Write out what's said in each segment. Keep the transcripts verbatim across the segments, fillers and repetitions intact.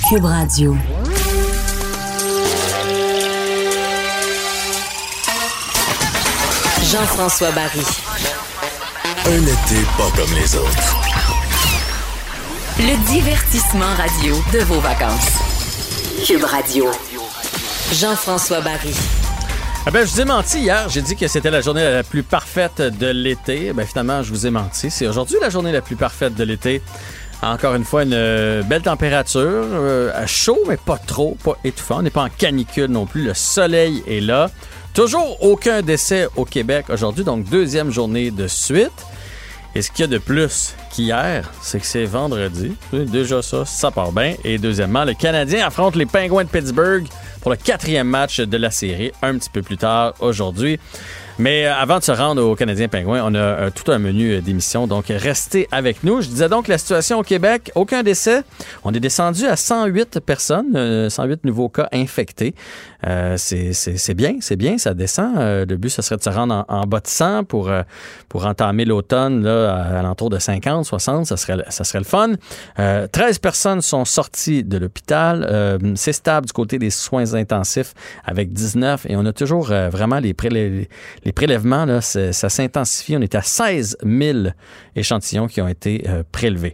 Cube Radio. Jean-François Barry. Un été pas comme les autres. Le divertissement radio de vos vacances. Cube Radio. Jean-François Barry. Ah ben, je vous ai menti hier. J'ai dit que c'était la journée la plus parfaite de l'été. Ben, finalement, je vous ai menti. C'est aujourd'hui la journée la plus parfaite de l'été. Encore une fois, une euh, belle température. Euh, chaud, mais pas trop, pas étouffant. On n'est pas en canicule non plus. Le soleil est là. Toujours aucun décès au Québec aujourd'hui. Donc, deuxième journée de suite. Et ce qu'il y a de plus qu'hier, c'est que c'est vendredi. Déjà ça, ça part bien. Et deuxièmement, le Canadien affronte les Penguins de Pittsburgh pour le quatrième match de la série, un petit peu plus tard aujourd'hui. Mais avant de se rendre aux Canadiens Pingouins, on a euh, tout un menu d'émissions, donc restez avec nous. Je disais donc la situation au Québec, aucun décès. On est descendu à cent huit personnes, euh, cent huit nouveaux cas infectés. Euh, c'est, c'est, c'est bien, c'est bien, ça descend. Euh, le but, ce serait de se rendre en, en bas de cent pour, euh, pour entamer l'automne là, à, à l'entour de cinquante, soixante, ça serait, ça serait le fun. Euh, treize personnes sont sorties de l'hôpital. Euh, c'est stable du côté des soins intensifs avec dix-neuf et on a toujours euh, vraiment les prélèvements. Les prélèvements, là, ça s'intensifie. On est à seize mille échantillons qui ont été euh, prélevés.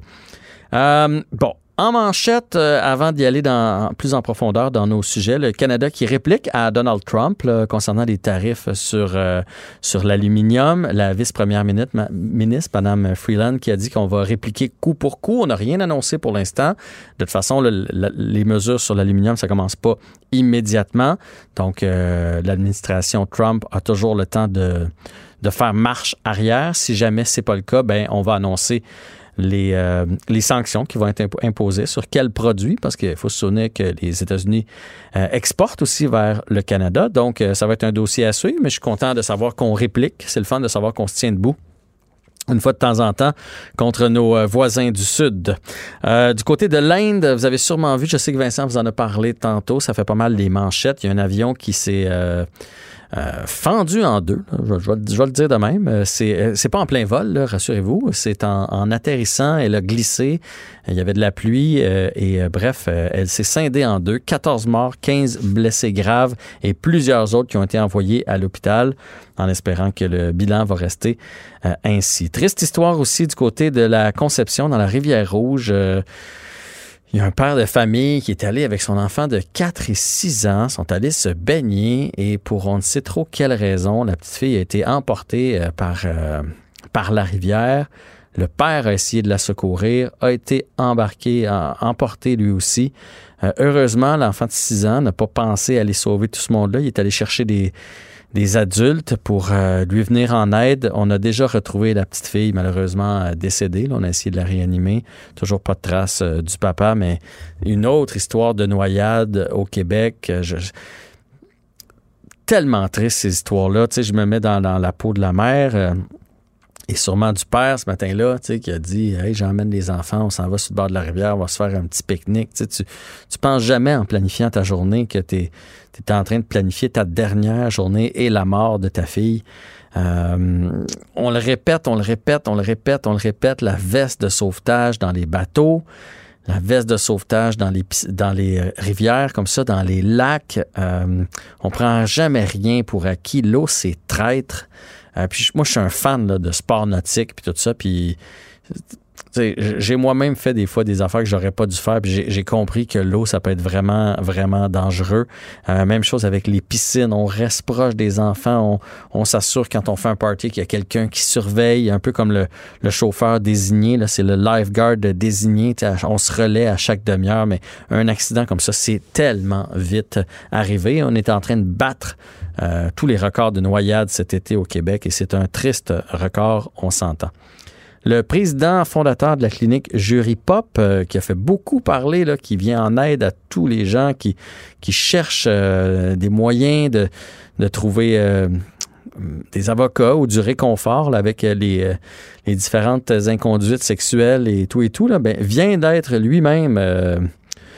Euh, bon, en manchette, euh, avant d'y aller dans, plus en profondeur dans nos sujets, le Canada qui réplique à Donald Trump là, concernant les tarifs sur, euh, sur l'aluminium. La vice-première ministre, ma, ministre, Mme Freeland, qui a dit qu'on va répliquer coup pour coup. On n'a rien annoncé pour l'instant. De toute façon, le, le, les mesures sur l'aluminium, ça commence pas immédiatement. Donc, euh, l'administration Trump a toujours le temps de, de faire marche arrière. Si jamais c'est pas le cas, ben on va annoncer les, euh, les sanctions qui vont être imp- imposées sur quels produits, parce qu'il faut se souvenir que les États-Unis euh, exportent aussi vers le Canada. Donc, euh, ça va être un dossier à suivre, mais je suis content de savoir qu'on réplique. C'est le fun de savoir qu'on se tient debout une fois de temps en temps, contre nos euh, voisins du Sud. Euh, du côté de l'Inde, vous avez sûrement vu, je sais que Vincent vous en a parlé tantôt, ça fait pas mal des manchettes. Il y a un avion qui s'est euh, euh, fendu en deux. Là. Je, je, vais, je vais le dire de même. C'est, c'est pas en plein vol, là, rassurez-vous. C'est en, en atterrissant. Elle a glissé. Il y avait de la pluie. Euh, et euh, bref, euh, elle s'est scindée en deux. quatorze morts, quinze blessés graves et plusieurs autres qui ont été envoyés à l'hôpital en espérant que le bilan va rester euh, ainsi. Triste histoire aussi du côté de la Conception dans la Rivière-Rouge. Euh, il y a un père de famille qui est allé avec son enfant de quatre et six ans, sont allés se baigner et pour on ne sait trop quelle raison, la petite fille a été emportée euh, par, euh, par la rivière. Le père a essayé de la secourir, a été embarqué, a, emporté lui aussi. Euh, heureusement, l'enfant de six ans n'a pas pensé aller sauver tout ce monde-là. Il est allé chercher des... des adultes pour euh, lui venir en aide. On a déjà retrouvé la petite fille, malheureusement euh, décédée. Là, on a essayé de la réanimer. Toujours pas de traces euh, du papa, mais une autre histoire de noyade au Québec. Je, je, tellement triste, ces histoires-là. Tu sais, je me mets dans, dans la peau de la mère. Euh, Et sûrement du père ce matin-là, tu sais, qui a dit « Hey, j'emmène les enfants, on s'en va sur le bord de la rivière, on va se faire un petit pique-nique. » Tu sais, tu, tu penses jamais en planifiant ta journée que tu es en train de planifier ta dernière journée et la mort de ta fille. Euh, on le répète, on le répète, on le répète, on le répète, la veste de sauvetage dans les bateaux, la veste de sauvetage dans les, dans les rivières, comme ça, dans les lacs. Euh, on prend jamais rien pour acquis. L'eau, c'est traître. Euh, puis moi, je suis un fan là, de sport nautique puis tout ça. Puis j'ai moi-même fait des fois des affaires que j'aurais pas dû faire. Puis j'ai, j'ai compris que l'eau, ça peut être vraiment, vraiment dangereux. Euh, même chose avec les piscines. On reste proche des enfants. On, on s'assure quand on fait un party qu'il y a quelqu'un qui surveille, un peu comme le, le chauffeur désigné. Là, c'est le lifeguard désigné. On se relaie à chaque demi-heure. Mais un accident comme ça, c'est tellement vite arrivé. On est en train de battre Euh, tous les records de noyade cet été au Québec et c'est un triste record, on s'entend. Le président fondateur de la clinique Jury Pop, euh, qui a fait beaucoup parler, là, qui vient en aide à tous les gens qui, qui cherchent euh, des moyens de, de trouver euh, des avocats ou du réconfort là, avec les, euh, les différentes inconduites sexuelles et tout et tout, là, ben, vient d'être lui-même... Euh,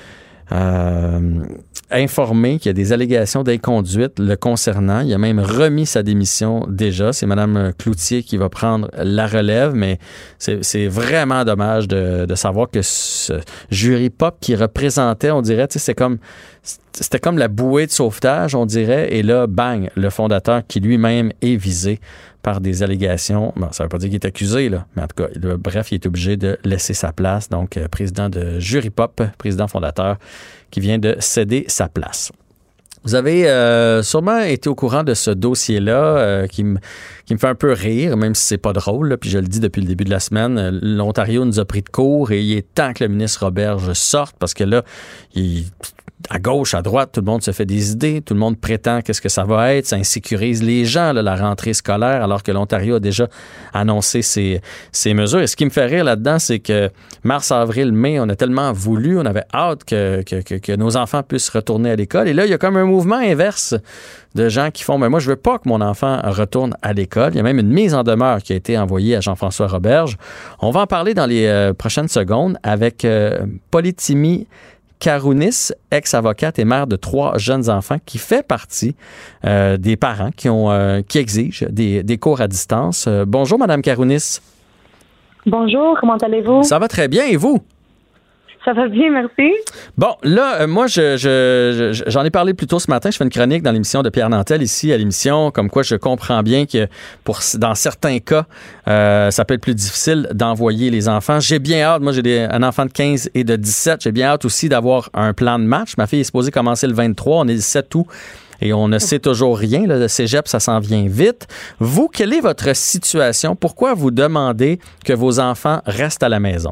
euh, informé qu'il y a des allégations d'inconduite le concernant. Il a même remis sa démission déjà. C'est Mme Cloutier qui va prendre la relève, mais c'est, c'est vraiment dommage de, de savoir que ce jury pop qui représentait, on dirait, tu sais, c'est comme, c'était comme la bouée de sauvetage, on dirait, et là, bang, le fondateur qui lui-même est visé par des allégations. Bon, ça ne veut pas dire qu'il est accusé, là, mais en tout cas, là, bref, il est obligé de laisser sa place. Donc, euh, président de Jury Pop, président fondateur, qui vient de céder sa place. Vous avez euh, sûrement été au courant de ce dossier-là euh, qui me qui me fait un peu rire, même si c'est pas drôle, là, puis je le dis depuis le début de la semaine. L'Ontario nous a pris de court et il est temps que le ministre Roberge sorte parce que là, il... à gauche, à droite, tout le monde se fait des idées, tout le monde prétend qu'est-ce que ça va être, ça insécurise les gens, là, la rentrée scolaire, alors que l'Ontario a déjà annoncé ses, ses mesures. Et ce qui me fait rire là-dedans, c'est que mars, avril, mai, on a tellement voulu, on avait hâte que, que, que, que nos enfants puissent retourner à l'école. Et là, il y a comme un mouvement inverse de gens qui font, mais moi, je veux pas que mon enfant retourne à l'école. Il y a même une mise en demeure qui a été envoyée à Jean-François Roberge. On va en parler dans les euh, prochaines secondes avec euh, Polytimi Karounis, ex-avocate et mère de trois jeunes enfants, qui fait partie euh, des parents qui ont euh, qui exigent des, des cours à distance. Euh, bonjour, Madame Karounis. Bonjour, comment allez-vous? Ça va très bien, et vous? Ça va bien, merci. Bon, là, euh, moi, je, je, je, j'en ai parlé plus tôt ce matin. Je fais une chronique dans l'émission de Pierre Nantel, ici, à l'émission, comme quoi je comprends bien que pour dans certains cas, euh, ça peut être plus difficile d'envoyer les enfants. J'ai bien hâte, moi, j'ai des, un enfant de quinze et de dix-sept. J'ai bien hâte aussi d'avoir un plan de match. Ma fille est supposée commencer le vingt-trois. On est le sept août. Et on ne sait toujours rien. Là, le cégep, ça s'en vient vite. Vous, quelle est votre situation? Pourquoi vous demandez que vos enfants restent à la maison?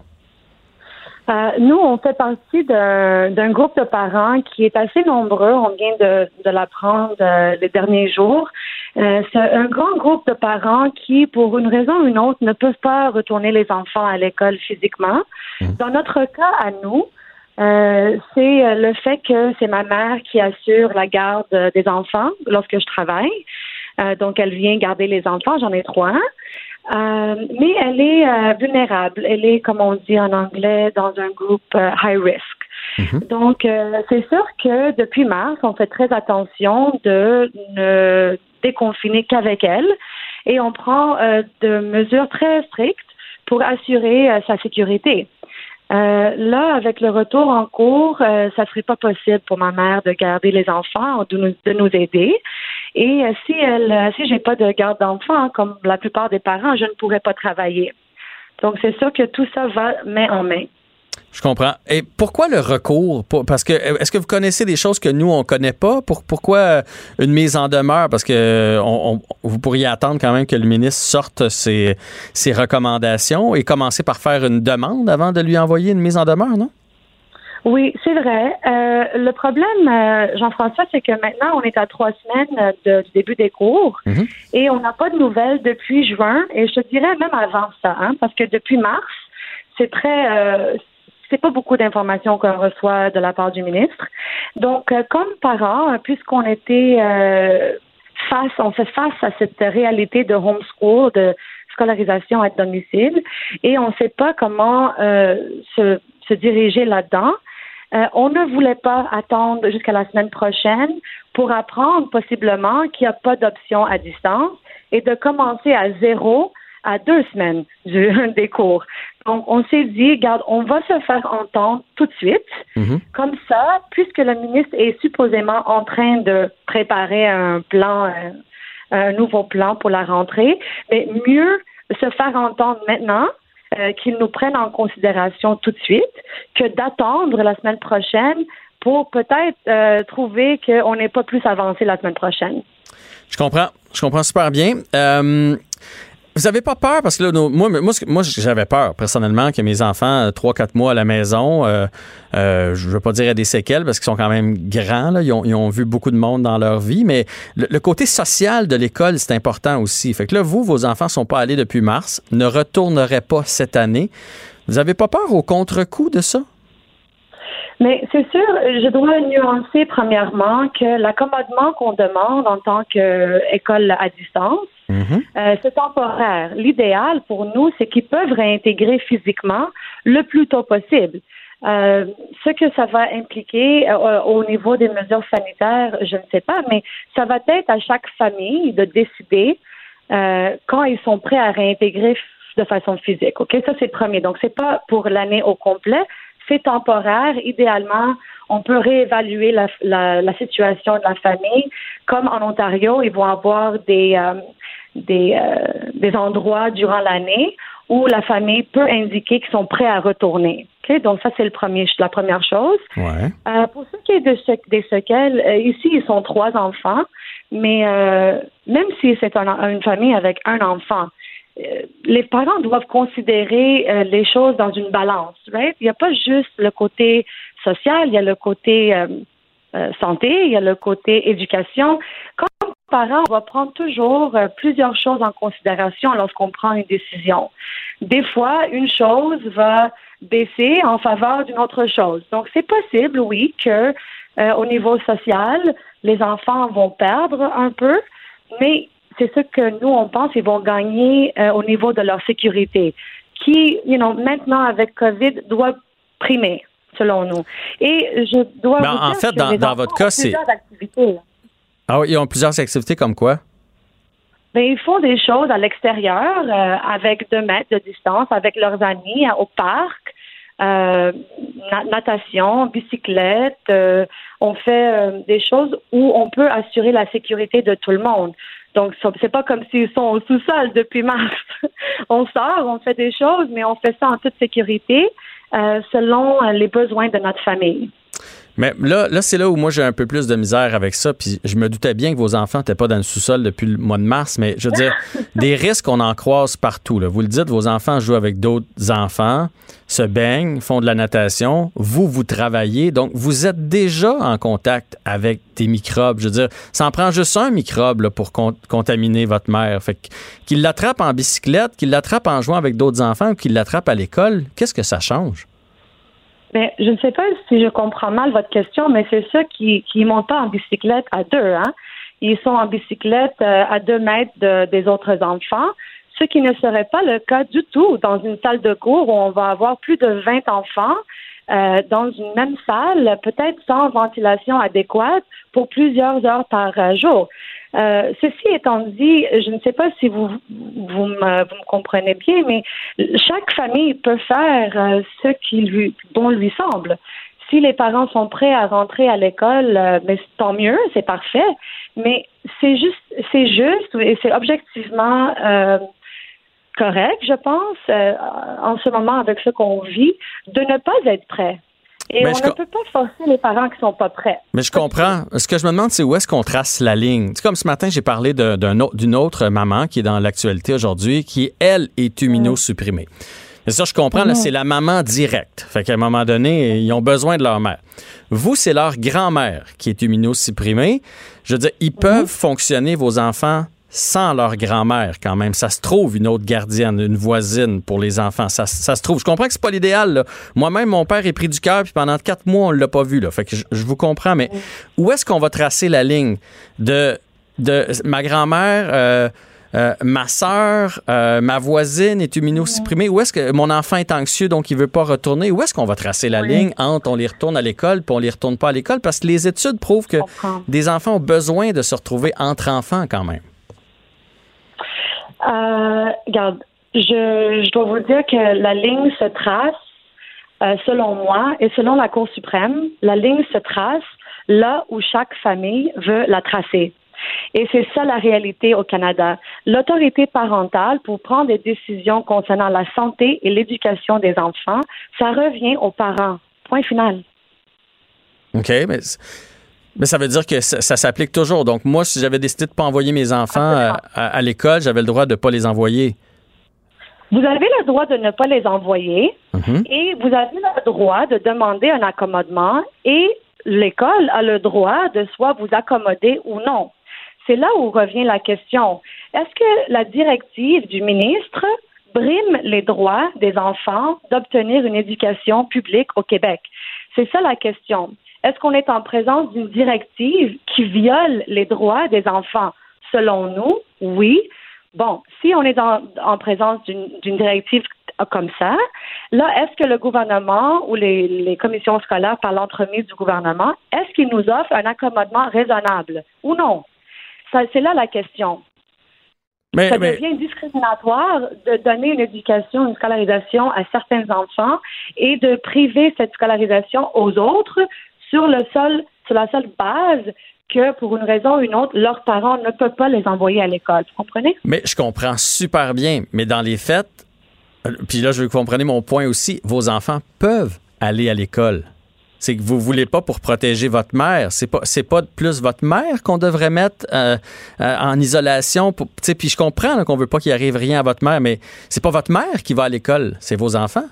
Euh, nous, on fait partie d'un, d'un groupe de parents qui est assez nombreux. On vient de, de l'apprendre euh, les derniers jours. Euh, c'est un grand groupe de parents qui, pour une raison ou une autre, ne peuvent pas retourner les enfants à l'école physiquement. Mmh. Dans notre cas, à nous, euh, c'est le fait que c'est ma mère qui assure la garde des enfants lorsque je travaille. Euh, donc, elle vient garder les enfants. J'en ai trois. Euh, mais elle est euh, vulnérable. Elle est, comme on dit en anglais, dans un groupe euh, high risk. Mm-hmm. Donc, euh, c'est sûr que depuis mars, on fait très attention de ne déconfiner qu'avec elle et on prend euh, de mesures très strictes pour assurer euh, sa sécurité. Euh, là, avec le retour en cours, euh, ça serait pas possible pour ma mère de garder les enfants, de nous, de nous aider. Et euh, si elle, euh, si j'ai pas de garde d'enfants, comme la plupart des parents, je ne pourrais pas travailler. Donc, c'est sûr que tout ça va main en main. Je comprends. Et pourquoi le recours? Parce que est-ce que vous connaissez des choses que nous, on connaît pas? Pour, pourquoi une mise en demeure? Parce que on, on, vous pourriez attendre quand même que le ministre sorte ses, ses recommandations et commencer par faire une demande avant de lui envoyer une mise en demeure, non? Oui, c'est vrai. Euh, le problème, euh, Jean-François, c'est que maintenant, on est à trois semaines de, du début des cours mm-hmm. et on n'a pas de nouvelles depuis juin et je te dirais même avant ça, hein, parce que depuis mars, c'est très... Euh, c'est pas beaucoup d'informations qu'on reçoit de la part du ministre. Donc, euh, comme parents, puisqu'on était euh, face, on fait face à cette réalité de homeschool, de scolarisation à domicile, et on ne sait pas comment euh, se, se diriger là-dedans. Euh, on ne voulait pas attendre jusqu'à la semaine prochaine pour apprendre possiblement qu'il n'y a pas d'option à distance et de commencer à zéro à deux semaines du, des cours. Donc, on s'est dit, regarde, on va se faire entendre tout de suite. Mm-hmm. Comme ça, puisque le ministre est supposément en train de préparer un plan, un, un nouveau plan pour la rentrée, mais mieux se faire entendre maintenant, euh, qu'il nous prenne en considération tout de suite, que d'attendre la semaine prochaine pour peut-être euh, trouver qu'on n'est pas plus avancé la semaine prochaine. Je comprends. Je comprends super bien. Euh... Vous avez pas peur? Parce que là, nos, moi, moi, moi, j'avais peur, personnellement, que mes enfants, trois, quatre mois à la maison, euh, euh, je veux pas dire à des séquelles, parce qu'ils sont quand même grands, là. Ils ont, ils ont vu beaucoup de monde dans leur vie, mais le, le côté social de l'école, c'est important aussi. Fait que là, vous, vos enfants sont pas allés depuis mars, ne retourneraient pas cette année. Vous avez pas peur au contre-coup de ça? Mais c'est sûr, je dois nuancer premièrement que l'accommodement qu'on demande en tant qu'école à distance, mm-hmm. euh, c'est temporaire. L'idéal pour nous, c'est qu'ils peuvent réintégrer physiquement le plus tôt possible. Euh, ce que ça va impliquer euh, au niveau des mesures sanitaires, je ne sais pas, mais ça va être à chaque famille de décider euh, quand ils sont prêts à réintégrer de façon physique. Ok, ça c'est le premier. Donc c'est pas pour l'année au complet, c'est temporaire. Idéalement, on peut réévaluer la, la, la situation de la famille. Comme en Ontario, ils vont avoir des euh, des euh, des endroits durant l'année où la famille peut indiquer qu'ils sont prêts à retourner. Okay? Donc, ça, c'est le premier, la première chose. Ouais. Euh, pour ce qui est de sec- des séquelles, euh, ici, ils sont trois enfants, mais euh, même si c'est un, une famille avec un enfant, euh, les parents doivent considérer euh, les choses dans une balance. Right? Il n'y a pas juste le côté social, il y a le côté euh, euh, santé, il y a le côté éducation. Quand parents, on va prendre toujours euh, plusieurs choses en considération lorsqu'on prend une décision. Des fois, une chose va baisser en faveur d'une autre chose. Donc, c'est possible, oui, que euh, au niveau social, les enfants vont perdre un peu, mais c'est ce que nous, on pense, ils vont gagner euh, au niveau de leur sécurité, qui, you know, maintenant, avec COVID, doit primer, selon nous. Et je dois Ben, vous en dire fait, que dans, les dans enfants votre ont cas, c'est... plusieurs activités. Ah oui, ils ont plusieurs activités comme quoi? Ben, ils font des choses à l'extérieur, euh, avec deux mètres de distance, avec leurs amis, euh, au parc, euh, na- natation, bicyclette. Euh, on fait euh, des choses où on peut assurer la sécurité de tout le monde. Donc, c'est pas comme s'ils sont au sous-sol depuis mars. On sort, on fait des choses, mais on fait ça en toute sécurité, euh, selon les besoins de notre famille. Mais là, là, c'est là où moi j'ai un peu plus de misère avec ça. Puis je me doutais bien que vos enfants n'étaient pas dans le sous-sol depuis le mois de mars. Mais je veux dire, des risques, on en croise partout. Là. Vous le dites, vos enfants jouent avec d'autres enfants, se baignent, font de la natation. Vous, vous travaillez. Donc, vous êtes déjà en contact avec des microbes. Je veux dire, ça en prend juste un microbe là, pour con- contaminer votre mère. Fait que, qu'il l'attrape en bicyclette, qu'il l'attrape en jouant avec d'autres enfants ou qu'il l'attrape à l'école, qu'est-ce que ça change? Mais je ne sais pas si je comprends mal votre question, mais c'est ceux qui qui montent pas en bicyclette à deux, hein. Ils sont en bicyclette euh, à deux mètres de, des autres enfants, ce qui ne serait pas le cas du tout dans une salle de cours où on va avoir plus de vingt enfants euh, dans une même salle, peut-être sans ventilation adéquate pour plusieurs heures par euh, jour. Euh, ceci étant dit, je ne sais pas si vous vous me, vous me comprenez bien, mais chaque famille peut faire euh, ce qui lui bon lui semble. Si les parents sont prêts à rentrer à l'école, euh, mais tant mieux, c'est parfait. Mais c'est juste, c'est juste et c'est objectivement euh, correct, je pense, euh, en ce moment avec ce qu'on vit, de ne pas être prêt. Et Mais on je ne co- peut pas forcer les parents qui sont pas prêts. Mais je comprends. Ce que je me demande, c'est où est-ce qu'on trace la ligne. C'est comme ce matin, j'ai parlé de- d'un au- d'une autre maman qui est dans l'actualité aujourd'hui, qui, elle, est immunosupprimée. Mais ça, je comprends, là, c'est la maman directe. Fait qu'à un moment donné, ils ont besoin de leur mère. Vous, c'est leur grand-mère qui est immunosupprimée. Je veux dire, ils peuvent fonctionner, vos enfants, sans leur grand-mère quand même. Ça se trouve une autre gardienne, une voisine pour les enfants. Ça, ça se trouve. Je comprends que c'est pas l'idéal, là. Moi-même, mon père est pris du cœur, puis pendant quatre mois, on l'a pas vu, là. Fait que je, je vous comprends, mais où est-ce qu'on va tracer la ligne de, de ma grand-mère, euh, euh, ma sœur, euh, ma voisine est immunosupprimée? Où est-ce que mon enfant est anxieux, donc il veut pas retourner? Où est-ce qu'on va tracer la Oui. ligne entre on les retourne à l'école puis on les retourne pas à l'école? Parce que les études prouvent que des enfants ont besoin de se retrouver entre enfants quand même. Euh, regarde, je, je dois vous dire que la ligne se trace, euh, selon moi, et selon la Cour suprême, la ligne se trace là où chaque famille veut la tracer. Et c'est ça la réalité au Canada. L'autorité parentale pour prendre des décisions concernant la santé et l'éducation des enfants, ça revient aux parents. Point final. OK, mais, mais ça veut dire que ça, ça s'applique toujours. Donc, moi, si j'avais décidé de ne pas envoyer mes enfants à, à, à l'école, j'avais le droit de ne pas les envoyer. Vous avez le droit de ne pas les envoyer Mm-hmm. et vous avez le droit de demander un accommodement et l'école a le droit de soit vous accommoder ou non. C'est là où revient la question. Est-ce que la directive du ministre brime les droits des enfants d'obtenir une éducation publique au Québec? C'est ça la question. Est-ce qu'on est en présence d'une directive qui viole les droits des enfants? Selon nous, oui. Bon, si on est dans, en présence d'une, d'une directive comme ça. Là, est-ce que le gouvernement ou les, les commissions scolaires, par l'entremise du gouvernement, est-ce qu'ils nous offrent un accommodement raisonnable ou non? Ça, c'est là la question. Mais, ça mais... devient discriminatoire de donner une éducation, une scolarisation à certains enfants et de priver cette scolarisation aux autres sur le seul, sur la seule base que, pour une raison ou une autre, leurs parents ne peuvent pas les envoyer à l'école. Vous comprenez? Mais je comprends super bien. Mais dans les faits, puis là, je veux que vous compreniez mon point aussi, vos enfants peuvent aller à l'école. C'est que vous voulez pas pour protéger votre mère. C'est pas, c'est pas plus votre mère qu'on devrait mettre euh, euh, en isolation. Pour, puis je comprends là, qu'on veut pas qu'il arrive rien à votre mère, mais c'est pas votre mère qui va à l'école, c'est vos enfants.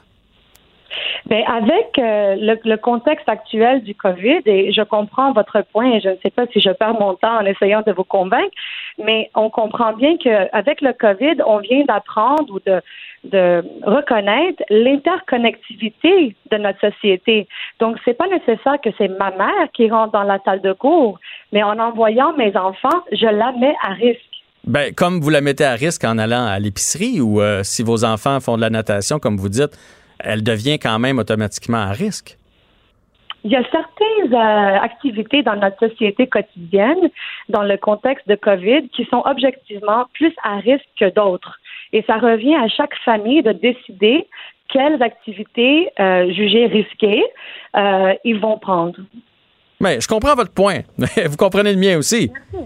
Bien, avec euh, le, le contexte actuel du COVID, et je comprends votre point, et je ne sais pas si je perds mon temps en essayant de vous convaincre, mais on comprend bien qu'avec le COVID, on vient d'apprendre ou de de reconnaître l'interconnectivité de notre société. Donc, c'est pas nécessaire que c'est ma mère qui rentre dans la salle de cours, mais en envoyant mes enfants, je la mets à risque. Ben, comme vous la mettez à risque en allant à l'épicerie ou euh, si vos enfants font de la natation, comme vous dites, elle devient quand même automatiquement à risque. Il y a certaines euh, activités dans notre société quotidienne, dans le contexte de COVID, qui sont objectivement plus à risque que d'autres. Et ça revient à chaque famille de décider quelles activités euh, jugées risquées euh, ils vont prendre. Mais je comprends votre point. Vous comprenez le mien aussi. Merci.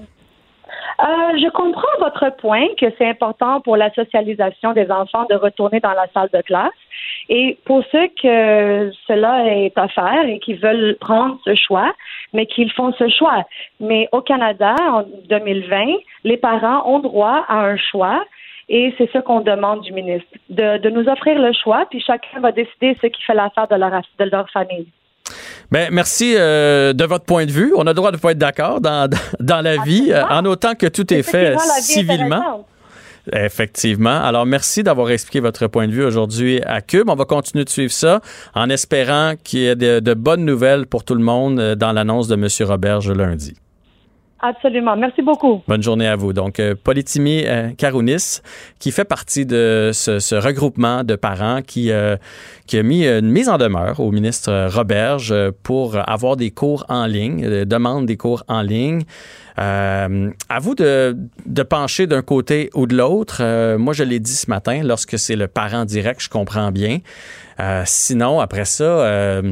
Euh, je comprends votre point que c'est important pour la socialisation des enfants de retourner dans la salle de classe. Et pour ceux que cela est à faire et qui veulent prendre ce choix, mais qu'ils font ce choix. Mais au Canada, en deux mille vingt, les parents ont droit à un choix. Et c'est ce qu'on demande du ministre, de, de nous offrir le choix, puis chacun va décider ce qui fait l'affaire de leur, de leur famille. Bien, merci euh, de votre point de vue. On a le droit de ne pas être d'accord dans, dans la vie, euh, en autant que tout est fait civilement. Effectivement. Alors, merci d'avoir expliqué votre point de vue aujourd'hui à Cube. On va continuer de suivre ça en espérant qu'il y ait de, de bonnes nouvelles pour tout le monde dans l'annonce de M. Roberge lundi. Absolument. Merci beaucoup. Bonne journée à vous. Donc, euh, Politimi euh, Karounis, qui fait partie de ce, ce regroupement de parents qui, euh, qui a mis une mise en demeure au ministre Roberge pour avoir des cours en ligne, euh, demande des cours en ligne. Euh, à vous de, de pencher d'un côté ou de l'autre. Euh, moi, je l'ai dit ce matin, lorsque c'est le parent direct, je comprends bien. Euh, sinon, après ça... Euh,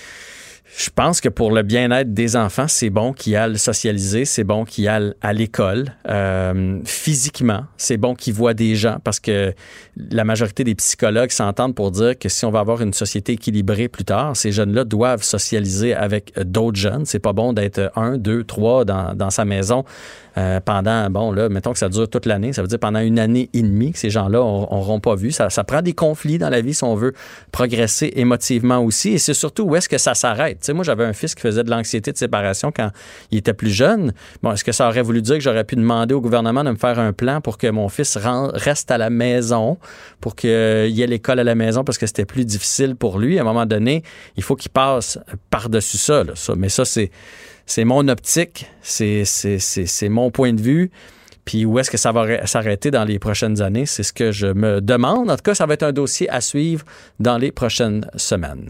Je pense que pour le bien-être des enfants, c'est bon qu'ils aillent socialiser, c'est bon qu'ils aillent à l'école euh, physiquement, c'est bon qu'ils voient des gens parce que la majorité des psychologues s'entendent pour dire que si on va avoir une société équilibrée plus tard, ces jeunes-là doivent socialiser avec d'autres jeunes. C'est pas bon d'être un, deux, trois dans, dans sa maison euh, pendant, bon là, mettons que ça dure toute l'année, ça veut dire pendant une année et demie que ces gens-là n'auront pas vu. Ça, ça prend des conflits dans la vie si on veut progresser émotivement aussi et c'est surtout où est-ce que ça s'arrête. Tu sais, moi, j'avais un fils qui faisait de l'anxiété de séparation quand il était plus jeune. Bon, est-ce que ça aurait voulu dire que j'aurais pu demander au gouvernement de me faire un plan pour que mon fils reste à la maison, pour qu'il y ait l'école à la maison parce que c'était plus difficile pour lui? À un moment donné, il faut qu'il passe par-dessus ça, là, ça. Mais ça, c'est, c'est mon optique, c'est, c'est, c'est, c'est mon point de vue. Puis où est-ce que ça va s'arrêter dans les prochaines années? C'est ce que je me demande. En tout cas, ça va être un dossier à suivre dans les prochaines semaines.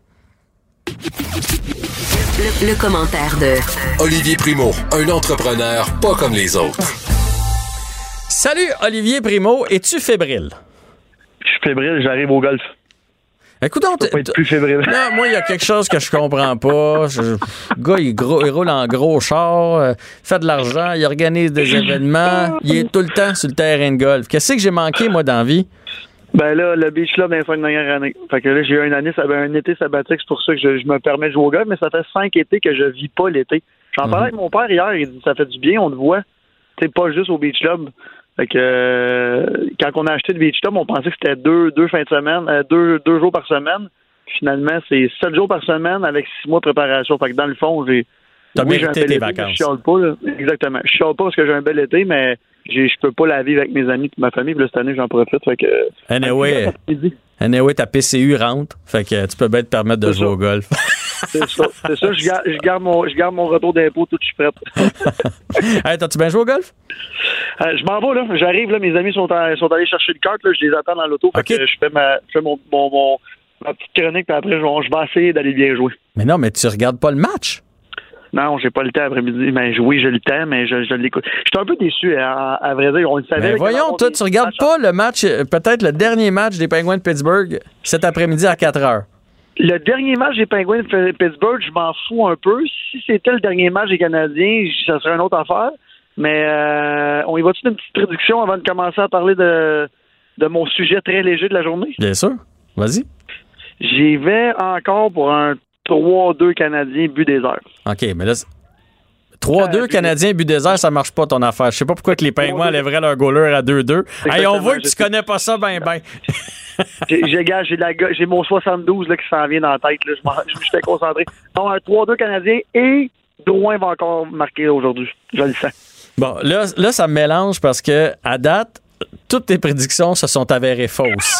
Le, le commentaire de Olivier Primo, un entrepreneur pas comme les autres. Salut Olivier Primo, es-tu fébrile? Je suis fébrile, j'arrive au golf. Écoute, je peux pas être plus fébrile. Non, moi, il y a quelque chose que je comprends pas. Je, le gars, il, gros, il roule en gros char, euh, fait de l'argent, il organise des événements, il est tout le temps sur le terrain de golf. Qu'est-ce que j'ai manqué, moi, dans la vie? Ben là, le Beach Club dans les cinq dernières années. Fait que là, j'ai eu une année, ça un été sabbatique, c'est pour ça que je, je me permets de jouer au golf, mais ça fait cinq étés que je vis pas l'été. J'en parlais mm-hmm. avec mon père hier, il dit ça fait du bien, on te voit. Tu sais, pas juste au Beach Club. Fait que euh, quand on a acheté le Beach Club, on pensait que c'était deux, deux fins de semaine, euh, deux, deux jours par semaine. Finalement, c'est sept jours par semaine avec six mois de préparation. Fait que dans le fond, j'ai. T'as oui, mérité tes vacances. Je chiale pas, là. Exactement. Je chiale pas parce que j'ai un bel été, mais j'ai, je peux pas la vivre avec mes amis et ma famille. Puis là, cette année, j'en profite. Fait que. Anyway, anyway, ta P C U rentre. Fait que tu peux bien te permettre de c'est jouer ça. Au golf. C'est ça, c'est ça. Je garde, je garde, mon, je garde mon retour d'impôt tout de suite prêt. Hey, t'as-tu bien joué au golf? Euh, je m'en vais, là. J'arrive, là. Mes amis sont, en, sont allés chercher une carte, là. Je les attends dans l'auto. Okay. Fait que je fais, ma, je fais mon, mon, mon, ma petite chronique, puis après, je, je vais essayer d'aller bien jouer. Mais non, mais tu regardes pas le match? Non, j'ai pas le temps après-midi. Mais oui, j'ai le temps, mais je, je l'écoute. J'étais un peu déçu, à, à vrai dire. On le savait. Mais voyons, toi, tu regardes pas le match, peut-être le dernier match des Penguins de Pittsburgh cet après-midi à quatre heures. Le dernier match des Penguins de Pittsburgh, je m'en fous un peu. Si c'était le dernier match des Canadiens, ça serait une autre affaire. Mais euh, on y va-tu d'une petite prédiction avant de commencer à parler de, de mon sujet très léger de la journée? Bien sûr. Vas-y. J'y vais encore pour un trois deux Canadiens, but des heures. OK, mais là, trois deux euh, Canadiens, but des airs, ça marche pas ton affaire. Je sais pas pourquoi que les Pingouins enlèveraient leur goaler à deux deux. Hey, on voit que tu connais pas ça ben ben. j'ai, j'ai, j'ai, la, j'ai mon soixante-douze là, qui s'en vient dans la tête. Là. Je j'étais concentré. Donc, un trois deux Canadiens et Drouin va encore marquer aujourd'hui. Je le sens. Bon, là, là, ça me mélange parce que à date, toutes tes prédictions se sont avérées fausses.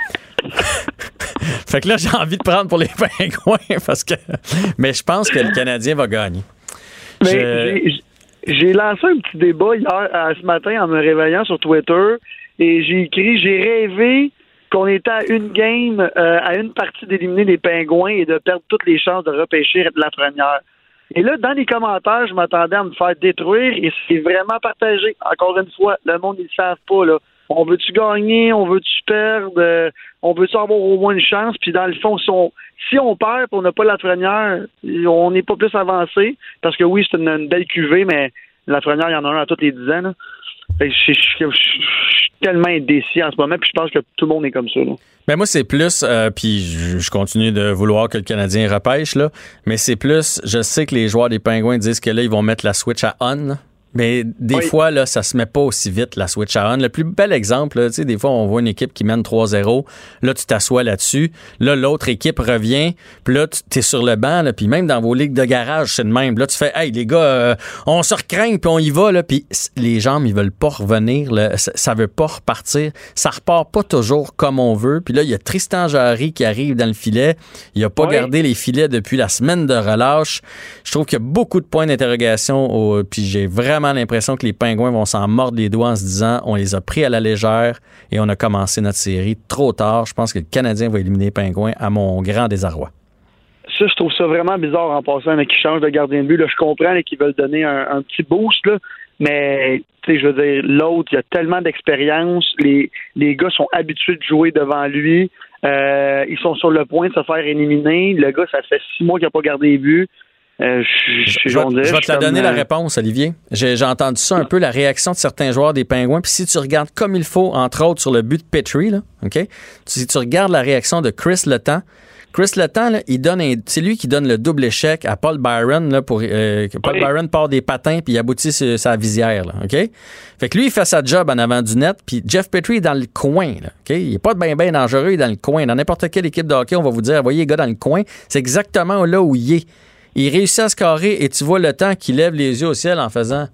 Fait que là, j'ai envie de prendre pour les Pingouins parce que. Mais je pense que le Canadien va gagner. Mais je... j'ai, j'ai lancé un petit débat hier, ce matin, en me réveillant sur Twitter, et j'ai écrit, j'ai rêvé qu'on était à une game, euh, à une partie d'éliminer les Pingouins et de perdre toutes les chances de repêcher la première. Et là, dans les commentaires, je m'attendais à me faire détruire, et c'est vraiment partagé. Encore une fois, le monde, ils ne savent pas, là. On veut-tu gagner? On veut-tu perdre? Euh, on veut-tu avoir au moins une chance? Puis dans le fond, si on, si on perd et on n'a pas la Lafrenière, on n'est pas plus avancé. Parce que oui, c'est une, une belle cuvée, mais la Lafrenière, il y en a un à tous les dix ans. Là. Fait que je, je, je, je suis tellement indécis en ce moment, puis je pense que tout le monde est comme ça. Là. Ben moi, c'est plus, euh, puis je, je continue de vouloir que le Canadien repêche, là, mais c'est plus, je sais que les joueurs des Pingouins disent que là, ils vont mettre la switch à on, là. Mais des oui. fois, là, ça se met pas aussi vite, la switch à on. Le plus bel exemple, tu sais, des fois, on voit une équipe qui mène trois zéro. Là, tu t'assois là-dessus. Là, l'autre équipe revient. Puis là, tu es sur le banc. Là, puis même dans vos ligues de garage, c'est le même. Là, tu fais, hey, les gars, euh, on se recraigne puis on y va. Là, puis les jambes, ils veulent pas revenir. Là, ça, ça veut pas repartir. Ça repart pas toujours comme on veut. Puis là, il y a Tristan Jarry qui arrive dans le filet. Il a pas oui. gardé les filets depuis la semaine de relâche. Je trouve qu'il y a beaucoup de points d'interrogation. Au, puis j'ai vraiment l'impression que les Pingouins vont s'en mordre les doigts en se disant on les a pris à la légère et on a commencé notre série trop tard. Je pense que le Canadien va éliminer les Pingouins à mon grand désarroi. Ça, je trouve ça vraiment bizarre en passant là, qu'ils changent de gardien de but. Là, je comprends là, qu'ils veulent donner un, un petit boost, là, mais je veux dire, l'autre, il a tellement d'expérience. Les, les gars sont habitués de jouer devant lui. Euh, ils sont sur le point de se faire éliminer. Le gars, ça fait six mois qu'il n'a pas gardé les buts. Euh, je, je, je, vais, je vais te la donner euh... la réponse, Olivier. J'ai, j'ai entendu ça un peu, la réaction de certains joueurs des Pingouins. Puis si tu regardes comme il faut, entre autres sur le but de Petrie, là, OK? Si tu regardes la réaction de Chris Letang, Chris Letang, là, il donne un, c'est lui qui donne le double échec à Paul Byron. Là, pour, euh, Paul oui. Byron part des patins puis il aboutit sur sa visière. Là, OK? Fait que lui, il fait sa job en avant du net. Puis Jeff Petrie est dans le coin. Là, OK? Il n'est pas bien ben dangereux, il est dans le coin. Dans n'importe quelle équipe de hockey, on va vous dire, voyez les gars dans le coin. C'est exactement là où il est. Il réussit à se carrer et tu vois le temps qu'il lève les yeux au ciel en faisant...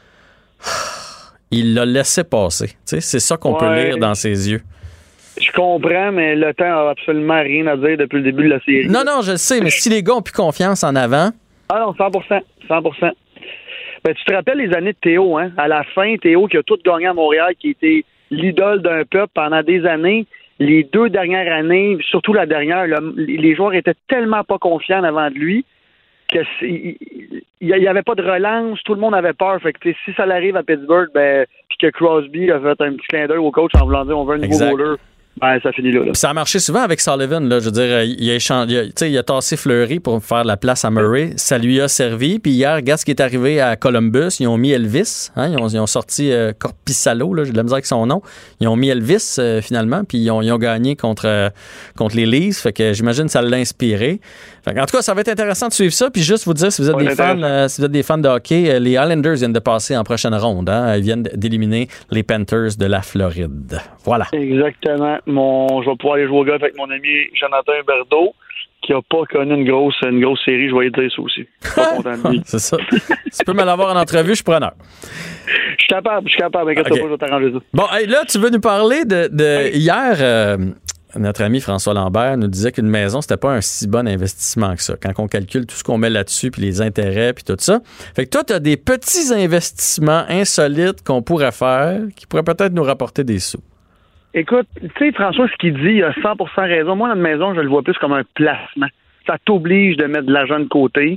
Il l'a laissé passer. Tu sais, c'est ça qu'on ouais. peut lire dans ses yeux. Je comprends, mais le temps n'a absolument rien à dire depuis le début de la série. Non, non, je le sais, mais si les gars ont plus confiance en avant... Ah non, cent pour cent. cent pour cent. Ben, tu te rappelles les années de Théo, hein? À la fin, Théo qui a tout gagné à Montréal, qui était l'idole d'un peuple pendant des années... Les deux dernières années, surtout la dernière, le, les joueurs étaient tellement pas confiants en avant de lui qu'il n'y avait pas de relance, tout le monde avait peur. Fait que si ça l'arrive à Pittsburgh, ben, puis que Crosby a fait un petit clin d'œil au coach en voulant dire on veut un nouveau goaler, ben, ça finit là. là. Ça a marché souvent avec Sullivan. Là, je veux dire, il a, échangé, il, a, il a tassé Fleury pour faire la place à Murray. Ça lui a servi. Puis hier, regarde ce qui est arrivé à Columbus. Ils ont mis Elvis. Hein, ils, ont, ils ont sorti euh, Corpissalo. Là, j'ai de la misère avec son nom. Ils ont mis Elvis euh, finalement. Puis ils ont, ils ont gagné contre, euh, contre les Leafs. Fait que j'imagine que ça l'a inspiré. Fait en tout cas, ça va être intéressant de suivre ça. Puis juste vous dire, si vous êtes, ouais, des, fans, euh, si vous êtes des fans de hockey, euh, les Islanders viennent de passer en prochaine ronde. Hein, ils viennent d'éliminer les Panthers de la Floride. Voilà. Exactement. Mon, je vais pouvoir aller jouer au golf avec mon ami Jonathan Huberdeau, qui n'a pas connu une grosse, une grosse série. Je vais lui dire ça aussi. Je suis pas content de lui. C'est ça. Tu peux me l'avoir en entrevue, je suis preneur. Je suis capable, je suis capable. Inquiète-toi pas, je vais t'arranger ça. Bon, hey, là, tu veux nous parler de, de hey. hier... Euh, notre ami François Lambert nous disait qu'une maison, c'était pas un si bon investissement que ça. Quand on calcule tout ce qu'on met là-dessus, puis les intérêts, puis tout ça. Fait que toi, tu as des petits investissements insolites qu'on pourrait faire, qui pourraient peut-être nous rapporter des sous. Écoute, tu sais, François, ce qu'il dit, il a cent pour cent raison. Moi, notre maison, je le vois plus comme un placement. Ça t'oblige de mettre de l'argent de côté.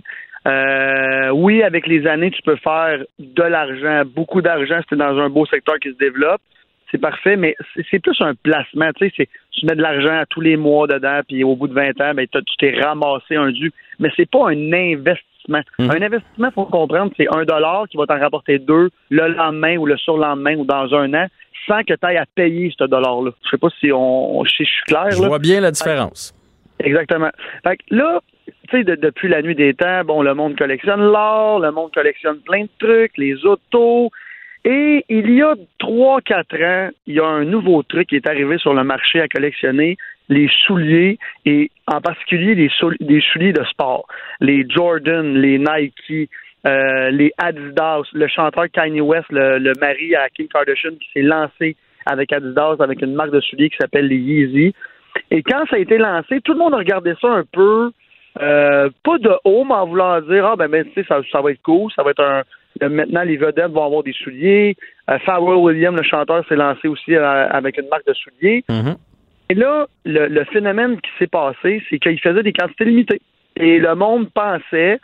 Euh, oui, avec les années, tu peux faire de l'argent, beaucoup d'argent si tu es dans un beau secteur qui se développe. C'est parfait, mais c'est, c'est plus un placement. Tu sais, c'est, tu mets de l'argent tous les mois dedans, puis au bout de vingt ans, ben, tu t'es ramassé un dû. Mais c'est pas un investissement. Mmh. Un investissement, il faut comprendre, c'est un dollar qui va t'en rapporter deux le lendemain ou le surlendemain ou dans un an, sans que tu ailles à payer ce dollar-là. Je sais pas si on, je, je suis clair. Je là. vois bien la différence. Exactement. Fait que là, tu sais, de, depuis la nuit des temps, bon, le monde collectionne l'or, le monde collectionne plein de trucs, les autos. Et il y a trois quatre ans, il y a un nouveau truc qui est arrivé sur le marché à collectionner, les souliers, et en particulier les, sou- les souliers de sport. Les Jordan, les Nike, euh, les Adidas, le chanteur Kanye West, le, le mari à Kim Kardashian qui s'est lancé avec Adidas, avec une marque de souliers qui s'appelle les Yeezy. Et quand ça a été lancé, tout le monde a regardé ça un peu, euh, pas de haut, mais en voulant dire, ah ben, ben tu sais, ça, ça va être cool, ça va être un... Maintenant, les vedettes vont avoir des souliers. Euh, Pharrell Williams, le chanteur, s'est lancé aussi euh, avec une marque de souliers. Mm-hmm. Et là, le, le phénomène qui s'est passé, c'est qu'il faisait des quantités limitées. Et le monde pensait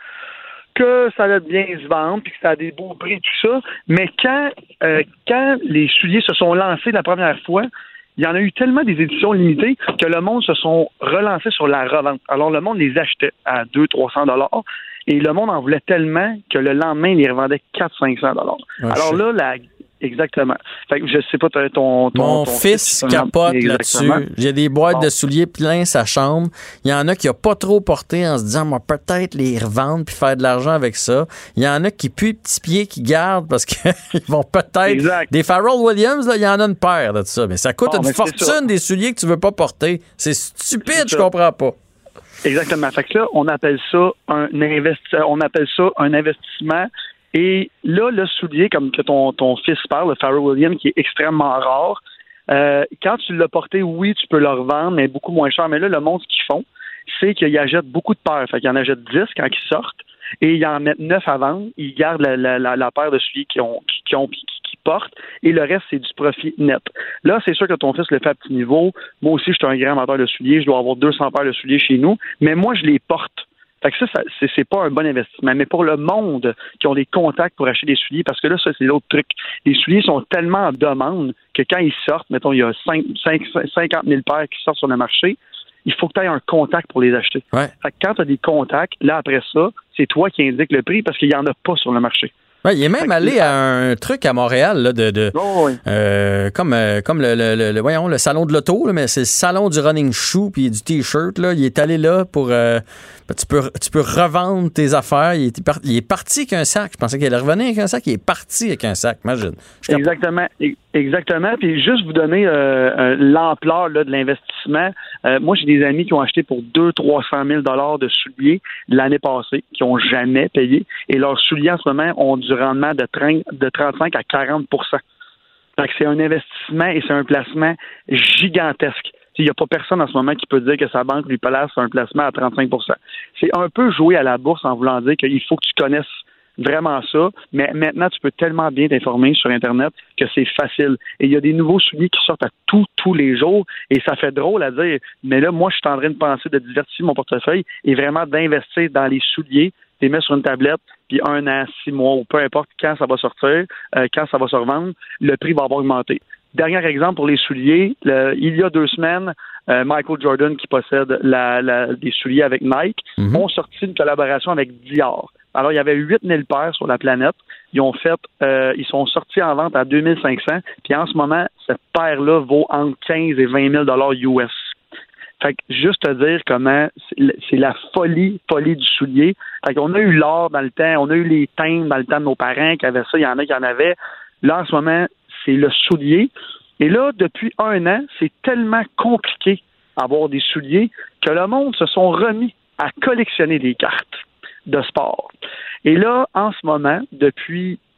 que ça allait bien se vendre, puis que ça a des beaux prix, tout ça. Mais quand, euh, quand les souliers se sont lancés la première fois, il y en a eu tellement des éditions limitées que le monde se sont relancés sur la revente. Alors, le monde les achetait à deux cents à trois cents dollars. Et le monde en voulait tellement que le lendemain, il les revendait quatre cents à cinq cents dollars. Ouais, alors là, la... exactement. Fait que je sais pas, ton... ton Mon ton fils ton... capote exactement. là-dessus. J'ai des boîtes bon. de souliers plein sa chambre. Il y en a qui n'ont pas trop porté en se disant, moi, peut-être les revendre puis faire de l'argent avec ça. Il y en a qui puent petits pieds qui gardent parce qu'ils vont peut-être... Exact. Des Pharrell Williams, là, il y en a une paire de ça. Mais ça coûte bon, une fortune des souliers que tu veux pas porter. C'est stupide, c'est je comprends pas. Exactement. Fait que là, on appelle ça un investi- on appelle ça un investissement. Et là, le soulier, comme que ton, ton fils parle, le Pharrell Williams, qui est extrêmement rare, euh, quand tu l'as porté, oui, tu peux le revendre, mais beaucoup moins cher. Mais là, le monde, ce qu'ils font, c'est qu'ils achètent beaucoup de paires. Fait qu'ils en achètent dix quand ils sortent et ils en mettent neuf à vendre. Ils gardent la, la, la, la paire de souliers qu'ils ont, qu'ils ont, qu'ils portent, et le reste, c'est du profit net. Là, c'est sûr que ton fils le fait à petit niveau. Moi aussi, je suis un grand amateur de souliers. Je dois avoir deux cents paires de souliers chez nous, mais moi, je les porte. Fait que ça, ça c'est, c'est pas un bon investissement. Mais pour le monde qui ont des contacts pour acheter des souliers, parce que là, ça, c'est l'autre truc. Les souliers sont tellement en demande que quand ils sortent, mettons, il y a cinquante mille paires qui sortent sur le marché, il faut que tu aies un contact pour les acheter. Ouais. Fait que quand tu as des contacts, là, après ça, c'est toi qui indiques le prix parce qu'il n'y en a pas sur le marché. Ouais, il est même allé à un truc à Montréal là, de, de oh, oui. euh, comme euh, comme le, le, le voyons le salon de l'auto là, mais c'est le salon du running shoe puis du t-shirt là. Il est allé là pour euh, tu peux tu peux revendre tes affaires. Il est, par, il est parti avec un sac. Je pensais qu'il allait revenir avec un sac. Il est parti avec un sac. Imagine. Exactement, exactement. Puis juste vous donner euh, l'ampleur là, de l'investissement. Euh, moi, j'ai des amis qui ont acheté pour deux trois cent mille dollars de souliers l'année passée, qui ont jamais payé, et leurs souliers en ce moment ont du rendement de, de trente-cinq à quarante pour cent. Fait que c'est un investissement et c'est un placement gigantesque. Il n'y a pas personne en ce moment qui peut dire que sa banque lui place un placement à trente-cinq pour cent. C'est un peu jouer à la bourse en voulant dire qu'il faut que tu connaisses vraiment ça, mais maintenant, tu peux tellement bien t'informer sur Internet que c'est facile. Et il y a des nouveaux souliers qui sortent à tous, tous les jours, et ça fait drôle à dire, mais là, moi, je suis en train de penser de diversifier mon portefeuille et vraiment d'investir dans les souliers, les mettre sur une tablette, puis un an, six mois, ou peu importe quand ça va sortir, euh, quand ça va se revendre, le prix va avoir augmenté. Dernier exemple pour les souliers, le, il y a deux semaines, euh, Michael Jordan, qui possède la, la, des souliers avec Nike, mm-hmm. ont sorti une collaboration avec Dior. Alors, il y avait huit mille paires sur la planète. Ils ont fait, euh, ils sont sortis en vente à deux mille cinq cents. Puis en ce moment, cette paire-là vaut entre quinze et vingt mille dollars U S. Fait que juste te dire comment c'est, c'est la folie, folie du soulier. Fait qu'on a eu l'or dans le temps, on a eu les timbres dans le temps de nos parents qui avaient ça, il y en a qui en avaient. Là, en ce moment, c'est le soulier. Et là, depuis un an, c'est tellement compliqué d'avoir des souliers que le monde se sont remis à collectionner des cartes de sport. Et là, en ce moment, depuis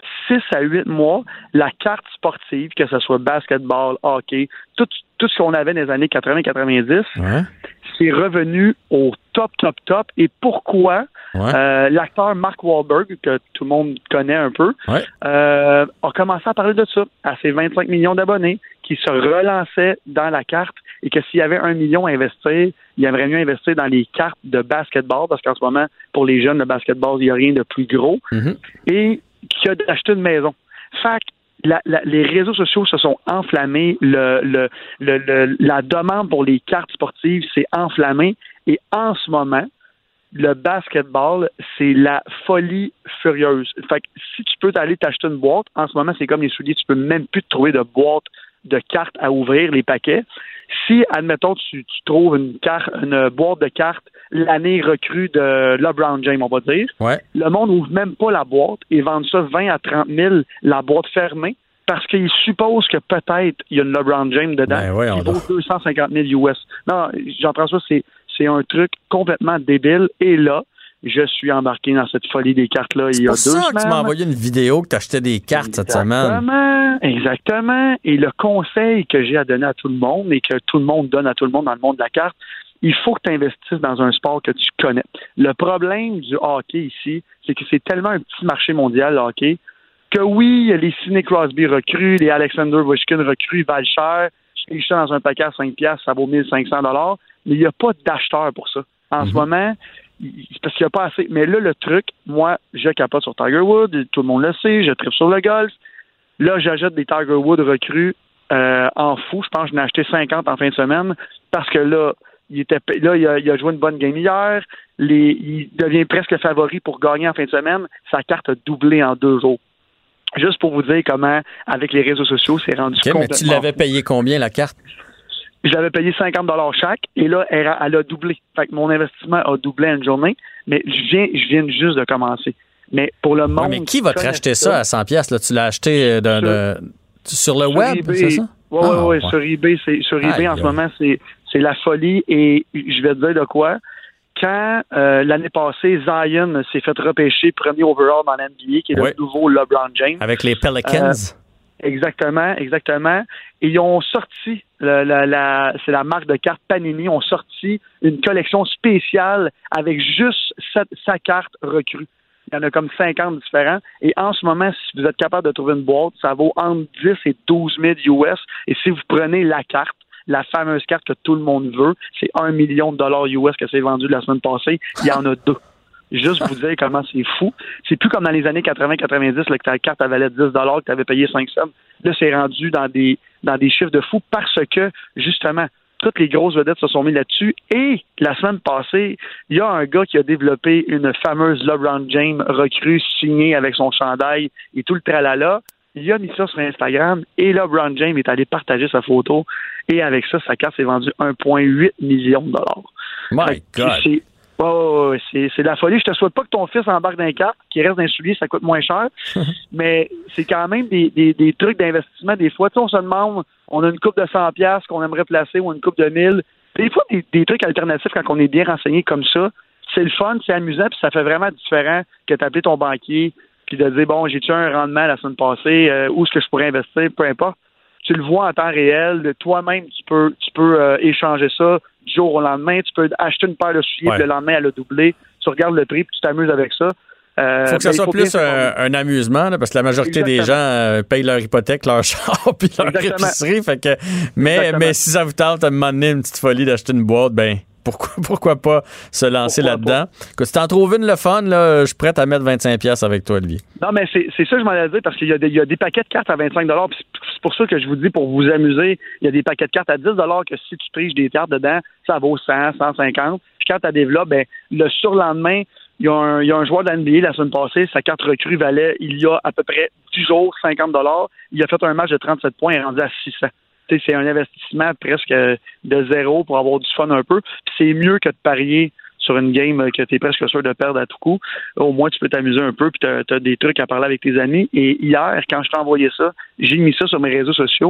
six à huit mois, la carte sportive, que ce soit basketball, hockey, tout, tout ce qu'on avait dans les années quatre-vingts quatre-vingt-dix, ouais. c'est revenu au top, top, top. Et pourquoi? Ouais. Euh, l'acteur Mark Wahlberg, que tout le monde connaît un peu, ouais. euh, a commencé à parler de ça à ses vingt-cinq millions d'abonnés, qui se relançaient dans la carte et que s'il y avait un million à investir, il aimerait mieux investir dans les cartes de basketball, parce qu'en ce moment, pour les jeunes, le basketball, il n'y a rien de plus gros, mm-hmm. et qui a acheté une maison. Fait que la, la, les réseaux sociaux se sont enflammés, le, le, le, le, la demande pour les cartes sportives s'est enflammée, et en ce moment, le basketball, c'est la folie furieuse. Fait que si tu peux aller t'acheter une boîte, en ce moment, c'est comme les souliers, tu peux même plus te trouver de boîte de cartes à ouvrir, les paquets. Si, admettons, tu, tu trouves une carte, une boîte de cartes, l'année recrue de LeBron James, on va dire, ouais. le monde n'ouvre même pas la boîte et vend ça vingt à trente mille, la boîte fermée, parce qu'ils supposent que peut-être il y a une LeBron James dedans ben ouais, qui vaut deux cent cinquante mille U S. Non, Jean-François, c'est, c'est un truc complètement débile. Et là, je suis embarqué dans cette folie des cartes-là il y a deux semaines. C'est pour ça que tu m'as envoyé une vidéo que tu achetais des cartes exactement, cette semaine. Exactement. Et le conseil que j'ai à donner à tout le monde et que tout le monde donne à tout le monde dans le monde de la carte, il faut que tu investisses dans un sport que tu connais. Le problème du hockey ici, c'est que c'est tellement un petit marché mondial, le hockey, que oui, les Sidney Crosby recrues, les Alexander Ovechkin recrues valent cher. Tu les dans un paquet à cinq piastres, ça vaut mille cinq cents dollars, mais il n'y a pas d'acheteurs pour ça. En mm-hmm. ce moment, c'est parce qu'il n'y a pas assez. Mais là, le truc, moi, je capote sur Tiger Woods, tout le monde le sait, je tripe sur le golf. Là, j'achète des Tiger Woods recrues euh, en fou. Je pense que j'en ai acheté cinquante en fin de semaine parce que là, il était là, il a, il a joué une bonne game hier. Les, il devient presque favori pour gagner en fin de semaine. Sa carte a doublé en deux jours. Juste pour vous dire comment, avec les réseaux sociaux, c'est rendu okay, complètement... Mais tu l'avais payé combien, la carte? Je l'avais payé cinquante dollars chaque, et là, elle a, elle a doublé. Fait que mon investissement a doublé en une journée, mais je viens, je viens juste de commencer. Mais pour le monde... Ouais, mais qui va te racheter ça à cent piastres? Là, tu l'as acheté de, sur, de, sur le sur web, eBay, c'est ça? Oui, oui, oui. Sur eBay, c'est, sur eBay aïe, en aïe. ce moment, c'est, c'est la folie, et je vais te dire de quoi. Quand euh, l'année passée, Zion s'est fait repêcher premier overall dans l'N B A, qui est oui. le nouveau LeBron James. Avec les Pelicans. Euh, exactement, exactement. Et ils ont sorti, la, la, la, c'est la marque de cartes Panini, ont sorti une collection spéciale avec juste sa, sa carte recrue. Il y en a comme cinquante différents. Et en ce moment, si vous êtes capable de trouver une boîte, ça vaut entre dix et douze mille U S. Et si vous prenez la carte, la fameuse carte que tout le monde veut, c'est un million de dollars U S que c'est vendu la semaine passée. Il y en a deux. Juste vous dire comment c'est fou. C'est plus comme dans les années quatre-vingts quatre-vingt-dix, là, que ta carte elle valait dix dollars, que tu avais payé cinq cents. Là, c'est rendu dans des dans des chiffres de fou parce que, justement, toutes les grosses vedettes se sont mis là-dessus. Et la semaine passée, il y a un gars qui a développé une fameuse LeBron James recrue signée avec son chandail et tout le tralala. Il a mis ça sur Instagram et LeBron James est allé partager sa photo. Et avec ça, sa carte s'est vendue un virgule huit million de dollars. My God! C'est, oh, c'est, c'est de la folie. Je te souhaite pas que ton fils embarque dans un carte, qu'il reste dans un soulier, ça coûte moins cher. Mais c'est quand même des, des, des trucs d'investissement. Des fois, tu sais, on se demande, on a une coupe de cent piastres qu'on aimerait placer ou une coupe de mille. Des fois, des, des trucs alternatifs quand on est bien renseigné comme ça, c'est le fun, c'est amusant, puis ça fait vraiment différent que d'appeler ton banquier puis de dire, bon, j'ai-tu un rendement la semaine passée, euh, où est-ce que je pourrais investir, peu importe. Tu le vois en temps réel, de toi-même, tu peux tu peux euh, échanger ça du jour au lendemain, tu peux acheter une paire de souliers, ouais. le lendemain, elle a doublé, tu regardes le prix, puis tu t'amuses avec ça. Euh, faut que ça soit plus un, un amusement, là, parce que la majorité Exactement. des gens euh, payent leur hypothèque, leur char, puis leur Exactement. épicerie, fait que, mais, mais si ça vous tente à un moment donné une petite folie d'acheter une boîte, ben... Pourquoi, pourquoi pas se lancer pourquoi là-dedans? Pas? Si t'en trouves une le fun, là, je suis prêt à mettre vingt-cinq piastres avec toi, Olivier. Non, mais c'est, c'est ça que je m'en allais dire, parce qu'il y a, des, il y a des paquets de cartes à vingt-cinq dollars. Puis c'est pour ça que je vous dis, pour vous amuser, il y a des paquets de cartes à dix dollars que si tu triches des cartes dedans, ça vaut cent, cent cinquante. Puis quand tu développes, ben, le surlendemain, il y, a un, il y a un joueur de l'N B A la semaine passée, sa carte recrue valait, il y a à peu près dix jours, cinquante dollars. Il a fait un match de trente-sept points et rendu à six cents. T'sais, c'est un investissement presque de zéro pour avoir du fun un peu. Puis c'est mieux que de parier sur une game que tu es presque sûr de perdre à tout coup. Au moins, tu peux t'amuser un peu puis tu as des trucs à parler avec tes amis. Et hier, quand je t'ai envoyé ça, j'ai mis ça sur mes réseaux sociaux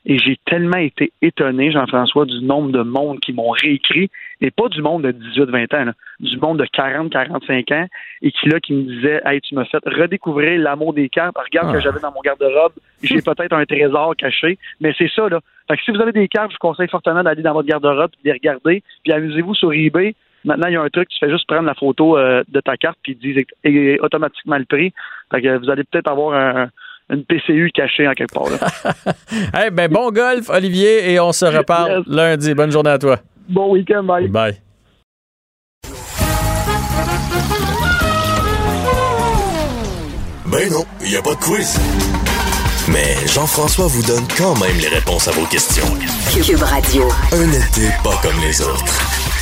Et j'ai tellement été étonné, Jean-François, du nombre de monde qui m'ont réécrit, et pas du monde de dix-huit vingt ans, là, du monde de quarante quarante-cinq ans, et qui là, qui me disait « Hey, tu m'as fait redécouvrir l'amour des cartes. Regarde ah. que j'avais dans mon garde-robe. J'ai peut-être un trésor caché. » Mais c'est ça, là. Fait que si vous avez des cartes, je vous conseille fortement d'aller dans votre garde-robe, de les regarder, puis amusez-vous sur eBay. Maintenant, il y a un truc, tu fais juste prendre la photo euh, de ta carte, puis ils disent et, et, automatiquement le prix. Fait que vous allez peut-être avoir un une P C U cachée en quelque part. Eh hey, ben bon golf, Olivier, et on se reparle yes. lundi. Bonne journée à toi. Bon week-end, bye. Bye. Ben non, il n'y a pas de quiz. Mais Jean-François vous donne quand même les réponses à vos questions. Cube Radio. Un été pas comme les autres.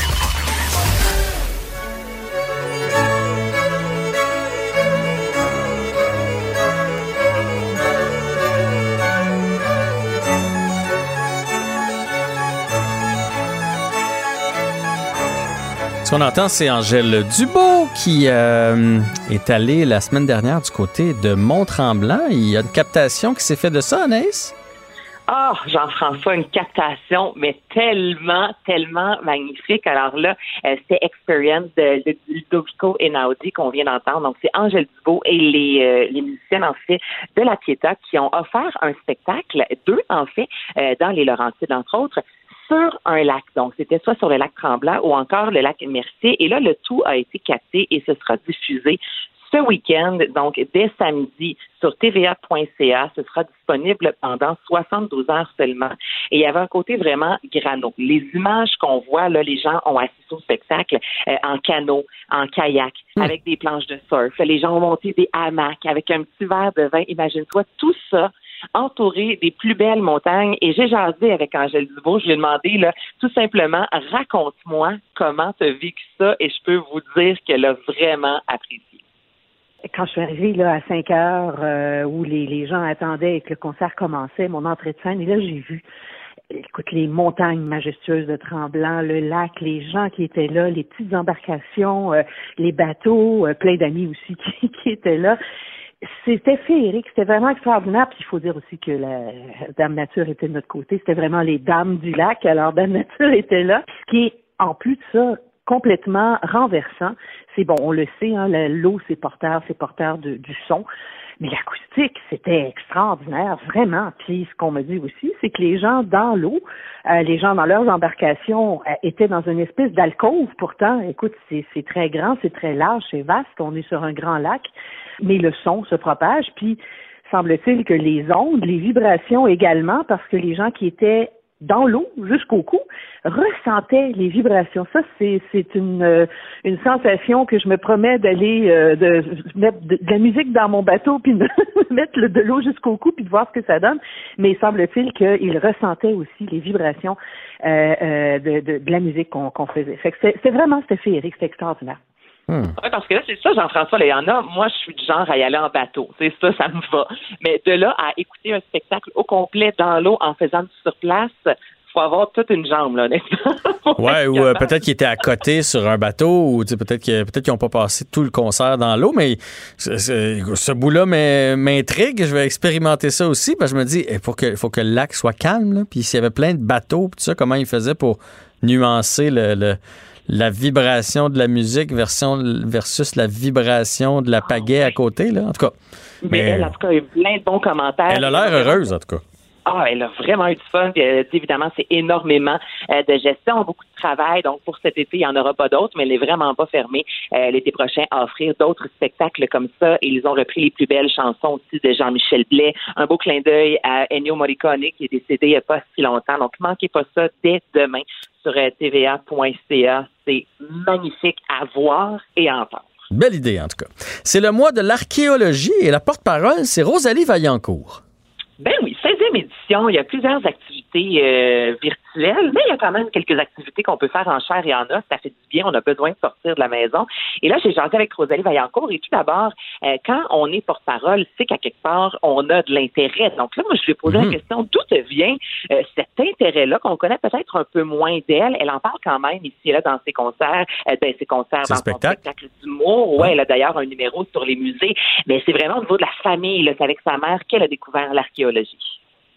Ce qu'on entend, c'est Angèle Dubeau qui euh, est allée la semaine dernière du côté de Mont-Tremblant. Il y a une captation qui s'est faite de ça, Anaïs? Ah, oh, Jean-François, une captation, mais tellement, tellement magnifique. Alors là, euh, c'était Experience de, de Ludovico Einaudi qu'on vient d'entendre. Donc, c'est Angèle Dubeau et les, euh, les musiciennes, en fait, de la Pietà qui ont offert un spectacle, deux, en fait, euh, dans les Laurentides, entre autres, sur un lac. Donc, c'était soit sur le lac Tremblant ou encore le lac Mercier. Et là, le tout a été capté et ce sera diffusé ce week-end, donc dès samedi, sur T V A point C A. Ce sera disponible pendant soixante-douze heures seulement. Et il y avait un côté vraiment grano. Les images qu'on voit, là, les gens ont assisté au spectacle euh, en canot, en kayak, mmh. avec des planches de surf. Les gens ont monté des hamacs avec un petit verre de vin. Imagine-toi, tout ça entouré des plus belles montagnes. Et j'ai jasé avec Angèle Dubeau. Je lui ai demandé, là, tout simplement, raconte-moi comment tu as vécu ça. Et je peux vous dire qu'elle a vraiment apprécié. Quand je suis arrivée là, à cinq heures, euh, où les, les gens attendaient et que le concert commençait, mon entrée de scène, et là, j'ai vu, écoute, les montagnes majestueuses de Tremblant, le lac, les gens qui étaient là, les petites embarcations, euh, les bateaux, euh, plein d'amis aussi qui, qui étaient là. C'était féerique, c'était vraiment extraordinaire. Puis il faut dire aussi que la Dame Nature était de notre côté. C'était vraiment les dames du lac. Alors Dame Nature était là. Ce qui est, en plus de ça, complètement renversant, c'est bon, on le sait, hein, l'eau c'est porteur, c'est porteur de, du son, mais l'acoustique c'était extraordinaire, vraiment. Puis ce qu'on me dit aussi, c'est que les gens dans l'eau, euh, les gens dans leurs embarcations euh, étaient dans une espèce d'alcôve. Pourtant, écoute, c'est, c'est très grand, c'est très large, c'est vaste, on est sur un grand lac, mais le son se propage. Puis semble-t-il que les ondes, les vibrations également, parce que les gens qui étaient dans l'eau, jusqu'au cou, ressentaient les vibrations. Ça, c'est, c'est une, euh, une sensation que je me promets d'aller euh, de mettre de, de la musique dans mon bateau puis de mettre le, de l'eau jusqu'au cou puis de voir ce que ça donne. Mais il semble-t-il qu'ils ressentaient aussi les vibrations euh, euh, de, de, de la musique qu'on, qu'on faisait. Fait que c'est, c'est vraiment, c'était féerique, c'était extraordinaire. Hmm. Oui, parce que là, c'est ça, Jean-François, là, il y en a, moi, je suis du genre à y aller en bateau. C'est ça, ça me va. Mais de là à écouter un spectacle au complet dans l'eau en faisant du surplace, faut avoir toute une jambe, là, honnêtement. Ouais, ou euh, peut-être qu'ils étaient à côté sur un bateau, ou peut-être, que, peut-être qu'ils n'ont pas passé tout le concert dans l'eau, mais c'est, c'est, ce bout-là m'intrigue. Je vais expérimenter ça aussi, parce que je me dis, il faut que, faut que le lac soit calme, là, puis s'il y avait plein de bateaux, puis tout ça, comment ils faisaient pour nuancer le... le la vibration de la musique version, versus la vibration de la pagaie à côté, là, en tout cas. Mais, mais elle, en tout cas, il y a plein de bons commentaires. Elle a l'air heureuse, en tout cas. Ah, elle a vraiment eu du fun. Puis, euh, évidemment, c'est énormément euh, de gestion, beaucoup de travail. Donc, pour cet été, il n'y en aura pas d'autres, mais elle n'est vraiment pas fermée euh, l'été prochain à offrir d'autres spectacles comme ça. Et ils ont repris les plus belles chansons aussi de Jean-Michel Blais. Un beau clin d'œil à Ennio Morricone, qui est décédé il n'y a pas si longtemps. Donc, manquez pas ça dès demain sur euh, T V A point C A. C'est magnifique à voir et à entendre. Belle idée, en tout cas. C'est le mois de l'archéologie et la porte-parole, c'est Rosalie Vaillancourt. Ben oui, seizième édition, il y a plusieurs activités euh, virtuelles, mais il y a quand même quelques activités qu'on peut faire en chair et en os. Ça fait du bien, on a besoin de sortir de la maison. Et là, j'ai jasé avec Rosalie Vaillancourt. Et tout d'abord, euh, quand on est porte-parole, c'est qu'à quelque part, on a de l'intérêt. Donc là, moi, je lui ai posé mmh. la question, d'où te vient euh, cet intérêt-là qu'on connaît peut-être un peu moins d'elle. Elle en parle quand même ici et là dans ses concerts, euh, dans ses concerts, c'est dans spectacle. son spectacle d'humour. Ouais, elle a d'ailleurs un numéro sur les musées. Mais c'est vraiment au niveau de la famille. Là, c'est avec sa mère qu'elle a découvert l'archéologie.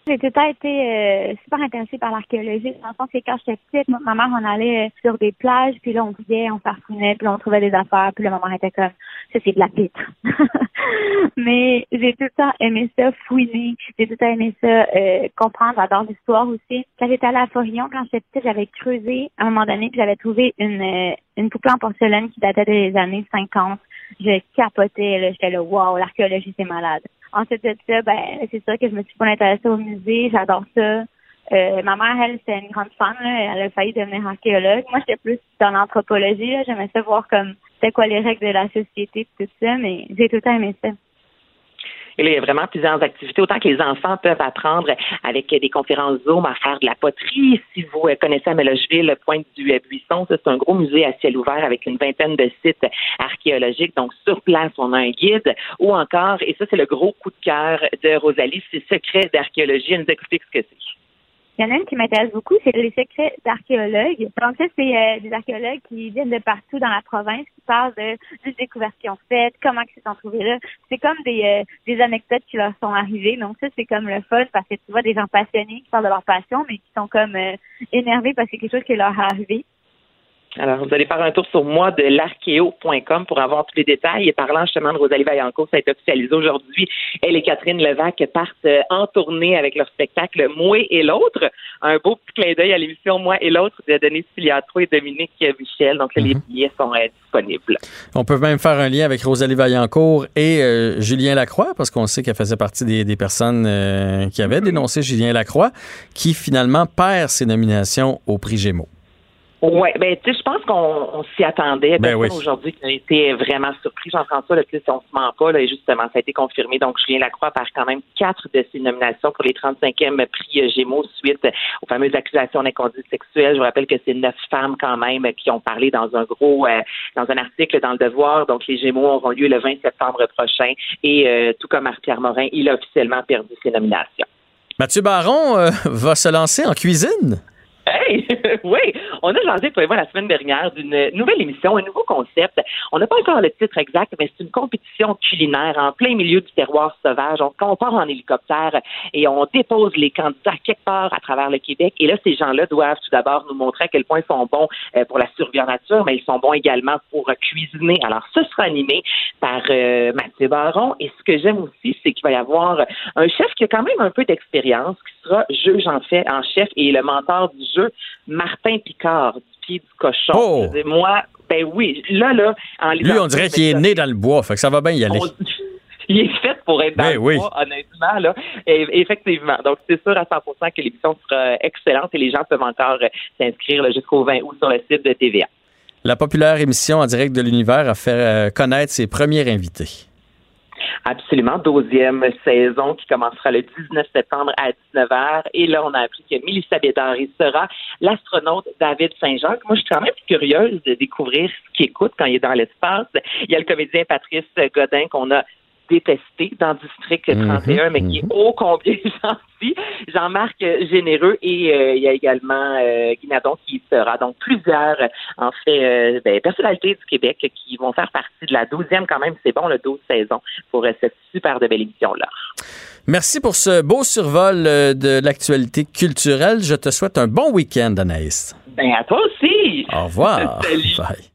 J'ai tout le temps été euh, super intéressée par l'archéologie. Dans le sens que quand j'étais petite, moi, ma mère, on allait sur des plages, puis là, on fouillait, on farfouinait, puis là, on trouvait des affaires, puis là, ma mère était comme, ça, c'est de la pitre. Mais j'ai tout le temps aimé ça, fouiner. J'ai tout le temps aimé ça, euh, comprendre. J'adore l'histoire aussi. Quand j'étais allée à Forillon, quand j'étais petite, j'avais creusé à un moment donné, puis j'avais trouvé une, euh, une poupée en porcelaine qui datait des années cinquante. Je capotais, là. J'étais là, wow, l'archéologie, c'est malade. Ensuite de ça, ben, c'est sûr que je me suis pas intéressée au musée. J'adore ça. Euh, ma mère, elle, c'est une grande fan, là. Elle a failli devenir archéologue. Moi, j'étais plus dans l'anthropologie, là. J'aimais ça voir comme, c'était quoi les règles de la société, tout ça, mais j'ai tout le temps aimé ça. Et là, il y a vraiment plusieurs activités. Autant que les enfants peuvent apprendre avec des conférences Zoom à faire de la poterie. Si vous connaissez à Mélogeville, Pointe du Buisson, ça, c'est un gros musée à ciel ouvert avec une vingtaine de sites archéologiques. Donc, sur place, on a un guide. Ou encore, et ça, c'est le gros coup de cœur de Rosalie, c'est Secrets d'archéologie. Elle nous explique ce que c'est. Il y en a une qui m'intéresse beaucoup, c'est les secrets d'archéologues. Donc ça, c'est euh, des archéologues qui viennent de partout dans la province, qui parlent de des découvertes qu'ils ont faites, comment ils se sont trouvés là. C'est comme des euh, des anecdotes qui leur sont arrivées. Donc ça, c'est comme le fun parce que tu vois des gens passionnés qui parlent de leur passion, mais qui sont comme euh, énervés parce que c'est quelque chose qui leur est arrivé. Alors, vous allez faire un tour sur moi de l'archéo point com pour avoir tous les détails. Et parlant justement de Rosalie Vaillancourt, ça a été officialisé aujourd'hui. Elle et Catherine Levac partent en tournée avec leur spectacle Moi et l'autre. Un beau petit clin d'œil à l'émission Moi et l'autre de Denise Filiatro et Dominique Michel. Donc là, mm-hmm. les billets sont euh, disponibles. On peut même faire un lien avec Rosalie Vaillancourt et euh, Julien Lacroix, parce qu'on sait qu'elle faisait partie des, des personnes euh, qui avaient mm-hmm. dénoncé Julien Lacroix, qui finalement perd ses nominations au prix Gémeaux. Oui, ben tu sais, je pense qu'on on s'y attendait. Ben oui. Aujourd'hui, qui a été vraiment surpris, Jean-François, là, si on se ment pas, là, et justement, ça a été confirmé. Donc, Julien Lacroix perd quand même quatre de ses nominations pour les trente-cinquièmes prix Gémeaux suite aux fameuses accusations d'inconduite sexuelle. Je vous rappelle que c'est neuf femmes quand même qui ont parlé dans un gros, euh, dans un article dans Le Devoir. Donc, les Gémeaux auront lieu le vingt septembre prochain. Et euh, tout comme Marie-Pierre Morin, il a officiellement perdu ses nominations. Mathieu Baron euh, va se lancer en cuisine. Hey! Oui! On a lancé, toi et moi, la semaine dernière, d'une nouvelle émission, un nouveau concept. On n'a pas encore le titre exact, mais c'est une compétition culinaire en plein milieu du terroir sauvage. On, on part en hélicoptère et on dépose les candidats quelque part à travers le Québec. Et là, ces gens-là doivent tout d'abord nous montrer à quel point ils sont bons euh, pour la survie en nature, mais ils sont bons également pour euh, cuisiner. Alors, ce sera animé par euh, Mathieu Baron. Et ce que j'aime aussi, c'est qu'il va y avoir un chef qui a quand même un peu d'expérience, qui sera juge en fait en chef et le mentor du jeu, Martin Picard, du Pied du Cochon. Oh. Je veux dire, moi, ben oui, là, là, en lisant... Lui, on dirait qu'il est né dans le bois, fait que ça va bien y aller. On... Il est fait pour être dans ben le oui. bois, honnêtement, là. Et, effectivement. Donc, c'est sûr à cent pour cent que l'émission sera excellente et les gens peuvent encore s'inscrire là, jusqu'au vingt août sur le site de T V A. La populaire émission en direct de l'univers a fait euh, connaître ses premiers invités. Absolument. douzième saison qui commencera le dix-neuf septembre à dix-neuf heures. Et là, on a appris que Mélissa Bédard sera l'astronaute David Saint-Jacques. Moi, je suis quand même curieuse de découvrir ce qu'il écoute quand il est dans l'espace. Il y a le comédien Patrice Godin qu'on a détesté dans District trente et un, mm-hmm, mais qui est ô combien gentil. Jean-Marc Généreux et euh, il y a également euh, Guy Nadon qui y sera. Donc, plusieurs, en fait, euh, ben, personnalités du Québec qui vont faire partie de la douzième quand même. C'est bon, le douze saison pour euh, cette super de belle émission-là. Merci pour ce beau survol de l'actualité culturelle. Je te souhaite un bon week-end, Anaïs. Ben, à toi aussi. Au revoir. Salut. Bye.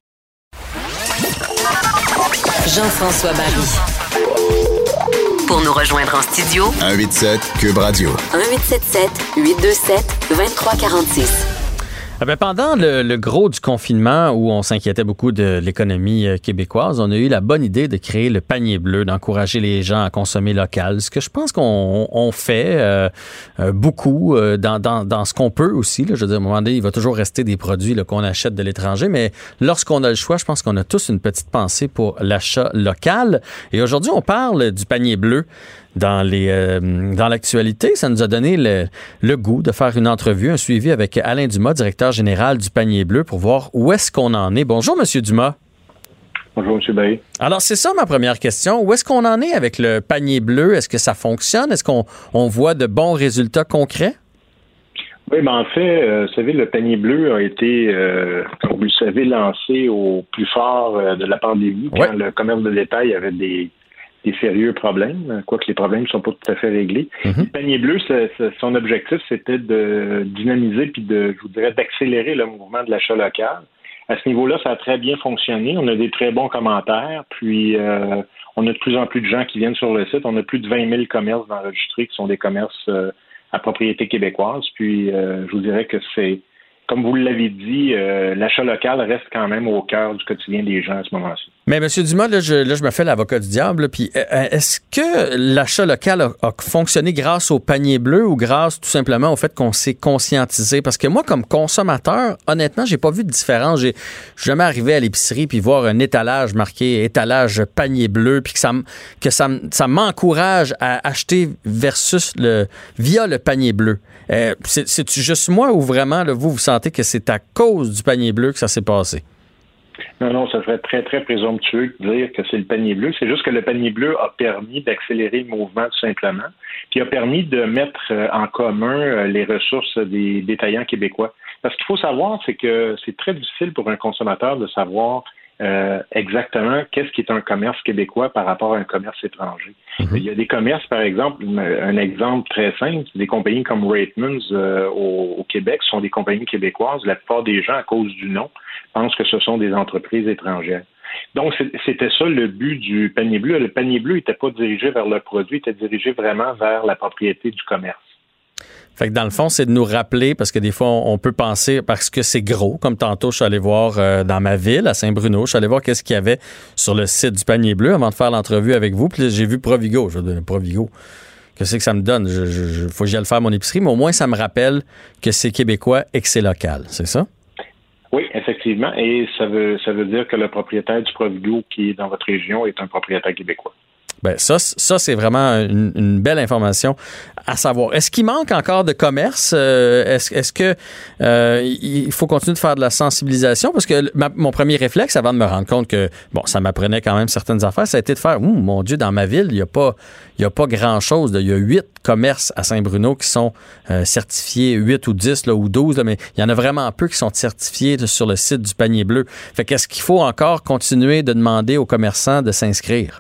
Jean-François Barry. Pour nous rejoindre en studio, un huit sept Cube Radio. un huit sept sept huit deux sept deux trois quatre six. Ah ben pendant le, le gros du confinement où on s'inquiétait beaucoup de l'économie euh, québécoise, on a eu la bonne idée de créer le panier bleu, d'encourager les gens à consommer local, ce que je pense qu'on on fait euh, euh, beaucoup euh, dans, dans, dans ce qu'on peut aussi. Là. Je veux dire, à un moment donné, il va toujours rester des produits là, qu'on achète de l'étranger, mais lorsqu'on a le choix, je pense qu'on a tous une petite pensée pour l'achat local. Et aujourd'hui, on parle du panier bleu. Dans les euh, dans l'actualité, ça nous a donné le, le goût de faire une entrevue, un suivi avec Alain Dumas, directeur général du Panier Bleu, pour voir où est-ce qu'on en est. Bonjour, Monsieur Dumas. Bonjour, M. Barry. Alors, c'est ça ma première question. Où est-ce qu'on en est avec le Panier Bleu? Est-ce que ça fonctionne? Est-ce qu'on on voit de bons résultats concrets? Oui, ben en fait, euh, vous savez, le Panier Bleu a été, euh, comme vous le savez, lancé au plus fort euh, de la pandémie, quand ouais. le commerce de détail avait des des sérieux problèmes, quoique les problèmes ne sont pas tout à fait réglés. Mm-hmm. Le panier bleu, c'est, c'est, son objectif, c'était de dynamiser puis de, je vous dirais, d'accélérer le mouvement de l'achat local. À ce niveau-là, ça a très bien fonctionné. On a des très bons commentaires, puis euh, on a de plus en plus de gens qui viennent sur le site. On a plus de vingt mille commerces enregistrés qui sont des commerces euh, à propriété québécoise. Puis, euh, je vous dirais que c'est, comme vous l'avez dit, euh, l'achat local reste quand même au cœur du quotidien des gens à ce moment-ci. Mais M. Dumas, là je, là, je me fais l'avocat du diable. Puis, est-ce que l'achat local a, a fonctionné grâce au panier bleu ou grâce tout simplement au fait qu'on s'est conscientisé? Parce que moi, comme consommateur, honnêtement, j'ai pas vu de différence. J'ai jamais arrivé à l'épicerie puis voir un étalage marqué étalage panier bleu puis que ça que ça, ça m'encourage à acheter versus le via le panier bleu. Euh, c'est, c'est-tu juste moi ou vraiment, là, vous, vous sentez que c'est à cause du panier bleu que ça s'est passé? Non, non, ça serait très, très présomptueux de dire que c'est le panier bleu. C'est juste que le panier bleu a permis d'accélérer le mouvement tout simplement, puis a permis de mettre en commun les ressources des détaillants québécois. Parce qu'il faut savoir, c'est que c'est très difficile pour un consommateur de savoir euh, exactement qu'est-ce qui est un commerce québécois par rapport à un commerce étranger. Mm-hmm. Il y a des commerces, par exemple, un exemple très simple, des compagnies comme Ratemans euh, au, au Québec sont des compagnies québécoises. La plupart des gens, à cause du nom, pensent que ce sont des entreprises étrangères. Donc, c'était ça le but du panier bleu. Le panier bleu n'était pas dirigé vers le produit, il était dirigé vraiment vers la propriété du commerce. Fait que dans le fond, c'est de nous rappeler, parce que des fois, on peut penser, parce que c'est gros, comme tantôt, je suis allé voir euh, dans ma ville, à Saint-Bruno, je suis allé voir qu'est-ce qu'il y avait sur le site du panier bleu avant de faire l'entrevue avec vous, puis là, j'ai vu Provigo. Je vais donner Provigo. Qu'est-ce que ça me donne? Je, je, je, faut que j'y aille faire mon épicerie, mais au moins, ça me rappelle que c'est québécois et que c'est local. C'est ça? Oui, effectivement. Et ça veut, ça veut dire que le propriétaire du Provigo qui est dans votre région est un propriétaire québécois. Ben ça, ça c'est vraiment une, une belle information à savoir. Est-ce qu'il manque encore de commerce? Euh, est-ce, est-ce que euh, il faut continuer de faire de la sensibilisation? Parce que ma, mon premier réflexe, avant de me rendre compte que bon, ça m'apprenait quand même certaines affaires, ça a été de faire, ouh, mon Dieu, dans ma ville, il y a pas, il y a pas grand-chose. Il y a huit commerces à Saint-Bruno qui sont euh, certifiés, huit ou dix là, ou douze, là, mais il y en a vraiment peu qui sont certifiés là, sur le site du panier bleu. Fait qu'est-ce qu'il faut encore continuer de demander aux commerçants de s'inscrire?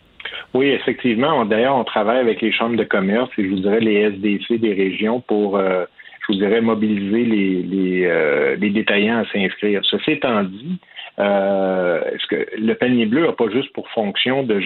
Oui, effectivement. D'ailleurs, on travaille avec les chambres de commerce et je vous dirais les S D C des régions pour, euh, je vous dirais, mobiliser les, les, euh, les détaillants à s'inscrire. Ceci étant dit, euh, est-ce que le panier bleu n'a pas juste pour fonction de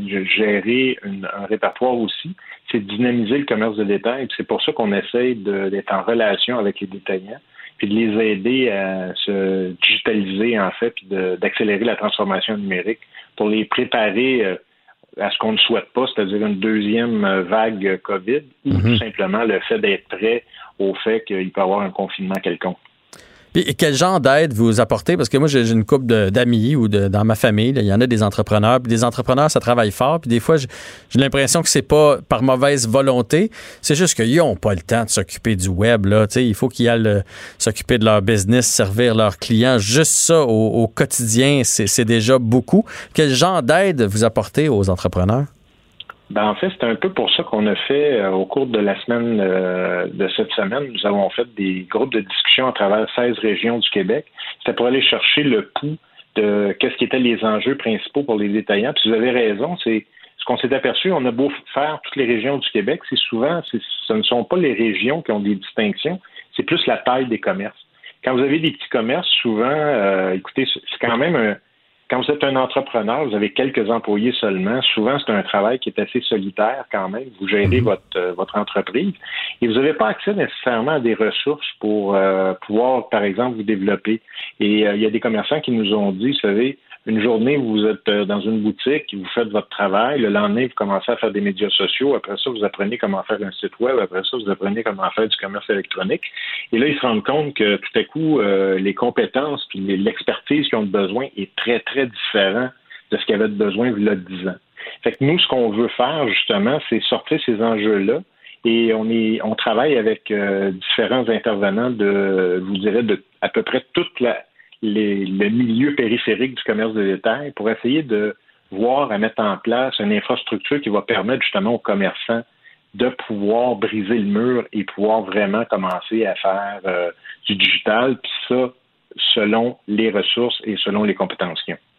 gérer une, un répertoire aussi, c'est de dynamiser le commerce de détail. C'est pour ça qu'on essaie de, d'être en relation avec les détaillants puis de les aider à se digitaliser, en fait, puis de, d'accélérer la transformation numérique pour les préparer euh, à ce qu'on ne souhaite pas, c'est-à-dire une deuxième vague COVID, ou mm-hmm. tout simplement le fait d'être prêt au fait qu'il peut y avoir un confinement quelconque. Puis quel genre d'aide vous apportez? Parce que moi, j'ai, j'ai une couple de, d'amis ou de, dans ma famille, là, il y en a des entrepreneurs. Puis des entrepreneurs, ça travaille fort. Puis des fois, j'ai, j'ai l'impression que c'est pas par mauvaise volonté. C'est juste qu'ils n'ont pas le temps de s'occuper du web. Là. Il faut qu'ils aillent euh, s'occuper de leur business, servir leurs clients. Juste ça, au, au quotidien, c'est, c'est déjà beaucoup. Quel genre d'aide vous apportez aux entrepreneurs? Ben, en fait, c'est un peu pour ça qu'on a fait, euh, au cours de la semaine euh, de cette semaine, nous avons fait des groupes de discussion à travers seize régions du Québec. C'était pour aller chercher le pouls de qu'est-ce qui étaient les enjeux principaux pour les détaillants. Puis vous avez raison, c'est ce qu'on s'est aperçu, on a beau faire toutes les régions du Québec, c'est souvent, c'est, ce ne sont pas les régions qui ont des distinctions, c'est plus la taille des commerces. Quand vous avez des petits commerces, souvent, euh, écoutez, c'est quand même un... Quand vous êtes un entrepreneur, vous avez quelques employés seulement. Souvent, c'est un travail qui est assez solitaire quand même. Vous gérez votre euh, votre entreprise et vous n'avez pas accès nécessairement à des ressources pour euh, pouvoir, par exemple, vous développer. Et euh, il y a des commerçants qui nous ont dit, vous savez, une journée, vous êtes dans une boutique, vous faites votre travail. Le lendemain, vous commencez à faire des médias sociaux. Après ça, vous apprenez comment faire un site web. Après ça, vous apprenez comment faire du commerce électronique. Et là, ils se rendent compte que tout à coup, euh, les compétences puis l'expertise qu'ils ont besoin est très, très différent de ce qu'ils avaient besoin il y a dix ans. Fait que nous, ce qu'on veut faire, justement, c'est sortir ces enjeux-là. Et on est, on travaille avec euh, différents intervenants de, je vous dirais, de à peu près toute la Les, le milieu périphérique du commerce de détail pour essayer de voir à mettre en place une infrastructure qui va permettre justement aux commerçants de pouvoir briser le mur et pouvoir vraiment commencer à faire euh, du digital, puis ça selon les ressources et selon les compétences qu'ils ont.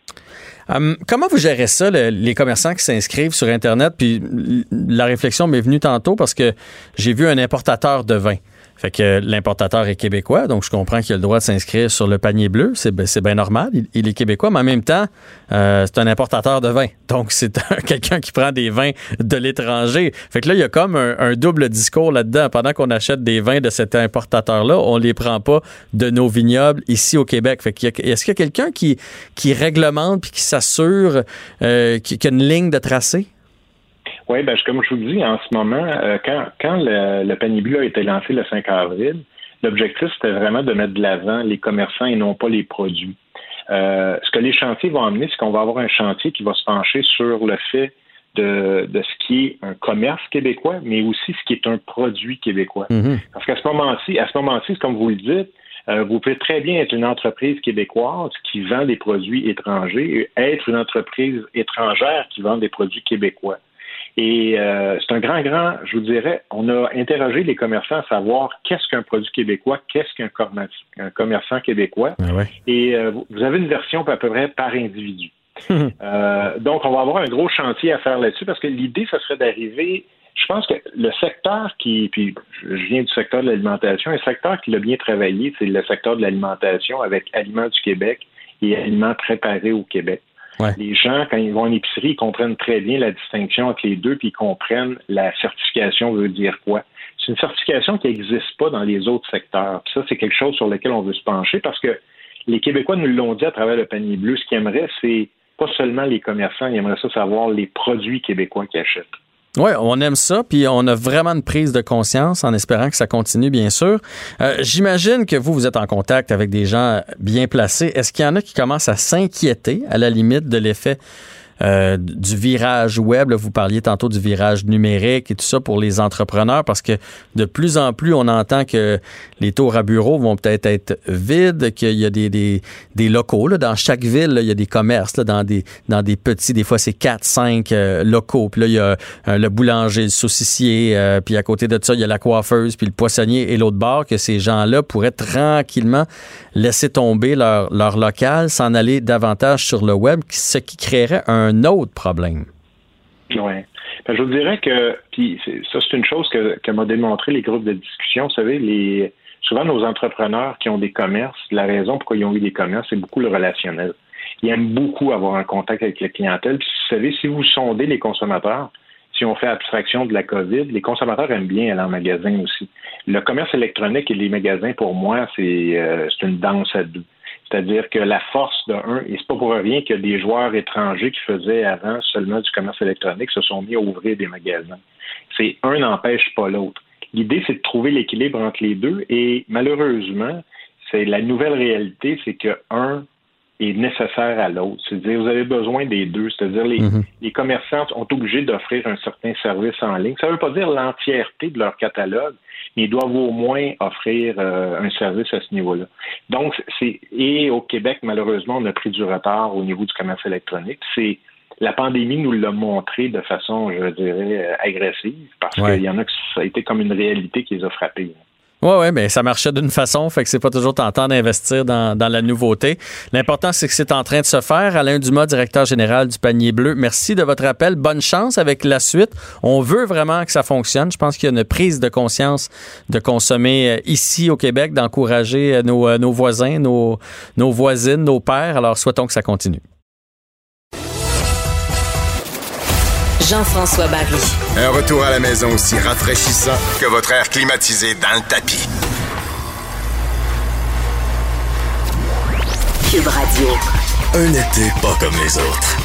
Um, comment vous gérez ça, le, les commerçants qui s'inscrivent sur Internet? Puis la réflexion m'est venue tantôt parce que j'ai vu un importateur de vin. Fait que l'importateur est québécois, donc je comprends qu'il a le droit de s'inscrire sur le panier bleu. C'est, c'est bien normal, il, il est québécois, mais en même temps, euh, c'est un importateur de vin. Donc, c'est un, quelqu'un qui prend des vins de l'étranger. Fait que là, il y a comme un, un double discours là-dedans. Pendant qu'on achète des vins de cet importateur-là, on les prend pas de nos vignobles ici au Québec. Fait qu'il y a, est-ce qu'il y a quelqu'un qui, qui réglemente puis qui s'assure euh, qu'il y a une ligne de tracé? Oui, ben, comme je vous dis, en ce moment, euh, quand, quand le, le panier bleu a été lancé le cinq avril, l'objectif, c'était vraiment de mettre de l'avant les commerçants et non pas les produits. Euh, ce que les chantiers vont amener, c'est qu'on va avoir un chantier qui va se pencher sur le fait de, de ce qui est un commerce québécois, mais aussi ce qui est un produit québécois. Mm-hmm. Parce qu'à ce moment-ci, à ce moment-ci, comme vous le dites, euh, vous pouvez très bien être une entreprise québécoise qui vend des produits étrangers et être une entreprise étrangère qui vend des produits québécois. Et euh, c'est un grand, grand, je vous dirais, on a interrogé les commerçants à savoir qu'est-ce qu'un produit québécois, qu'est-ce qu'un commerçant, un commerçant québécois. Ah ouais. Et euh, vous avez une version à peu près par individu. euh, donc, on va avoir un gros chantier à faire là-dessus parce que l'idée, ce serait d'arriver, je pense que le secteur qui, puis je viens du secteur de l'alimentation, un secteur qui l'a bien travaillé, c'est le secteur de l'alimentation avec Aliments du Québec et Aliments préparés au Québec. Ouais. Les gens, quand ils vont en épicerie, ils comprennent très bien la distinction entre les deux, puis ils comprennent la certification veut dire quoi. C'est une certification qui n'existe pas dans les autres secteurs. Puis ça, c'est quelque chose sur lequel on veut se pencher parce que les Québécois nous l'ont dit à travers le panier bleu. Ce qu'ils aimeraient, c'est pas seulement les commerçants, ils aimeraient ça savoir les produits québécois qu'ils achètent. Oui, on aime ça, puis on a vraiment une prise de conscience en espérant que ça continue, bien sûr. Euh, j'imagine que vous, vous êtes en contact avec des gens bien placés. Est-ce qu'il y en a qui commencent à s'inquiéter à la limite de l'effet euh, du virage web? Là, vous parliez tantôt du virage numérique et tout ça pour les entrepreneurs parce que de plus en plus, on entend que les tours à bureaux vont peut-être être vides, qu'il y a des, des, des locaux. Là, dans chaque ville, là, il y a des commerces, là, dans, des, dans des petits, des fois c'est quatre, cinq euh, locaux. Puis là, il y a euh, le boulanger, le saucissier, euh, puis à côté de ça, il y a la coiffeuse, puis le poissonnier et l'autre bar, que ces gens-là pourraient tranquillement laisser tomber leur, leur local, s'en aller davantage sur le web, ce qui créerait un un autre problème. Oui. Ben, je vous dirais que, puis c'est, ça, c'est une chose que, que m'ont démontré les groupes de discussion. Vous savez, les, souvent nos entrepreneurs qui ont des commerces, la raison pourquoi ils ont eu des commerces, c'est beaucoup le relationnel. Ils aiment beaucoup avoir un contact avec la clientèle. Puis, vous savez, si vous sondez les consommateurs, si on fait abstraction de la COVID, les consommateurs aiment bien aller en magasin aussi. Le commerce électronique et les magasins, pour moi, c'est, euh, c'est une danse à deux. C'est-à-dire que la force de un, et c'est pas pour rien que des joueurs étrangers qui faisaient avant seulement du commerce électronique se sont mis à ouvrir des magasins. C'est un n'empêche pas l'autre. L'idée, c'est de trouver l'équilibre entre les deux et malheureusement, c'est la nouvelle réalité, c'est que un est nécessaire à l'autre. C'est-à-dire, vous avez besoin des deux. C'est-à-dire, les, mm-hmm. les commerçants sont obligés d'offrir un certain service en ligne. Ça ne veut pas dire l'entièreté de leur catalogue, mais ils doivent au moins offrir euh, un service à ce niveau-là. Donc, c'est et au Québec, malheureusement, on a pris du retard au niveau du commerce électronique. C'est la pandémie nous l'a montré de façon, je dirais, agressive, parce ouais. qu'il y en a que ça a été comme une réalité qui les a frappés. Oui, oui, mais ça marchait d'une façon, fait que c'est pas toujours tentant d'investir dans, dans la nouveauté. L'important, c'est que c'est en train de se faire. Alain Dumas, directeur général du Panier Bleu, merci de votre appel. Bonne chance avec la suite. On veut vraiment que ça fonctionne. Je pense qu'il y a une prise de conscience de consommer ici au Québec, d'encourager nos, nos voisins, nos, nos voisines, nos pères. Alors, souhaitons que ça continue. Jean-François Barry. Un retour à la maison aussi rafraîchissant que votre air climatisé dans le tapis. Cube Radio. Un été pas comme les autres.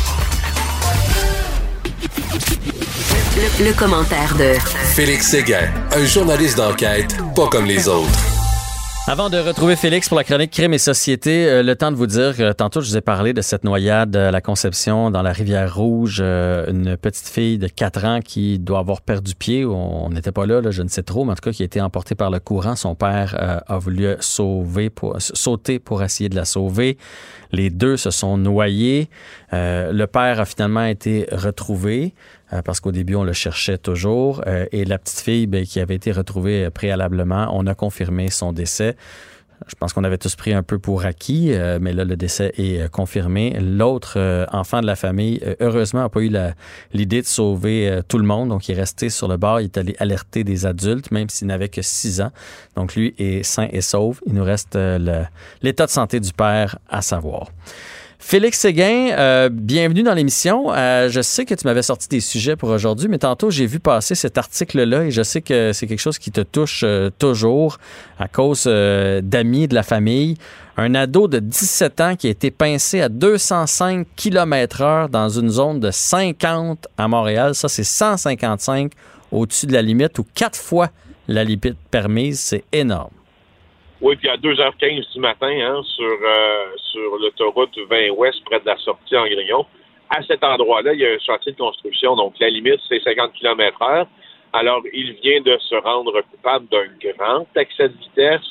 Le, le commentaire de Félix Séguin, un journaliste d'enquête pas comme les autres. Avant de retrouver Félix pour la chronique Crime et Société, euh, le temps de vous dire que tantôt je vous ai parlé de cette noyade à la Conception dans la Rivière-Rouge, euh, une petite fille de quatre ans qui doit avoir perdu pied. On n'était pas là, là, je ne sais trop, mais en tout cas qui a été emportée par le courant. Son père euh, a voulu sauver pour, sauter pour essayer de la sauver. Les deux se sont noyés. Euh, le père a finalement été retrouvé. Euh, parce qu'au début, on le cherchait toujours. Euh, et la petite fille ben, qui avait été retrouvée préalablement, on a confirmé son décès. je pense qu'on avait tous pris un peu pour acquis, euh, mais là, le décès est euh, confirmé. L'autre euh, enfant de la famille, euh, heureusement, n'a pas eu la, l'idée de sauver euh, tout le monde. Donc, il est resté sur le bord. Il est allé alerter des adultes, même s'il n'avait que six ans. Donc, lui est sain et sauf. Il nous reste euh, le, l'état de santé du père à savoir. Félix Séguin, euh, bienvenue dans l'émission. Euh, je sais que tu m'avais sorti des sujets pour aujourd'hui, mais tantôt, j'ai vu passer cet article-là et je sais que c'est quelque chose qui te touche euh, toujours à cause euh, d'amis de la famille. Un ado de dix-sept ans qui a été pincé à deux cent cinq kilomètres heure dans une zone de cinquante à Montréal. Ça, c'est cent cinquante-cinq au-dessus de la limite ou quatre fois la limite permise. C'est énorme. Oui, puis à deux heures quinze du matin, hein, sur euh, sur l'autoroute vingt ouest, près de la sortie en Grillon, à cet endroit-là, il y a un chantier de construction, donc la limite, c'est cinquante kilomètres heure. Alors, il vient de se rendre coupable d'un grand excès de vitesse,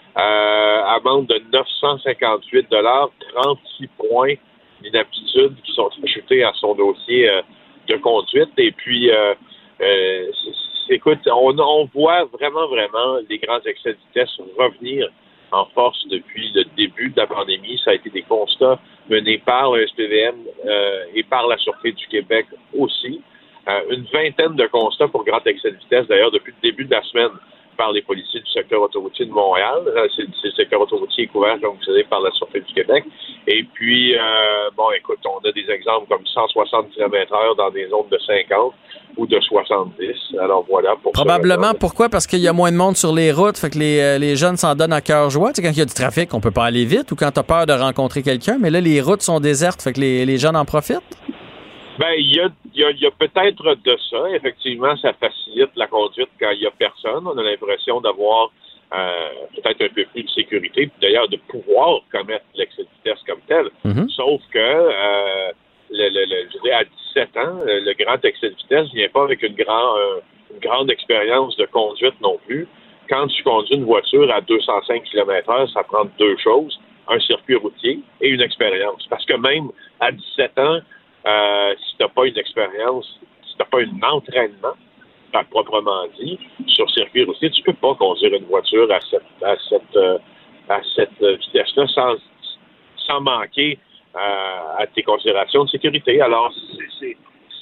euh, amende de neuf cent cinquante-huit dollars, trente-six points d'inaptitude qui sont ajoutés à son dossier euh, de conduite. Et puis, euh, euh, écoute, on, on voit vraiment, vraiment les grands excès de vitesse revenir en force depuis le début de la pandémie. Ça a été des constats menés par le S P V M euh, et par la Sûreté du Québec aussi. Euh, une vingtaine de constats pour grand excès de vitesse, d'ailleurs, depuis le début de la semaine par les policiers du secteur autoroutier de Montréal. C'est, c'est le secteur autoroutier couvert, comme vous savez, par la Sûreté du Québec. Et puis, euh, bon, écoute, on a des exemples comme cent soixante kilomètres heure dans des zones de cinquante ou de soixante-dix. Alors voilà. Pour Probablement, pourquoi? Parce qu'il y a moins de monde sur les routes, fait que les, les jeunes s'en donnent à cœur joie. Tu sais, quand il y a du trafic, on peut pas aller vite ou quand tu as peur de rencontrer quelqu'un, mais là, les routes sont désertes, fait que les, les jeunes en profitent. Ben, il y a, y a, y a peut-être de ça. Effectivement, ça facilite la conduite quand il y a personne. On a l'impression d'avoir euh, peut-être un peu plus de sécurité, puis d'ailleurs de pouvoir commettre l'excès de vitesse comme tel. Mm-hmm. Sauf que, euh, le, le, le, je dirais, à dix-sept ans, le, le grand excès de vitesse vient pas avec une, grand, euh, une grande expérience de conduite non plus. Quand tu conduis une voiture à deux cent cinq kilomètres heure, ça prend deux choses, un circuit routier et une expérience. Parce que même à dix-sept ans, Euh, si tu n'as pas une expérience, si tu n'as pas un entraînement, à proprement dit, sur circuit routier, tu ne peux pas conduire une voiture à cette, à cette, euh, à cette vitesse-là sans, sans manquer euh, à tes considérations de sécurité. Alors, c'est, c'est,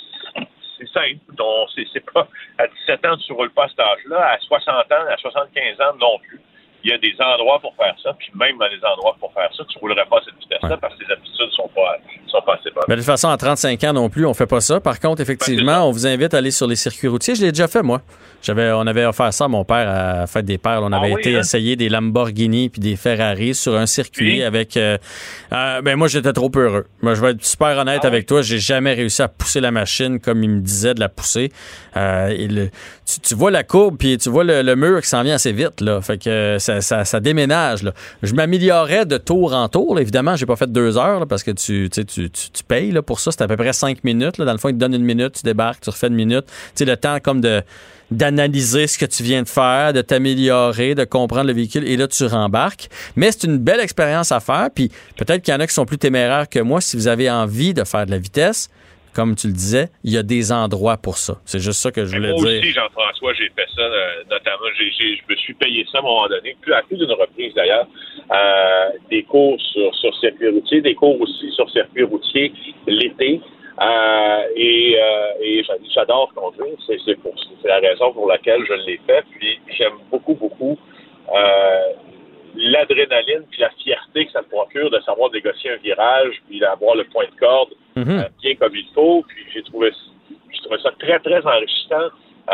c'est simple. Donc, c'est, c'est pas, à dix-sept ans, tu ne roules pas à cet âge-là. À soixante ans, à soixante-quinze ans, non plus. Il y a des endroits pour faire ça, puis même dans les endroits pour faire ça, tu ne roulerais pas à cette vitesse-là ouais. parce que tes habitudes ne sont pas, sont pas assez bonnes. Mais de toute façon, à trente-cinq ans non plus, on ne fait pas ça. Par contre, effectivement, ben, on vous invite à aller sur les circuits routiers. Je l'ai déjà fait, moi. J'avais, on avait offert ça à mon père à la Fête des Pères. On avait ah oui, été hein? essayer des Lamborghini puis des Ferrari sur un circuit oui. avec... Euh, euh, ben moi, j'étais trop heureux. Moi, je vais être super honnête ah avec oui. toi. J'ai jamais réussi à pousser la machine comme il me disait de la pousser. Euh, et le, tu, tu vois la courbe puis tu vois le, le mur qui s'en vient assez vite. Là. Fait que ça, ça, ça déménage. Là. Je m'améliorais de tour en tour. Là. Évidemment, j'ai pas fait deux heures là, parce que tu, tu, tu, tu payes là, pour ça. C'est à peu près cinq minutes. Là. Dans le fond, ils te donnent une minute, tu débarques, tu refais une minute. Tu sais, le temps comme de... d'analyser ce que tu viens de faire, de t'améliorer, de comprendre le véhicule, et là, tu rembarques. Mais c'est une belle expérience à faire, puis peut-être qu'il y en a qui sont plus téméraires que moi. Si vous avez envie de faire de la vitesse, comme tu le disais, il y a des endroits pour ça. C'est juste ça que je voulais moi dire. Moi aussi, Jean-François, j'ai fait ça, euh, notamment, j'ai, j'ai, je me suis payé ça à un moment donné, plus à plus d'une reprise d'ailleurs, euh, des cours sur, sur circuit routier, des cours aussi sur circuit routier l'été. Euh, et, euh, et j'adore conduire, c'est, c'est, pour, c'est la raison pour laquelle je l'ai fait. Puis j'aime beaucoup, beaucoup euh, l'adrénaline puis la fierté que ça me procure de savoir négocier un virage puis d'avoir le point de corde mm-hmm. euh, bien comme il faut. Puis j'ai trouvé, j'ai trouvé ça très, très enrichissant.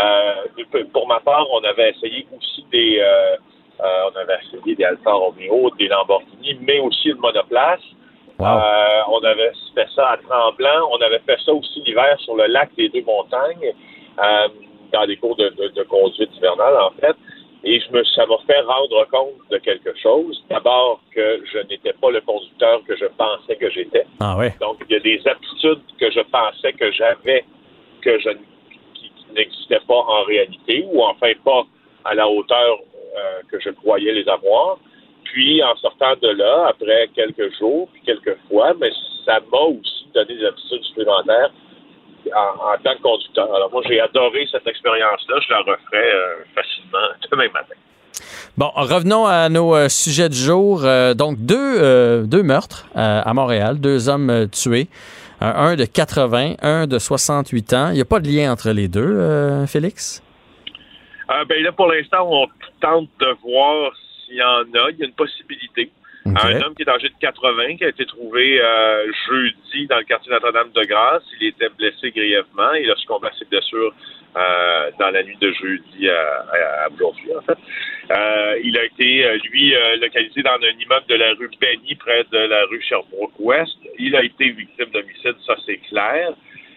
Euh, pour ma part, on avait essayé aussi des euh, euh, on avait essayé des Alfa Romeo, des Lamborghini, mais aussi une monoplace. Wow. Euh, on avait fait ça à Tremblant. On avait fait ça aussi l'hiver sur le lac des Deux-Montagnes, euh, dans des cours de, de, de conduite hivernale, en fait. Et je me, ça m'a fait rendre compte de quelque chose. D'abord, que je n'étais pas le conducteur que je pensais que j'étais. Ah oui. Donc, il y a des aptitudes que je pensais que j'avais, que je qui, qui n'existaient pas en réalité, ou enfin pas à la hauteur euh, que je croyais les avoir. Puis, en sortant de là, après quelques jours, puis quelques fois, mais ça m'a aussi donné des aptitudes supplémentaires en, en tant que conducteur. Alors, moi, j'ai adoré cette expérience-là. Je la referai euh, facilement demain matin. Bon, revenons à nos euh, sujets du jour. Euh, donc, deux, euh, deux meurtres euh, à Montréal, deux hommes euh, tués. Un, un de quatre-vingts, un de soixante-huit ans. Il n'y a pas de lien entre les deux, euh, Félix? Euh, ben là, pour l'instant, on tente de voir s'il y en a. Il y a une possibilité. Okay. Un homme qui est âgé de quatre-vingts, qui a été trouvé euh, jeudi dans le quartier Notre-Dame-de-Grâce. Il était blessé grièvement. Il a succombé à ses blessures euh, dans la nuit de jeudi à, à, à aujourd'hui, en fait. Euh, il a été, lui, euh, localisé dans un immeuble de la rue Benny, près de la rue Sherbrooke-Ouest. Il a été victime d'homicide, ça c'est clair.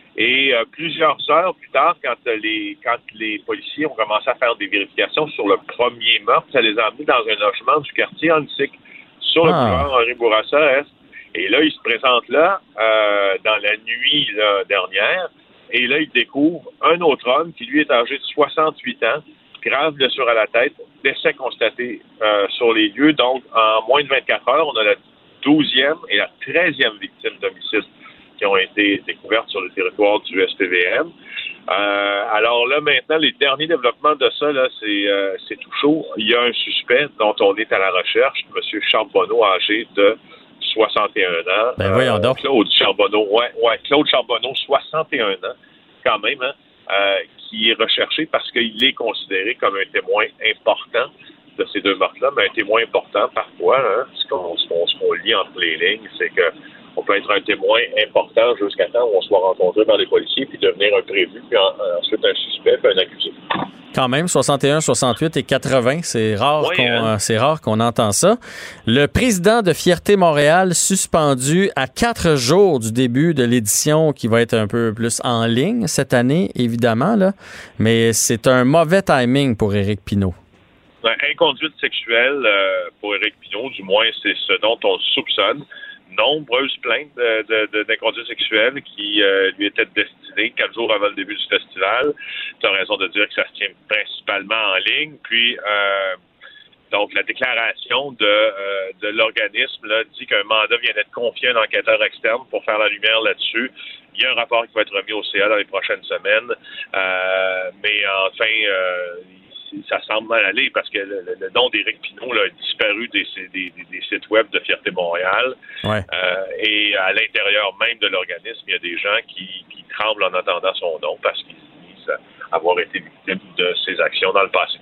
Et euh, plusieurs heures plus tard, quand les quand les policiers ont commencé à faire des vérifications sur le premier meurtre, ça les a amenés dans un logement du quartier Huntsic, sur le ah. boulevard Henri Bourassa-Est. Et là, il se présente là, euh, dans la nuit là, dernière, et là, il découvre un autre homme qui, lui, est âgé de soixante-huit ans, grave blessure à la tête, décès constaté euh, sur les lieux. Donc, en moins de vingt-quatre heures, on a la douzième et la treizième victime d'homicide qui ont été découvertes sur le territoire du S P V M. Euh, alors là, maintenant, les derniers développements de ça, là, c'est, euh, c'est tout chaud. Il y a un suspect dont on est à la recherche, M. Charbonneau, âgé de soixante et un ans. Ben voyons donc. Euh, Claude Charbonneau, ouais, ouais, Claude Charbonneau, soixante et un ans, quand même, hein, euh, qui est recherché parce qu'il est considéré comme un témoin important de ces deux meurtres-là, mais un témoin important parfois, hein, ce qu'on, ce qu'on, ce qu'on lit entre les lignes, c'est que on peut être un témoin important jusqu'à temps où on soit rencontré par les policiers, puis devenir un prévu, puis en, ensuite un suspect, puis un accusé. Quand même, soixante et un, soixante-huit et quatre-vingts, c'est rare, oui, qu'on, hein? c'est rare qu'on entend ça. Le président de Fierté Montréal suspendu à quatre jours du début de l'édition qui va être un peu plus en ligne cette année, évidemment, là. Mais c'est un mauvais timing pour Éric Pinault. Inconduite sexuelle euh, pour Éric Pinault, du moins c'est ce dont on le soupçonne. Nombreuses plaintes de, de, de, d'inconduite sexuelle qui euh, lui étaient destinées quatre jours avant le début du festival. Tu as raison de dire que ça se tient principalement en ligne. Puis, euh, donc, la déclaration de, euh, de l'organisme là, dit qu'un mandat vient d'être confié à un enquêteur externe pour faire la lumière là-dessus. Il y a un rapport qui va être remis au C A dans les prochaines semaines. Euh, mais enfin, euh, ça semble mal aller parce que le, le nom d'Éric Pinault là, a disparu des, des, des sites web de Fierté Montréal. Ouais. Euh, et à l'intérieur même de l'organisme, il y a des gens qui, qui tremblent en entendant son nom parce qu'ils disent avoir été victimes de ses actions dans le passé.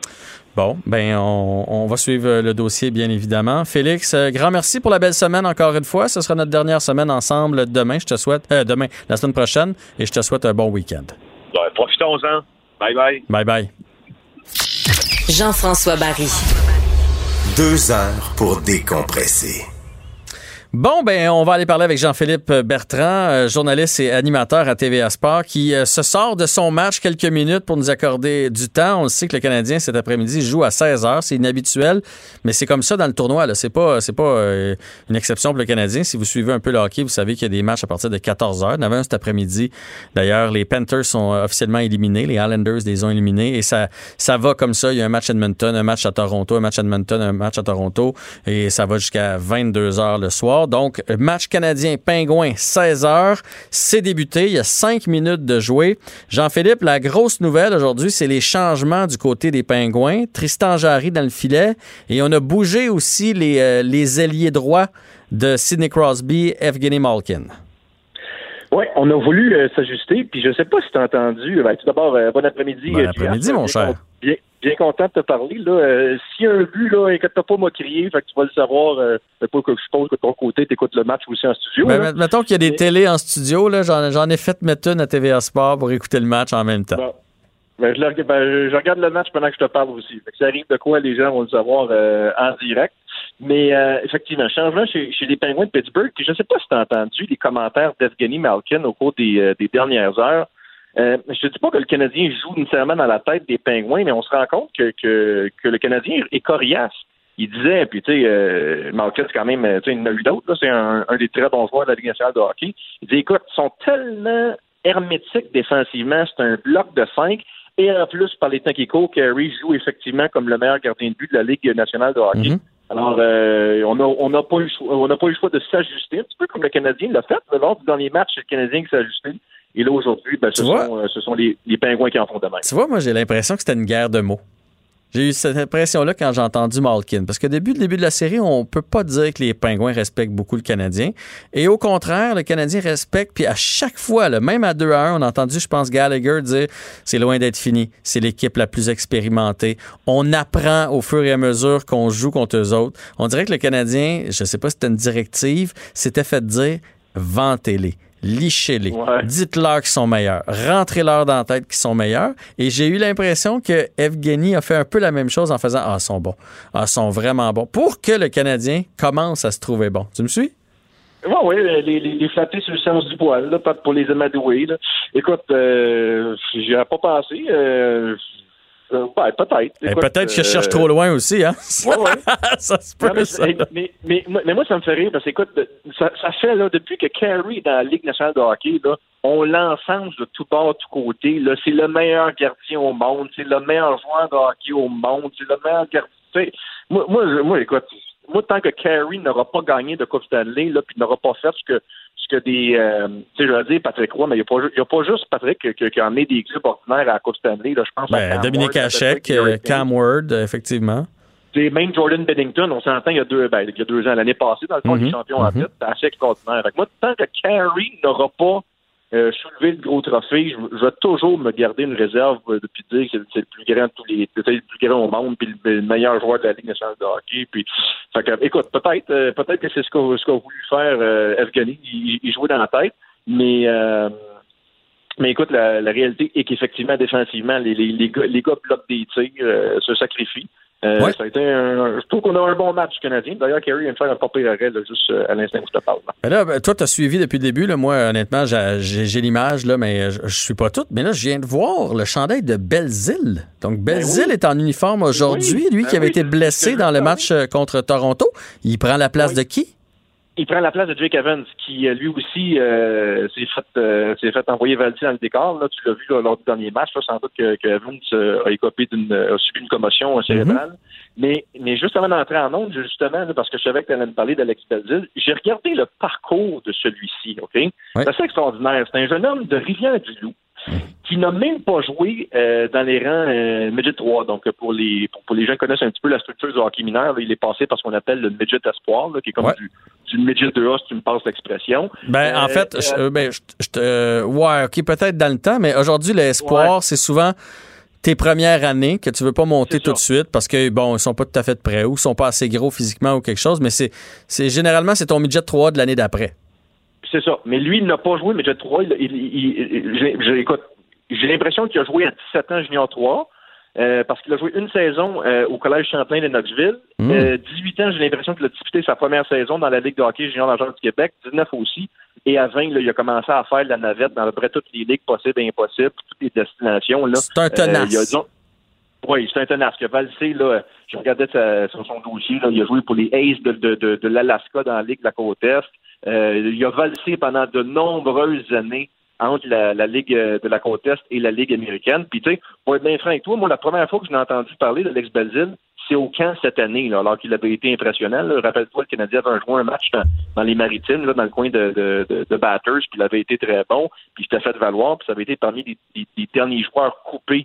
Bon, ben on, on va suivre le dossier, bien évidemment. Félix, euh, grand merci pour la belle semaine encore une fois. Ce sera notre dernière semaine ensemble demain. Je te souhaite, euh, demain, la semaine prochaine, et je te souhaite un bon week-end. Ouais, profitons-en. Bye bye. Bye bye. Jean-François Barry. Deux heures pour décompresser. Bon, ben, on va aller parler avec Jean-Philippe Bertrand, euh, journaliste et animateur à T V A Sport, qui euh, se sort de son match quelques minutes pour nous accorder du temps. On le sait que le Canadien, cet après-midi, joue à seize heures. C'est inhabituel, mais c'est comme ça dans le tournoi, là. C'est pas, c'est pas euh, une exception pour le Canadien. Si vous suivez un peu le hockey, vous savez qu'il y a des matchs à partir de quatorze heures. Il y en avait un cet après-midi. D'ailleurs, les Panthers sont officiellement éliminés. Les Islanders les ont éliminés. Et ça, ça va comme ça. Il y a un match à Edmonton, un match à Toronto, un match à Edmonton, un match à Toronto. Et ça va jusqu'à vingt-deux heures le soir. Donc, match canadien-Pingouin, seize heures. C'est débuté. Il y a cinq minutes de jouer. Jean-Philippe, la grosse nouvelle aujourd'hui, c'est les changements du côté des Pingouins. Tristan Jarry dans le filet. Et on a bougé aussi les, euh, les ailiers droits de Sidney Crosby, Evgeny Malkin. Oui, on a voulu euh, s'ajuster. Puis je ne sais pas si tu as entendu. Ben, tout d'abord, euh, bon après-midi. Bon après-midi, euh, mon cher. Bien, bien content de te parler. Là. Euh, S'il y a un but, là, inquiète-toi pas, m'a crié, fait que tu vas le savoir. Euh, pas que je suppose que de ton côté, tu écoutes le match aussi en studio. Ben, mettons qu'il y a des Mais... télés en studio. Là, j'en, j'en ai fait mettre une à T V A Sport pour écouter le match en même temps. Bon. Ben, je, le, ben, je regarde le match pendant que je te parle aussi. Fait que ça arrive de quoi, les gens vont le savoir euh, en direct. Mais euh, effectivement, changement chez, chez les Penguins de Pittsburgh. Puis je ne sais pas si tu as entendu les commentaires d'Evgeny Malkin au cours des, euh, des dernières heures. Euh, je te dis pas que le Canadien joue nécessairement dans la tête des Pingouins, mais on se rend compte que, que, que le Canadien est coriace. Il disait, puis tu sais, euh, Malkin, c'est quand même, tu sais, il y en a eu d'autres, là, c'est un, un des très bons joueurs de la Ligue nationale de hockey. Il dit, écoute, ils sont tellement hermétiques défensivement, c'est un bloc de cinq, et en plus, par les temps qui courent, Carey joue effectivement comme le meilleur gardien de but de la Ligue nationale de hockey. Mm-hmm. Alors, euh, on n'a on n'a pas eu on n'a pas eu le choix de s'ajuster, un petit peu comme le Canadien l'a fait. Lors du dernier match, c'est le Canadien qui s'est ajusté. Et là, aujourd'hui, ben, ce, sont, euh, ce sont les, les Pingouins qui en font de même. Tu vois, moi, j'ai l'impression que c'était une guerre de mots. J'ai eu cette impression-là quand j'ai entendu Malkin. Parce que début, début de la série, on peut pas dire que les Pingouins respectent beaucoup le Canadien. Et au contraire, le Canadien respecte. Puis à chaque fois, là, même à deux à un, on a entendu, je pense, Gallagher dire « c'est loin d'être fini. C'est l'équipe la plus expérimentée. On apprend au fur et à mesure qu'on joue contre eux autres. » On dirait que le Canadien, je sais pas si c'était une directive, s'était fait dire « vantez-les. » Lichez-les. Ouais. Dites-leur qu'ils sont meilleurs. Rentrez-leur dans la tête qu'ils sont meilleurs. Et j'ai eu l'impression que Evgeny a fait un peu la même chose en faisant « Ah, ils sont bons. Ah, ils sont vraiment bons. » Pour que le Canadien commence à se trouver bon. Tu me suis? Oui, oui, les, les, les flatter sur le sens du poil, là, pas pour les amadouer. Là. Écoute, euh, j'y ai pas pensé. Euh, Euh, ben, peut-être. Et peut-être que je cherche euh... trop loin aussi, hein? Oui, oui. Ça se peut, non, mais, ça. Mais, mais, mais, mais moi, ça me fait rire parce que, écoute, ça, ça fait, là, depuis que Carey est dans la Ligue nationale de hockey, là, on l'encense de tout bord, de tout côté. Là, c'est le meilleur gardien au monde. C'est le meilleur joueur de hockey au monde. C'est le meilleur gardien. Moi, moi, moi, écoute, moi, tant que Carey n'aura pas gagné de Coupe Stanley, là, puis n'aura pas fait ce que ce que des, euh, tu sais, je veux dire, Patrick Roy, mais il n'y a, a pas juste Patrick qui, qui a amené des clubs ordinaires à la Coupe Stanley, là, je pense. Ben, à Cam Dominique Ward, Hachek, euh, Cam Ward, effectivement. C'est même Jordan Bennington, on s'entend il y a deux, ben, il y a deux ans, l'année passée, dans le fond, mm-hmm. les champions mm-hmm. en tête, c'est assez extraordinaire. Fait que moi, tant que Carey n'aura pas euh, soulevé le gros trophée, je, je vais toujours me garder une réserve euh, depuis dire que c'est, c'est le plus grand de tous les, peut-être le plus grand au monde, puis le, le meilleur joueur de la Ligue nationale de hockey. Puis, fait que, écoute, peut-être, euh, peut-être que c'est ce qu'a, ce qu'a voulu faire euh, Evgeny, il, il jouait dans la tête, mais euh, mais écoute, la, la réalité est qu'effectivement, défensivement, les, les, les, gars, les gars bloquent des tirs, euh, se sacrifient. Euh, ouais. Ça a été un, je trouve qu'on a un bon match canadien. D'ailleurs, Carey vient de faire un pas pire arrêt, là, juste à l'instant où je te parle. Ben là, ben, toi, tu as suivi depuis le début. Là, moi, honnêtement, j'ai, j'ai, j'ai l'image, là, mais je, je suis pas toute. Mais là, je viens de voir le chandail de Belzile. Donc, Belzile ben oui. est en uniforme aujourd'hui. Oui. Lui qui ben avait oui, été blessé dans le match contre Toronto. Il prend la place oui. de qui? Il prend la place de Jake Evans, qui lui aussi euh, s'est fait euh, s'est fait envoyer valider dans le décor. Là, tu l'as vu là, lors du dernier match, là, sans doute que, que Evans euh, a écopé d'une a subi une commotion cérébrale. Mm-hmm. Mais mais juste avant d'entrer en onde, justement, là, parce que je savais que tu allais me parler d'Alex Belzile, j'ai regardé le parcours de celui-ci, OK? Oui. C'est assez extraordinaire. C'est un jeune homme de Rivière-du-Loup qui n'a même pas joué euh, dans les rangs euh, Midget trois. Donc, pour les pour, pour les gens qui connaissent un petit peu la structure du hockey mineur, là, il est passé par ce qu'on appelle le Midget Espoir, là, qui est comme ouais. du, du Midget deux A, si tu me passes l'expression. Ben, euh, en fait, euh, je, ben, je, je te... Euh, ouais, OK, peut-être dans le temps, mais aujourd'hui, l'espoir, ouais. c'est souvent tes premières années que tu veux pas monter c'est tout ça. de suite parce que, bon, ils sont pas tout à fait prêts ou ils sont pas assez gros physiquement ou quelque chose, mais c'est, c'est généralement, c'est ton Midget trois A de l'année d'après. C'est ça. Mais lui, il n'a pas joué Midget trois. Il, il, il, il, j'ai, j'ai, écoute, j'ai l'impression qu'il a joué à dix-sept ans Junior trois euh, parce qu'il a joué une saison euh, au Collège Champlain de Knoxville. Mmh. Euh, dix-huit ans, j'ai l'impression qu'il a disputé sa première saison dans la Ligue de hockey junior majeur du Québec. dix-neuf aussi. Et à vingt, là, il a commencé à faire de la navette dans à peu près toutes les ligues possibles et impossibles, toutes les destinations. Là. C'est un tenace. Euh, il a, oui, c'est un tenace. Il a valsé, là, je regardais sa, sur son dossier, là, il a joué pour les Aces de, de, de, de l'Alaska dans la Ligue de la Côte-Est. Euh, il a valsé pendant de nombreuses années entre la, la Ligue de la Côte-Est et la Ligue américaine. Puis, tu sais, pour être bien franc avec toi, moi, la première fois que je l'ai entendu parler d'Alex Belzile, c'est au camp cette année, là, alors qu'il avait été impressionnant. Là. Rappelle-toi, le Canadien avait joué un match dans, dans les Maritimes, là, dans le coin de, de, de, de Batters, puis il avait été très bon, puis il s'était fait valoir, puis ça avait été parmi les, les, les derniers joueurs coupés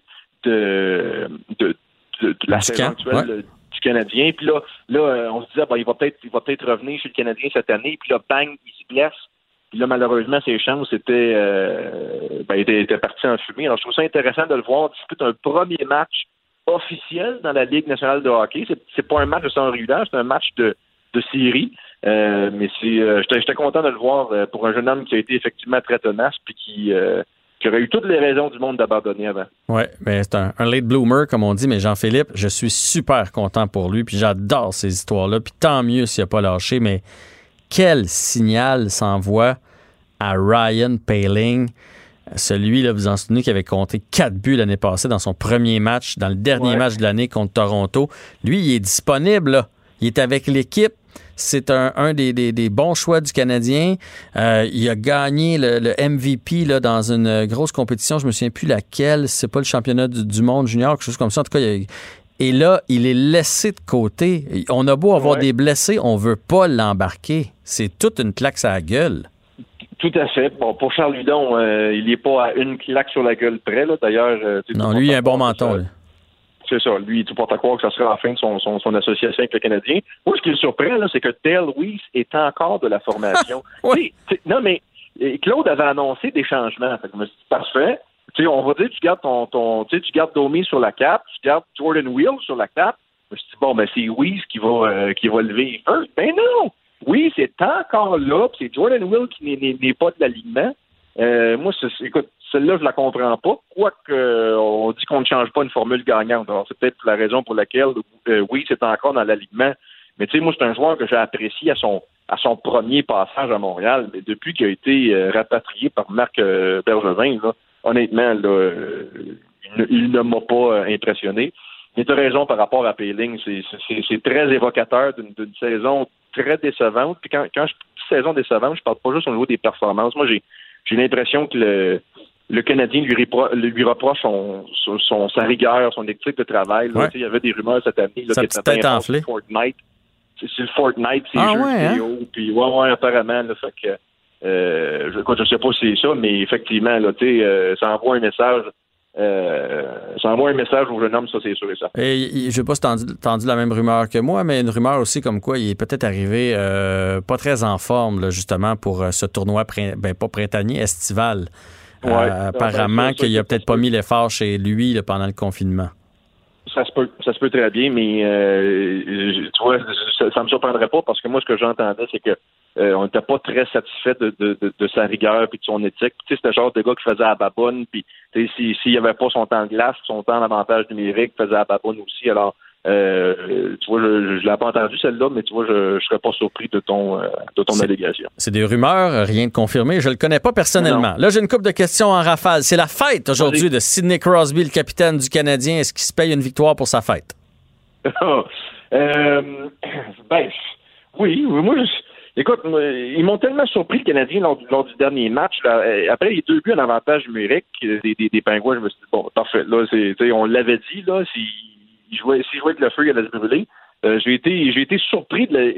de, de, de, de la saison actuelle ouais. du Canadien. Puis là, là, on se disait, ben, il va peut-être, il va peut-être revenir chez le Canadien cette année, puis là, bang, il se blesse. Puis là, malheureusement, ses chances étaient, euh, ben, étaient, étaient parties en fumée. Alors, je trouve ça intéressant de le voir disputer un premier match officiel dans la Ligue nationale de hockey. C'est, c'est pas un match de sans rudage, c'est un match de, de série. Euh, mais c'est, euh, j'étais, j'étais content de le voir euh, pour un jeune homme qui a été effectivement très tenace puis qui, euh, qui aurait eu toutes les raisons du monde d'abandonner avant. Oui, mais c'est un, un late bloomer, comme on dit, mais Jean-Philippe, je suis super content pour lui, puis j'adore ces histoires-là, puis tant mieux s'il n'a pas lâché, mais quel signal s'envoie à Ryan Poehling, celui-là, vous en souvenez, qui avait compté quatre buts l'année passée dans son premier match, dans le dernier ouais. match de l'année contre Toronto. Lui, il est disponible, là. Il est avec l'équipe. C'est un, un des, des, des bons choix du Canadien. Euh, il a gagné le, le M V P là, dans une grosse compétition. Je me souviens plus laquelle. C'est pas le championnat du, du monde junior, quelque chose comme ça. En tout cas, il a, et là, il est laissé de côté. On a beau avoir ouais. des blessés, on veut pas l'embarquer. C'est toute une claque sur la gueule. Tout à fait. Bon, pour Charles Hudon, euh, il n'est pas à une claque sur la gueule près. Là. D'ailleurs, euh, non, lui, il a un bon menton. Là. C'est ça. Lui, tout porte à croire que ça sera la fin de son, son, son association avec le Canadien. Moi, ce qui me surprend, là, c'est que Dale Weiss est encore de la formation. Oui. T'sais, non, mais Claude avait annoncé des changements. Fait que je me suis dit, parfait. T'sais, on va dire, tu gardes ton, ton tu gardes Domi sur la cape, tu gardes Jordan Will sur la cape. Je me suis dit, bon, ben, c'est Weiss qui va, euh, qui va lever un. Ben non! Weiss est encore là, pis c'est Jordan Will qui n'est, n'est, n'est pas de l'alignement. Euh, moi, c'est, écoute, celle-là, je la comprends pas. Quoique, euh, on dit qu'on ne change pas une formule gagnante. Alors, c'est peut-être la raison pour laquelle, euh, oui, c'est encore dans l'alignement. Mais tu sais, moi, c'est un joueur que j'ai apprécié à son à son premier passage à Montréal. Mais depuis qu'il a été euh, rapatrié par Marc euh, Bergevin, là, honnêtement, là, euh, il, il ne m'a pas euh, impressionné. Mais tu as raison par rapport à Poehling. C'est, c'est, c'est très évocateur d'une, d'une saison très décevante. Puis quand, quand je dis saison décevante, je parle pas juste au niveau des performances. Moi, j'ai J'ai l'impression que le, le Canadien lui, repro, lui reproche son, son, son, sa rigueur, son éthique de travail. Là. Ouais. Il y avait des rumeurs cette année. Là, sa petite tête enflée. Fortnite. C'est, c'est le Fortnite, c'est ah, le jeu ouais, vidéo. Hein? Puis, ouais, ouais, apparemment. Là, fait que, euh, je, je sais pas si c'est ça, mais effectivement, là, euh, ça envoie un message. Euh, ça envoie un message au jeune homme, ça, c'est sûr et certain. Et je sais pas si t'as entendu la même rumeur que moi, mais une rumeur aussi comme quoi il est peut-être arrivé euh, pas très en forme, là, justement, pour euh, ce tournoi, prin- ben pas printanier, estival. Ouais, euh, apparemment ben, qu'il a peut-être pas mis l'effort chez lui là, pendant le confinement. Ça se peut, ça se peut très bien, mais euh, tu vois, ça, ça me surprendrait pas parce que moi, ce que j'entendais, c'est que euh, on n'était pas très satisfait de, de, de, de sa rigueur puis de son éthique. Tu sais, c'était le genre de gars qui faisait à baboune, puis tu sais, s'il si, si avait pas son temps de glace, son temps d'avantage numérique, faisait à baboune aussi. Alors, euh, tu vois, je, je l'ai pas entendu celle-là, mais tu vois, je, je serais pas surpris de ton, euh, de ton c'est, allégation. C'est des rumeurs, rien de confirmé. Je le connais pas personnellement. Non. Là, j'ai une couple de questions en rafale. C'est la fête aujourd'hui Allez. de Sidney Crosby, le capitaine du Canadien. Est-ce qu'il se paye une victoire pour sa fête? euh, ben, oui, moi, je, écoute, ils m'ont tellement surpris, le Canadien, lors, lors du dernier match. Là, après les deux buts en avantage numérique des, des, des Pingouins, je me suis dit, bon, parfait. Là, c'est, on l'avait dit, là, si il jouait, s'il jouait avec le feu, il allait se brûler. Euh, j'ai été, j'ai été surpris de la...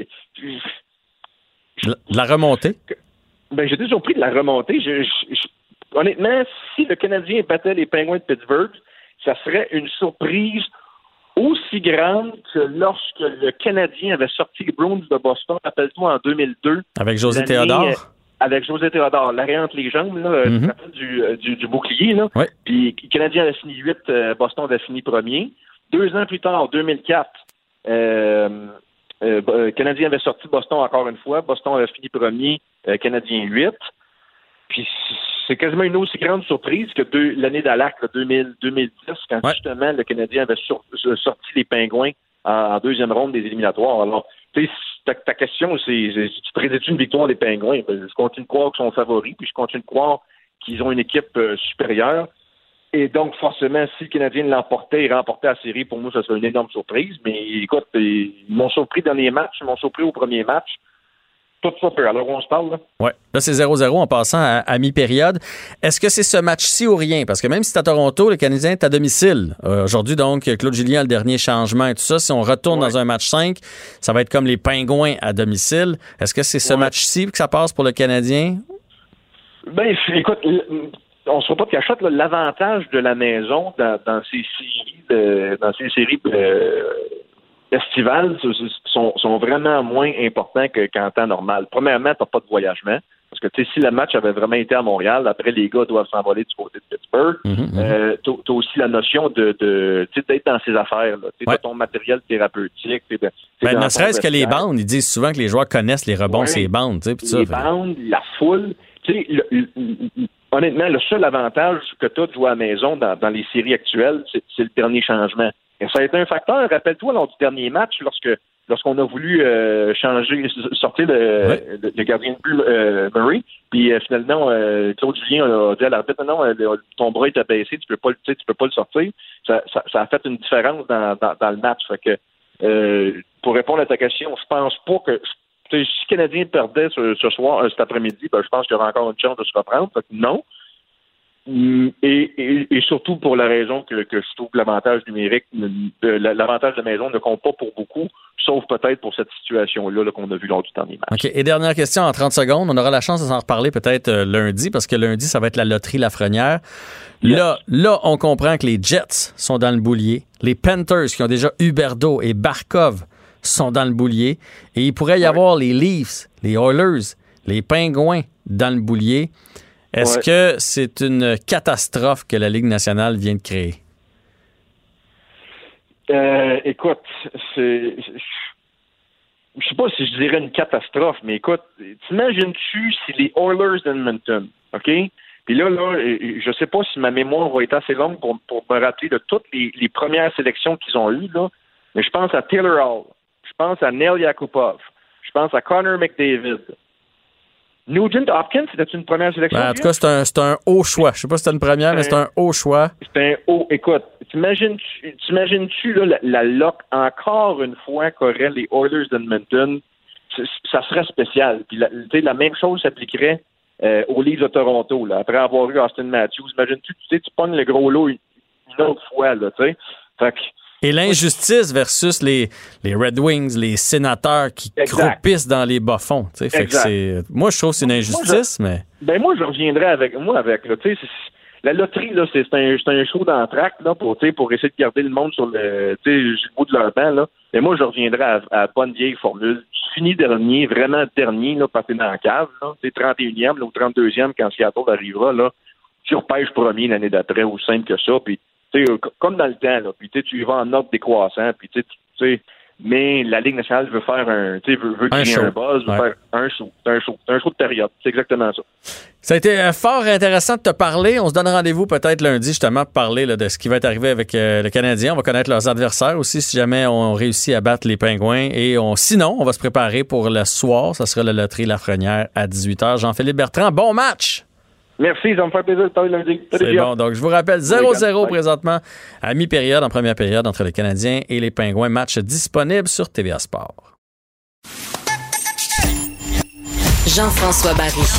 De la remontée? Ben, j'ai été surpris de la remontée. Je, je, je, honnêtement, si le Canadien battait les Penguins de Pittsburgh, ça serait une surprise aussi grande que lorsque le Canadien avait sorti les Bruins de Boston, rappelle-toi, en deux mille deux. Avec José Théodore? Avec José Théodore, l'arrêt entre les jambes, là, mm-hmm. tu te rappelles du, du, du bouclier, là. Ouais. Puis le Canadien avait fini huit, euh, Boston avait fini premier. Deux ans plus tard, deux mille quatre, euh, euh, euh, Canadien avait sorti Boston encore une fois. Boston avait fini premier, euh, Canadien huit. Puis c'est quasiment une aussi grande surprise que deux, l'année d'Alac, deux mille, deux mille dix, quand ouais. justement le Canadien avait sur, sorti les Pingouins en, en deuxième ronde des éliminatoires. Alors, tu sais, ta, ta question, c'est, c'est tu prédis-tu une victoire des Pingouins? Ben, je continue de croire qu'ils sont favoris, puis je continue de croire qu'ils ont une équipe euh, supérieure. Et donc, forcément, si le Canadien l'emportait et remportait la série, pour moi, ça serait une énorme surprise. Mais écoute, ils m'ont surpris dans les matchs, ils m'ont surpris au premier match. Tout ça peut. Alors, on se parle, là? Oui. Là, c'est zéro zéro en passant à, à mi-période. Est-ce que c'est ce match-ci ou rien? Parce que même si c'est à Toronto, le Canadien est à domicile. Euh, aujourd'hui, donc, Claude Julien a le dernier changement et tout ça. Si on retourne ouais. dans un match cinq, ça va être comme les Pingouins à domicile. Est-ce que c'est ce ouais. match-ci que ça passe pour le Canadien? Ben, écoute... On ne se fera pas de cachette, là, l'avantage de la maison dans, dans ces séries de, dans ces séries euh, estivales sont, sont vraiment moins importants que, qu'en temps normal. Premièrement, tu n'as pas de voyagement. Parce que tu sais, si le match avait vraiment été à Montréal, après les gars doivent s'envoler du côté de Pittsburgh. Mm-hmm. Euh, tu as aussi la notion de, de d'être dans ses affaires. Tu as ouais. ton matériel thérapeutique. T'es, t'es ben, ne serait-ce que les bandes, ils disent souvent que les joueurs connaissent les rebonds ouais. ces bandes. Les ça, bandes, fait. La foule. Tu sais, le, le, le, honnêtement, le seul avantage que tu as de jouer à la maison dans, dans les séries actuelles, c'est, c'est le dernier changement. Et ça a été un facteur. Rappelle-toi, lors du dernier match, lorsque lorsqu'on a voulu euh, changer, sortir le, ouais. le, le gardien de but euh, Murray, puis euh, finalement, euh, Claude Julien a dit à l'arbitre, non, non, ton bras est abaissé, tu peux pas, tu sais, tu peux pas le sortir. Ça, ça, ça a fait une différence dans, dans, dans le match. Fait que, euh, pour répondre à ta question, je pense pas que... Si le Canadien perdait ce, ce soir, euh, cet après-midi, ben, je pense qu'il y aurait encore une chance de se reprendre. Fait que non. Et, et, et surtout pour la raison que, que je trouve que l'avantage numérique, l'avantage de la maison ne compte pas pour beaucoup, sauf peut-être pour cette situation-là là, qu'on a vu lors du dernier match. OK. Et dernière question en trente secondes. On aura la chance de s'en reparler peut-être euh, lundi, parce que lundi, ça va être la loterie Lafrenière. Yes. Là, là, on comprend que les Jets sont dans le boulier. Les Panthers, qui ont déjà Huberdeau et Barkov, sont dans le boulier. Et il pourrait y ouais. avoir les Leafs, les Oilers, les Pingouins dans le boulier. Est-ce ouais. que c'est une catastrophe que la Ligue nationale vient de créer? Euh, écoute, c'est... Je sais pas si je dirais une catastrophe, mais écoute, t'imagines-tu si les Oilers d'Edmonton, OK? Puis là, là, je sais pas si ma mémoire va être assez longue pour, pour me rappeler de toutes les, les premières sélections qu'ils ont eues, là, mais je pense à Taylor Hall, je pense à Neil Yakupov, je pense à Connor McDavid. Nugent Hopkins, c'était une première sélection? Ben, en tout cas, c'est un, c'est un haut choix. Je sais pas si c'était une première, c'est mais c'est un haut choix. C'est un haut. Écoute, t'imagines-tu, t'imagines-tu là, la, la lock encore une fois qu'auraient les Oilers d'Edmonton? Ça serait spécial. Puis la, la même chose s'appliquerait euh, aux Leafs de Toronto. Là, après avoir eu Austin Matthews, imagines-tu, tu sais, tu pognes le gros lot une, une autre fois, là, tu sais. Fait que et l'injustice versus les, les Red Wings, les sénateurs qui exact. croupissent dans les bas-fonds. Fait que c'est, moi, je trouve que c'est une injustice, moi, je, mais... Ben moi, je reviendrai avec moi avec. Là, c'est, la loterie, là, c'est, c'est, un, c'est un show d'entracte là, pour, pour essayer de garder le monde sur le, le bout de leur banc. Là. Mais moi, je reviendrai à, à la bonne vieille formule. Tu finis dernier, vraiment dernier, là, parce que t'es dans la cave. Là, trente et unième là, ou trente-deuxième quand Seattle arrivera. Là, tu repêches premier l'année d'après, aussi simple que ça. Puis T'sais, comme dans le temps, là, puis tu y vas en ordre décroissant, puis tu sais, mais la Ligue nationale veut faire un, tu sais, veut, veut créer un, un buzz, veut ouais. faire un show, c'est un show, c'est un show de période, c'est exactement ça. Ça a été fort intéressant de te parler. On se donne rendez-vous peut-être lundi justement pour parler là, de ce qui va être arrivé avec euh, le Canadien. On va connaître leurs adversaires aussi si jamais on réussit à battre les Pingouins. Et on, sinon, on va se préparer pour le soir. Ça sera la loterie Lafrenière à dix-huit heures. Jean-Philippe Bertrand, bon match! Merci, ça me fait plaisir de parler lundi. C'est bon, donc je vous rappelle zéro zéro présentement à mi-période, en première période entre les Canadiens et les Pingouins. Match disponible sur T V A Sport. Jean-François Barry.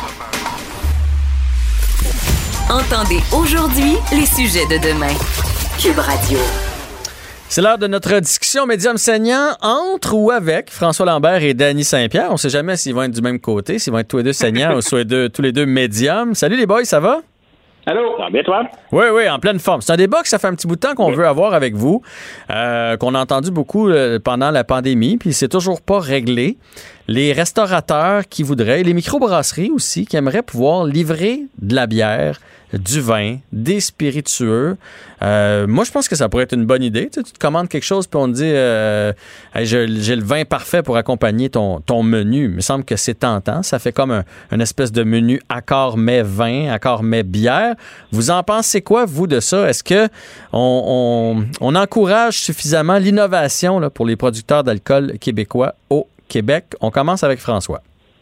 Entendez aujourd'hui les sujets de demain. Cube Radio. C'est l'heure de notre discussion médium saignant entre ou avec François Lambert et Danny Saint-Pierre. On ne sait jamais s'ils vont être du même côté, s'ils vont être tous les deux saignants ou soit deux, tous les deux médiums. Salut les boys, ça va? Allô, ça va bien toi? Oui, oui, en pleine forme. C'est un débat que ça fait un petit bout de temps qu'on oui. veut avoir avec vous, euh, qu'on a entendu beaucoup euh, pendant la pandémie, puis c'est toujours pas réglé. Les restaurateurs qui voudraient, les microbrasseries aussi, qui aimeraient pouvoir livrer de la bière, du vin, des spiritueux. Euh, moi, je pense que ça pourrait être une bonne idée. Tu sais, tu te commandes quelque chose puis on te dit euh, hey, j'ai, j'ai le vin parfait pour accompagner ton, ton menu. Il me semble que c'est tentant. Ça fait comme un, une espèce de menu accord mets vin, accord mets bière. Vous en pensez quoi, vous, de ça? Est-ce que on, on, on encourage suffisamment l'innovation là, pour les producteurs d'alcool québécois au Québec? On commence avec François.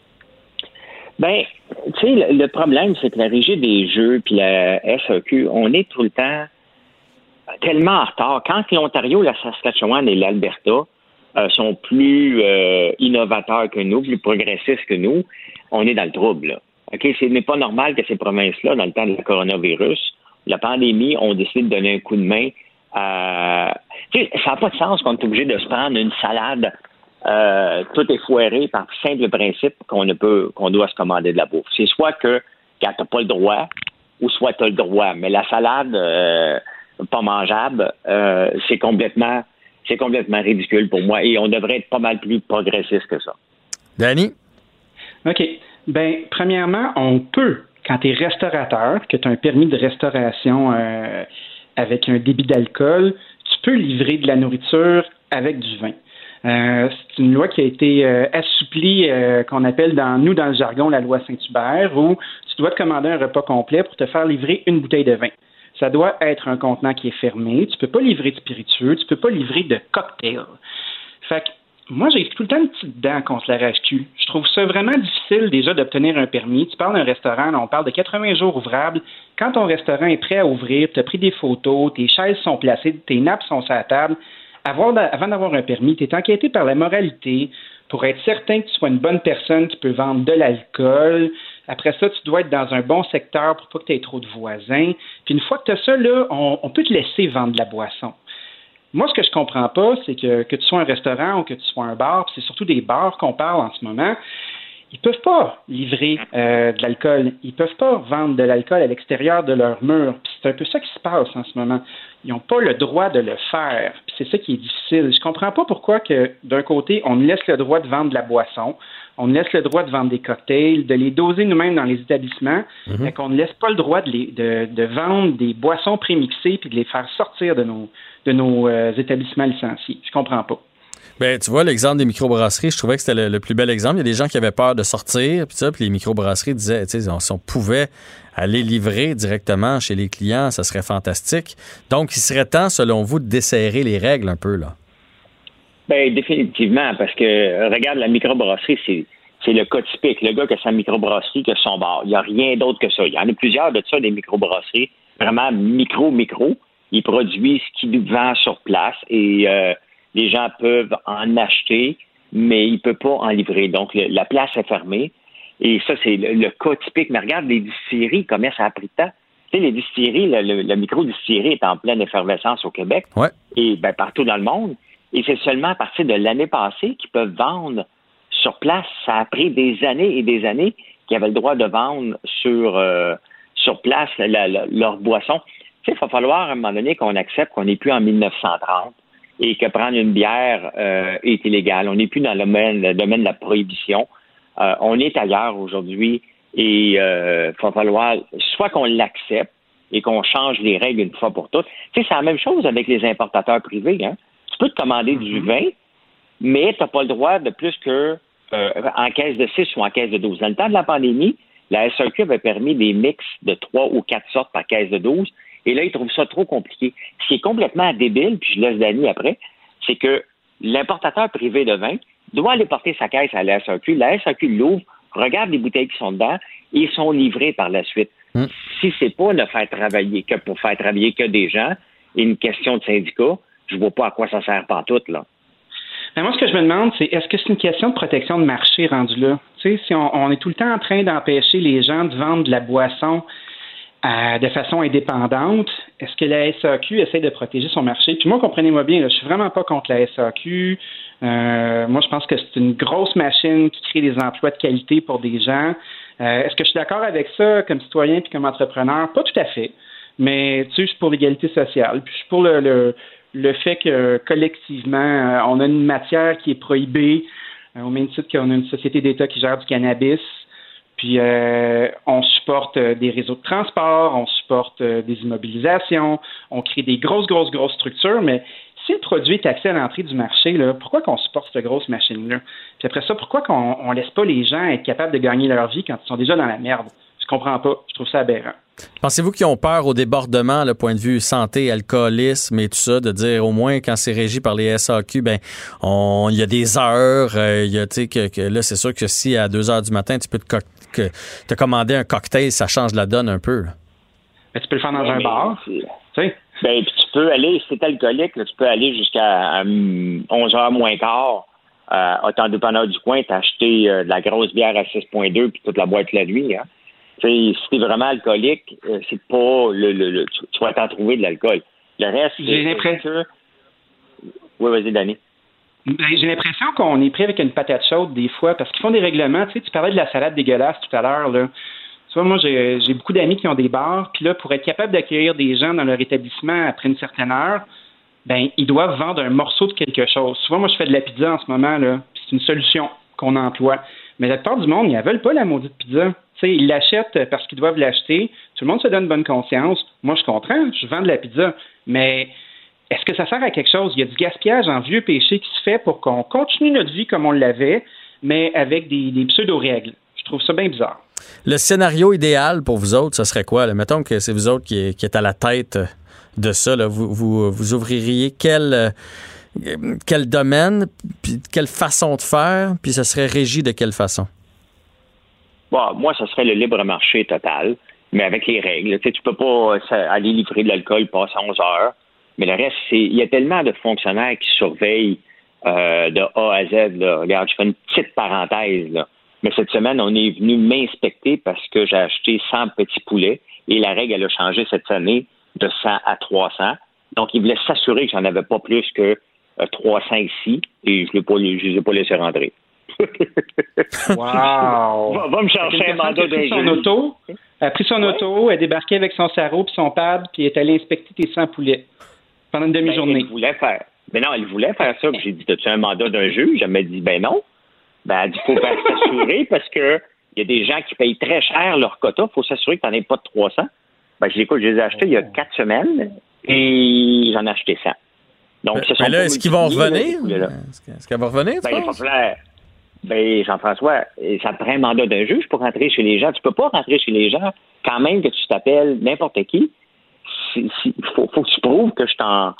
Ben, tu sais, le, le problème, c'est que la Régie des jeux puis la S A Q, on est tout le temps tellement en retard. Quand l'Ontario, la Saskatchewan et l'Alberta euh, sont plus euh, innovateurs que nous, plus progressistes que nous, on est dans le trouble, là. OK? Ce n'est pas normal que ces provinces-là, dans le temps de la coronavirus, la pandémie, ont décidé de donner un coup de main à... Tu sais, ça n'a pas de sens qu'on est obligé de se prendre une salade Euh, tout est foiré par simple principe qu'on ne peut, qu'on doit se commander de la bouffe. C'est soit que quand t'as pas le droit, ou soit t'as le droit. Mais la salade euh, pas mangeable, euh, c'est complètement, c'est complètement ridicule pour moi. Et on devrait être pas mal plus progressiste que ça. Danny? OK. Ben, premièrement, on peut, quand t'es restaurateur, que t'as un permis de restauration euh, avec un débit d'alcool, tu peux livrer de la nourriture avec du vin. Euh, c'est une loi qui a été euh, assouplie, euh, qu'on appelle dans nous, dans le jargon, la loi Saint-Hubert, où tu dois te commander un repas complet pour te faire livrer une bouteille de vin. Ça doit être un contenant qui est fermé. Tu peux pas livrer de spiritueux, tu peux pas livrer de cocktail. Fait que moi, j'ai tout le temps une petite dent contre la R H Q. Je trouve ça vraiment difficile déjà d'obtenir un permis. Tu parles d'un restaurant, là, on parle de quatre-vingts jours ouvrables. Quand ton restaurant est prêt à ouvrir, tu as pris des photos, tes chaises sont placées, tes nappes sont sur la table. Avoir, avant d'avoir un permis, tu es enquêté par la moralité pour être certain que tu sois une bonne personne qui peut vendre de l'alcool. Après ça, tu dois être dans un bon secteur pour pas que tu aies trop de voisins. Puis une fois que tu as ça, là, on, on peut te laisser vendre de la boisson. Moi, ce que je comprends pas, c'est que, que tu sois un restaurant ou que tu sois un bar, puis c'est surtout des bars qu'on parle en ce moment, ils peuvent pas livrer euh, de l'alcool. Ils peuvent pas vendre de l'alcool à l'extérieur de leur mur. Puis c'est un peu ça qui se passe en ce moment. Ils n'ont pas le droit de le faire. Puis c'est ça qui est difficile. Je comprends pas pourquoi que d'un côté, on nous laisse le droit de vendre de la boisson, on nous laisse le droit de vendre des cocktails, de les doser nous-mêmes dans les établissements, mm-hmm. mais qu'on ne laisse pas le droit de, les, de, de vendre des boissons prémixées puis de les faire sortir de nos, de nos euh, établissements licenciés. Je comprends pas. Ben, tu vois, l'exemple des microbrasseries, je trouvais que c'était le, le plus bel exemple. Il y a des gens qui avaient peur de sortir, puis ça, puis les microbrasseries disaient, tu sais, si on pouvait aller livrer directement chez les clients, ça serait fantastique. Donc, il serait temps, selon vous, de desserrer les règles un peu, là. Ben, définitivement, parce que, regarde, la microbrasserie, c'est, c'est le cas typique. Le gars qui a sa microbrasserie, qui a son bar. Il n'y a rien d'autre que ça. Il y en a plusieurs de ça, des microbrasseries, vraiment micro-micro. Il produit ce qu'il vend sur place et euh, les gens peuvent en acheter, mais il ne peut pas en livrer. Donc, le, la place est fermée. Et ça, c'est le, le cas typique. Mais regarde, les distilleries, combien ça a pris de temps. Tu sais, les distilleries, le, le, le micro-distillerie est en pleine effervescence au Québec ouais. et ben, partout dans le monde. Et c'est seulement à partir de l'année passée qu'ils peuvent vendre sur place. Ça a pris des années et des années qu'ils avaient le droit de vendre sur, euh, sur place la, la, leur boisson. Tu sais, il va falloir à un moment donné qu'on accepte qu'on n'est plus en dix-neuf cent trente et que prendre une bière euh, est illégal. On n'est plus dans le domaine, le domaine de la prohibition. Euh, on est ailleurs aujourd'hui et il euh, va falloir soit qu'on l'accepte et qu'on change les règles une fois pour toutes. Tu sais, c'est la même chose avec les importateurs privés. Hein? Tu peux te commander mm-hmm. du vin, mais tu n'as pas le droit de plus que euh, en caisse de six ou en caisse de douze. Dans le temps de la pandémie, la S A Q avait permis des mix de trois ou quatre sortes par caisse de douze. Et là, ils trouvent ça trop compliqué. Ce qui est complètement débile, puis je laisse Dany après, c'est que l'importateur privé de vin doit aller porter sa caisse à la S A Q. La S A Q l'ouvre, regarde les bouteilles qui sont dedans et ils sont livrés par la suite. Mm. Si c'est pas ne faire travailler que pour faire travailler que des gens et une question de syndicat, je vois pas à quoi ça sert pantoute, là. Mais moi, ce que je me demande, c'est est-ce que c'est une question de protection de marché rendu là? Tu sais, si on, on est tout le temps en train d'empêcher les gens de vendre de la boisson Euh, de façon indépendante, est-ce que la S A Q essaie de protéger son marché? Puis moi, comprenez-moi bien, là, je suis vraiment pas contre la S A Q. Euh, moi, je pense que c'est une grosse machine qui crée des emplois de qualité pour des gens. Euh, est-ce que je suis d'accord avec ça comme citoyen puis comme entrepreneur? Pas tout à fait. Mais tu sais, je suis pour l'égalité sociale. Puis je suis pour le, le, le fait que collectivement, euh, on a une matière qui est prohibée, euh, au même titre qu'on a une société d'État qui gère du cannabis. Puis euh, on supporte euh, des réseaux de transport, on supporte euh, des immobilisations, on crée des grosses, grosses, grosses structures, mais si le produit est accès à l'entrée du marché, là, pourquoi qu'on supporte cette grosse machine-là? Puis après ça, pourquoi qu'on on laisse pas les gens être capables de gagner leur vie quand ils sont déjà dans la merde? Je comprends pas. Je trouve ça aberrant. Pensez-vous qu'ils ont peur au débordement, le point de vue santé, alcoolisme et tout ça, de dire au moins quand c'est régi par les S A Q, ben on il y a des heures, euh, il y a tu sais que, que là c'est sûr que si à deux heures du matin tu peux te, co- que, te commander un cocktail, ça change la donne un peu. Ben, tu peux le faire dans ouais, un bar, tu sais. Ben puis tu peux aller, si t'es alcoolique, là, tu peux aller jusqu'à um, onze heures moins quart. Euh, à ton dépanneur du coin, t'as acheté euh, de la grosse bière à six virgule deux puis toute la boîte la nuit, hein. T'sais, si t'es vraiment alcoolique, euh, c'est pas le, le, le tu, tu vas t'en trouver de l'alcool. Le reste, j'ai l'impression. Que... Oui, vas-y, Dany. J'ai l'impression qu'on est pris avec une patate chaude des fois parce qu'ils font des règlements. Tu sais, tu parlais de la salade dégueulasse tout à l'heure, là. Tu vois, moi, j'ai, j'ai beaucoup d'amis qui ont des bars, puis là, pour être capable d'accueillir des gens dans leur établissement après une certaine heure, ben, ils doivent vendre un morceau de quelque chose. Souvent, moi, je fais de la pizza en ce moment, là, puis c'est une solution qu'on emploie. Mais la plupart du monde, ils ne veulent pas la maudite pizza. T'sais, ils l'achètent parce qu'ils doivent l'acheter. Tout le monde se donne bonne conscience. Moi, je comprends, je vends de la pizza. Mais est-ce que ça sert à quelque chose? Il y a du gaspillage en vieux péché qui se fait pour qu'on continue notre vie comme on l'avait, mais avec des, des pseudo-règles. Je trouve ça bien bizarre. Le scénario idéal pour vous autres, ce serait quoi? Là? Mettons que c'est vous autres qui, est, qui êtes à la tête de ça. Là. Vous, vous, vous ouvririez quel... Quel domaine, puis quelle façon de faire, puis ça serait régi de quelle façon? Bon, moi, ça serait le libre marché total, mais avec les règles. Tu sais, tu peux pas aller livrer de l'alcool passer onze heures, mais le reste, c'est il y a tellement de fonctionnaires qui surveillent euh, de A à Z. Là. Regarde, je fais une petite parenthèse. Là. Mais cette semaine, on est venu m'inspecter parce que j'ai acheté cent petits poulets et la règle, elle a changé cette année de cent à trois cents. Donc, ils voulaient s'assurer que j'en avais pas plus que euh, trois cents ici et je ne les ai pas laissés rentrer. Wow! va, va me chercher un mandat d'un juge. Auto, elle a pris son ouais. auto, elle est débarquée avec son sarrau puis son pad puis elle est allée inspecter tes cent poulets pendant une demi-journée. Ben, elle voulait faire. Mais non, elle voulait faire ça. Puis j'ai dit, as-tu un mandat d'un juge? Elle m'a dit, ben non. Ben, elle dit, il faut bien s'assurer parce que il y a des gens qui payent très cher leur quota. Il faut s'assurer que tu n'en aies pas de trois cents. Ben, je, écoute, je les ai achetés il y a quatre semaines et j'en ai acheté cent. Donc, ben, ce sont là, est-ce qu'ils vont revenir? Là, est-ce qu'elle va revenir? Ben, il va falloir. Ben, Jean-François, ça te prend un mandat d'un juge pour rentrer chez les gens. Tu peux pas rentrer chez les gens quand même que tu t'appelles n'importe qui. Il faut, faut que tu prouves que je t'en.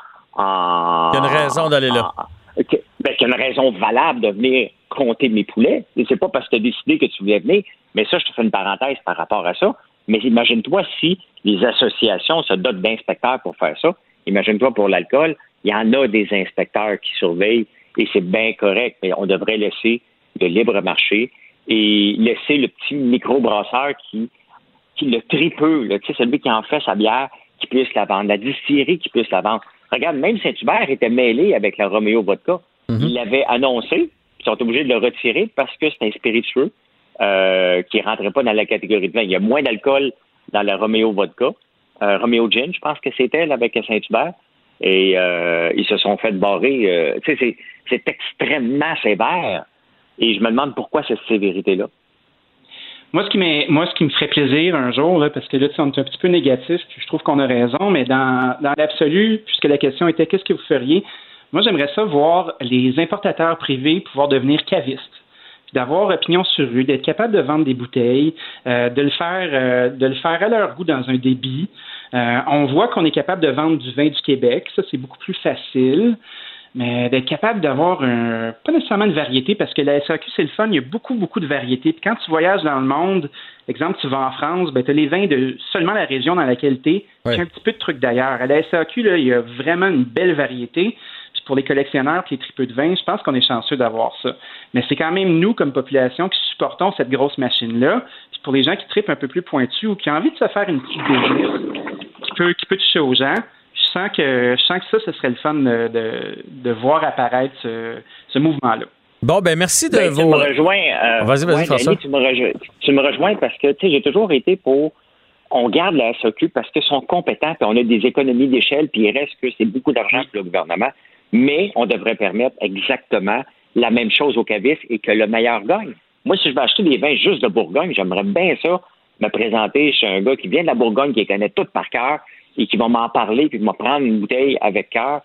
En, il y a une raison d'aller là. En, que, ben, qu'il y a une raison valable de venir compter mes poulets. Et c'est pas parce que tu as décidé que tu voulais venir. Mais ça, je te fais une parenthèse par rapport à ça. Mais imagine-toi si les associations se dotent d'inspecteurs pour faire ça. Imagine-toi pour l'alcool, il y en a des inspecteurs qui surveillent et c'est bien correct. Mais on devrait laisser de libre marché et laisser le petit microbrasseur qui, qui le tripeux, là, tu sais, celui qui en fait sa bière, qui puisse la vendre, la distillerie qui puisse la vendre. Regarde, même Saint-Hubert était mêlé avec la Romeo Vodka. Mm-hmm. Ils l'avaient annoncé, ils sont obligés de le retirer parce que c'est un spiritueux euh, qui ne rentrait pas dans la catégorie de vin. Il y a moins d'alcool dans la Romeo Vodka. Euh, Romeo Gin, je pense que c'était là, avec Saint-Hubert. Et euh, ils se sont fait barrer. Euh, tu sais, c'est, c'est extrêmement sévère. Et je me demande pourquoi cette sévérité-là. Moi, ce qui m'est, moi, ce qui me ferait plaisir un jour, là, parce que là, on est un petit peu négatif, puis je trouve qu'on a raison, mais dans, dans l'absolu, puisque la question était qu'est-ce que vous feriez, moi, j'aimerais ça voir les importateurs privés pouvoir devenir cavistes, puis d'avoir opinion sur eux, d'être capable de vendre des bouteilles, euh, de le faire, euh, de le faire à leur goût dans un débit. Euh, on voit qu'on est capable de vendre du vin du Québec, ça, c'est beaucoup plus facile. Mais d'être capable d'avoir un, pas nécessairement une variété, parce que la S A Q, c'est le fun, il y a beaucoup, beaucoup de variétés. Puis quand tu voyages dans le monde, exemple, tu vas en France, ben tu as les vins de seulement la région dans laquelle tu es, puis un petit peu de trucs d'ailleurs. À la S A Q, là, il y a vraiment une belle variété. Puis pour les collectionneurs et les tripeux de vin, je pense qu'on est chanceux d'avoir ça. Mais c'est quand même nous, comme population, qui supportons cette grosse machine-là. Puis pour les gens qui tripent un peu plus pointus ou qui ont envie de se faire une petite business qui peut, qui peut toucher aux gens, Je sens que je sens que ça, ce serait le fun de, de, de voir apparaître ce, ce mouvement-là. Bon, ben merci de ben, vos... Tu me rejoins. Euh, vas-y, vas-y, ouais, François. Danny, tu, me rejoins, tu me rejoins parce que, tu sais, j'ai toujours été pour... On garde la S A Q parce qu'ils sont compétents, puis on a des économies d'échelle, puis il reste que c'est beaucoup d'argent pour le gouvernement. Mais on devrait permettre exactement la même chose aux cavistes et que le meilleur gagne. Moi, si je vais acheter des vins juste de Bourgogne, j'aimerais bien ça, me présenter chez un gars qui vient de la Bourgogne, qui connaît tout par cœur, et qui va m'en parler, puis va me prendre une bouteille avec cœur.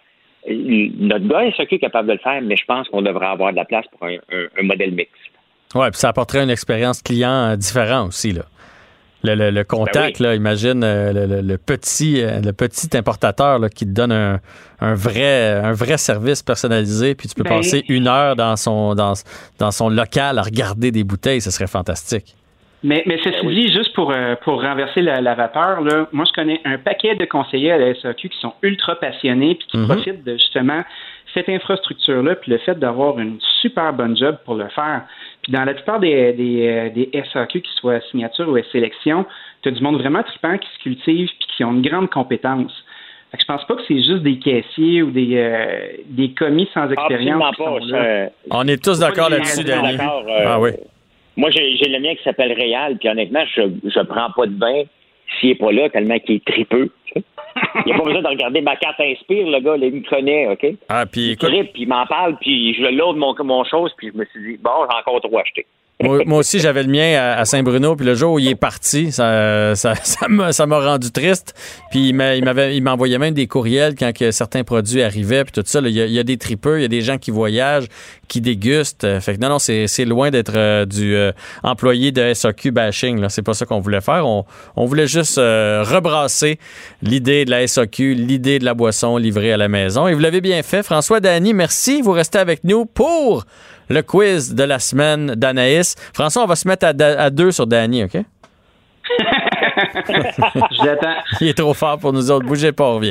Notre gars est est capable de le faire, mais je pense qu'on devrait avoir de la place pour un, un, un modèle mixte. Oui, puis ça apporterait une expérience client différente aussi, là. Le, le, le contact, ben oui. là, imagine euh, le, le, le, petit, euh, le petit importateur là, qui te donne un, un, vrai, un vrai service personnalisé, puis tu peux ben passer une heure dans son, dans, dans son local à regarder des bouteilles, ce serait fantastique. Mais, mais ceci dit, oui. juste pour, euh, pour renverser la, la vapeur, là, moi, je connais un paquet de conseillers à la S A Q qui sont ultra passionnés puis qui mm-hmm. profitent de, justement, cette infrastructure-là puis le fait d'avoir une super bonne job pour le faire. Puis dans la plupart des, des, des S A Q, qui soient signature ou sélection, tu as du monde vraiment trippant qui se cultive puis qui ont une grande compétence. Fait que je pense pas que c'est juste des caissiers ou des, euh, des commis sans expérience. Absolument pas. Ça... On est tous d'accord là-dessus, Danny. Euh... Ah oui. Moi, j'ai, j'ai le mien qui s'appelle Réal, puis honnêtement, je je prends pas de vin s'il n'est pas là, tellement qu'il est tripeux. Il n'y a pas besoin de regarder ma carte Inspire, le gars, il me connaît, OK? Ah, puis écoute... Il tripe, puis il m'en parle, puis je le load mon, mon chose, puis je me suis dit, bon, j'ai encore trop acheté. moi, moi aussi, j'avais le mien à, à Saint-Bruno, puis le jour où il est parti, ça, ça, ça, m'a, ça m'a rendu triste. Puis il, m'a, il, m'avait, il m'envoyait même des courriels quand que certains produits arrivaient, puis tout ça. Là, il, y a, il y a des tripeux, il y a des gens qui voyagent, qui dégustent. Fait que non, non, c'est, c'est loin d'être euh, du euh, employé de S A Q bashing. Là. C'est pas ça qu'on voulait faire. On, on voulait juste euh, rebrasser l'idée de la S A Q, l'idée de la boisson livrée à la maison. Et vous l'avez bien fait. François, Danny, merci. Vous restez avec nous pour... le quiz de la semaine d'Anaïs. François, on va se mettre à, à deux sur Danny, OK? Je l'attends. Il est trop fort pour nous autres. Bougez pas, on revient.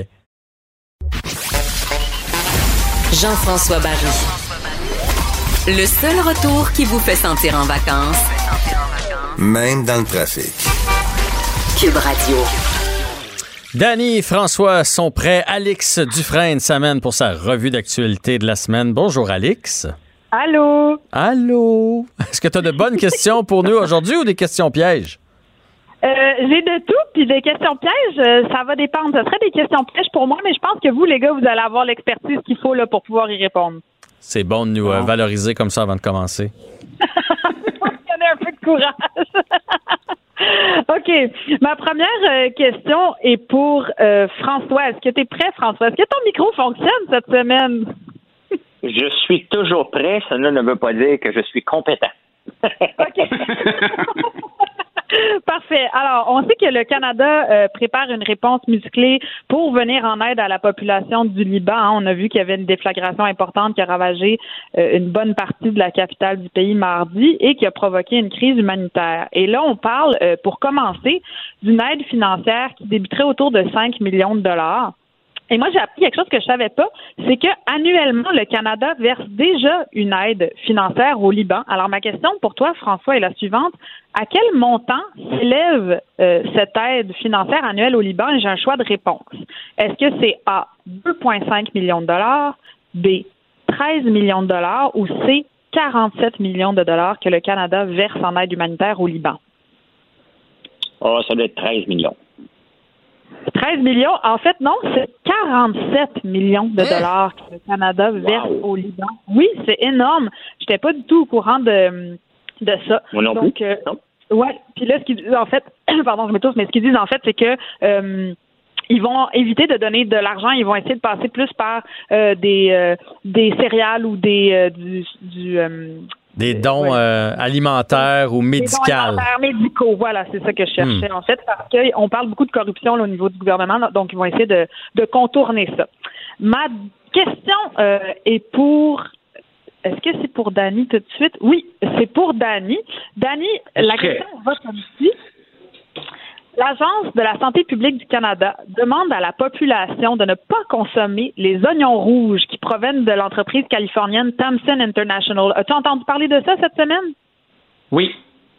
Jean-François Barry. Le seul retour qui vous fait sentir en vacances, Même dans le trafic. Cube Radio. Dany et François sont prêts. Alix Dufresne s'amène pour sa revue d'actualité de la semaine. Bonjour, Alix. Allô? Allô? Est-ce que tu as de bonnes questions pour nous aujourd'hui ou des questions pièges? Euh, j'ai de tout, puis des questions pièges, euh, ça va dépendre. Ce serait des questions pièges pour moi, mais je pense que vous, les gars, vous allez avoir l'expertise qu'il faut là, pour pouvoir y répondre. C'est bon de nous euh, valoriser comme ça avant de commencer. Donner un peu de courage. OK. Ma première euh, question est pour euh, François. Est-ce que tu es prêt, François? Est-ce que ton micro fonctionne cette semaine? Je suis toujours prêt. Cela ne veut pas dire que je suis compétent. OK. Parfait. Alors, on sait que le Canada euh, prépare une réponse musclée pour venir en aide à la population du Liban. Hein. On a vu qu'il y avait une déflagration importante qui a ravagé euh, une bonne partie de la capitale du pays mardi et qui a provoqué une crise humanitaire. Et là, on parle, euh, pour commencer, d'une aide financière qui débuterait autour de cinq millions de dollars. Et moi, j'ai appris quelque chose que je savais pas, c'est que annuellement, le Canada verse déjà une aide financière au Liban. Alors, ma question pour toi, François, est la suivante. À quel montant s'élève euh, cette aide financière annuelle au Liban? Et j'ai un choix de réponse. Est-ce que c'est A, deux virgule cinq millions de dollars, B, treize millions de dollars ou C, quarante-sept millions de dollars que le Canada verse en aide humanitaire au Liban? Oh, ça doit être treize millions. treize millions. En fait, non, c'est quarante-sept millions de dollars que le Canada verse wow. au Liban. Oui, c'est énorme. J'étais pas du tout au courant de, de ça. Moi non Donc, plus. Euh, ouais. Puis là, ce qu'ils disent, en fait, pardon, je me tousse, mais ce qu'ils disent, en fait, c'est que euh, ils vont éviter de donner de l'argent. Ils vont essayer de passer plus par euh, des euh, des céréales ou des euh, du, du euh, Des dons ouais. euh, alimentaires ou médicaux. Des dons alimentaires médicaux, voilà, c'est ça que je cherchais, hmm. en fait, parce qu'on parle beaucoup de corruption là, au niveau du gouvernement, donc ils vont essayer de, de contourner ça. Ma question euh, est pour... Est-ce que c'est pour Dany tout de suite? Oui, c'est pour Dany. Dany, la question va comme suit. L'Agence de la santé publique du Canada demande à la population de ne pas consommer les oignons rouges qui proviennent de l'entreprise californienne Thompson International. As-tu entendu parler de ça cette semaine? Oui.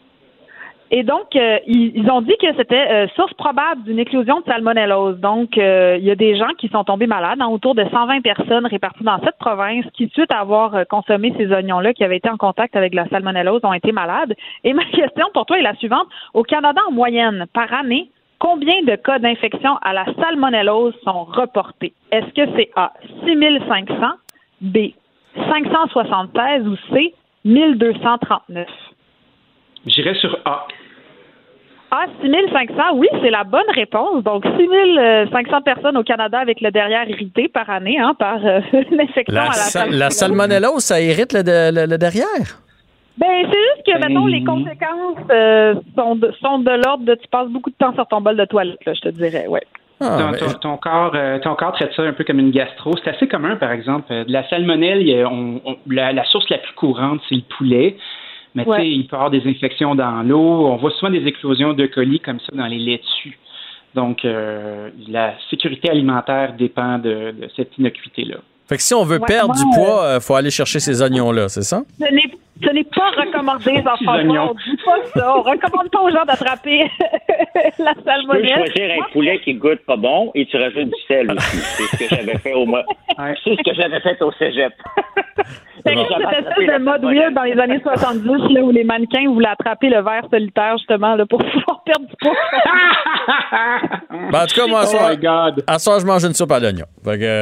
Et donc, euh, ils, ils ont dit que c'était euh, source probable d'une éclosion de salmonellose. Donc, euh, il y a des gens qui sont tombés malades, hein, autour de cent vingt personnes réparties dans cette province qui, suite à avoir euh, consommé ces oignons-là, qui avaient été en contact avec la salmonellose, ont été malades. Et ma question pour toi est la suivante. Au Canada, en moyenne, par année, combien de cas d'infection à la salmonellose sont reportés? Est-ce que c'est A, six mille cinq cents, B, cinq cent soixante-seize ou C, mille deux cent trente-neuf? J'irais sur A. Ah, six mille cinq cents, oui, c'est la bonne réponse. Donc, six mille cinq cents personnes au Canada avec le derrière irrité par année, hein, par euh, une infection la à la sa- salmonellose. La salmonellose, ça irrite le, le, le derrière? Ben, c'est juste que, mettons, les conséquences euh, sont, de, sont de l'ordre de tu passes beaucoup de temps sur ton bol de toilette, là, je te dirais, ouais. Ah, ton, ton, ton, corps, euh, ton corps traite ça un peu comme une gastro. C'est assez commun, par exemple. De la salmonelle, il y a, on, on, la, la source la plus courante, c'est le poulet. Mais ouais. tu sais, il peut y avoir des infections dans l'eau. On voit souvent des éclosions de colis comme ça dans les laitues. Donc, euh, la sécurité alimentaire dépend de, de cette innocuité-là. Fait que si on veut ouais, perdre moi, du poids, il euh, faut aller chercher ces oignons-là, c'est ça? Ce n'est, ce n'est pas recommandé, enfants. On ne dit pas ça. On ne recommande pas aux gens d'attraper la salmonelle. Tu peux choisir un poulet qui goûte pas bon et tu rajoutes du sel aussi. C'est ce que j'avais fait au mois. C'est ce que j'avais fait au cégep. C'est bon. Cette espèce de mode weird dans les années soixante-dix là, où les mannequins voulaient attraper le ver solitaire justement là, pour pouvoir perdre du poids. Ben, en tout cas, moi, à soir, oh à soir, je mange une soupe à l'oignon. Fait que...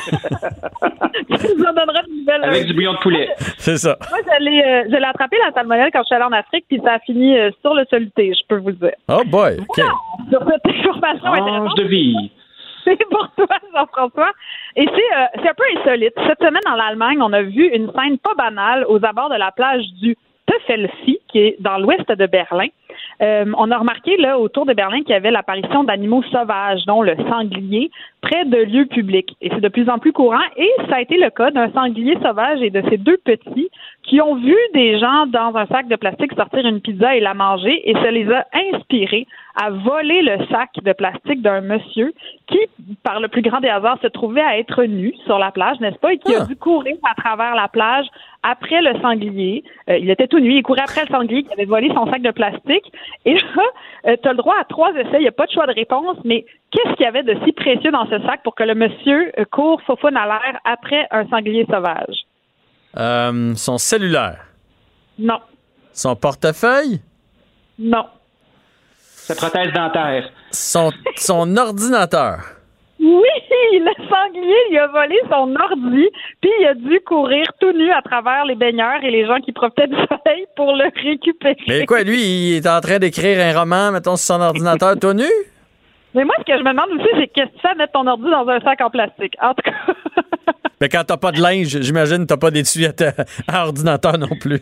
Tu nous en donneras de nouvelles. Avec du bouillon de poulet. C'est ça. Moi, je l'ai, euh, je l'ai attrapé la salmonelle quand je suis allée en Afrique, puis ça a fini euh, sur le soluté, je peux vous le dire. Oh boy! OK. Voilà, sur cette information intéressante. de vie. C'est pour toi, Jean-François. Et c'est, euh, c'est un peu insolite. Cette semaine, en Allemagne, on a vu une scène pas banale aux abords de la plage du Teufelsee, qui est dans l'ouest de Berlin. Euh, on a remarqué là autour de Berlin qu'il y avait l'apparition d'animaux sauvages, dont le sanglier, près de lieux publics. Et c'est de plus en plus courant. Et ça a été le cas d'un sanglier sauvage et de ses deux petits qui ont vu des gens dans un sac de plastique sortir une pizza et la manger, et ça les a inspirés à voler le sac de plastique d'un monsieur qui, par le plus grand des hasards, se trouvait à être nu sur la plage, n'est-ce pas, et qui ah. a dû courir à travers la plage après le sanglier. Euh, il était tout nu, il courait après le sanglier qui avait volé son sac de plastique. Et là, euh, tu as le droit à trois essais, il n'y a pas de choix de réponse, mais qu'est-ce qu'il y avait de si précieux dans ce sac pour que le monsieur euh, court faufoune à l'air après un sanglier sauvage? Euh, son cellulaire? Non. Son portefeuille? Non. Sa prothèse dentaire? Son, son ordinateur? Oui, le sanglier, il a volé son ordi, puis il a dû courir tout nu à travers les baigneurs et les gens qui profitaient du soleil pour le récupérer. Mais quoi, lui, il est en train d'écrire un roman, mettons, sur son ordinateur tout nu? Mais moi, ce que je me demande aussi, c'est qu'est-ce que tu fais à mettre ton ordi dans un sac en plastique? En tout cas... Mais quand t'as pas de linge, j'imagine que t'as pas d'étui à, ta, à ordinateur non plus.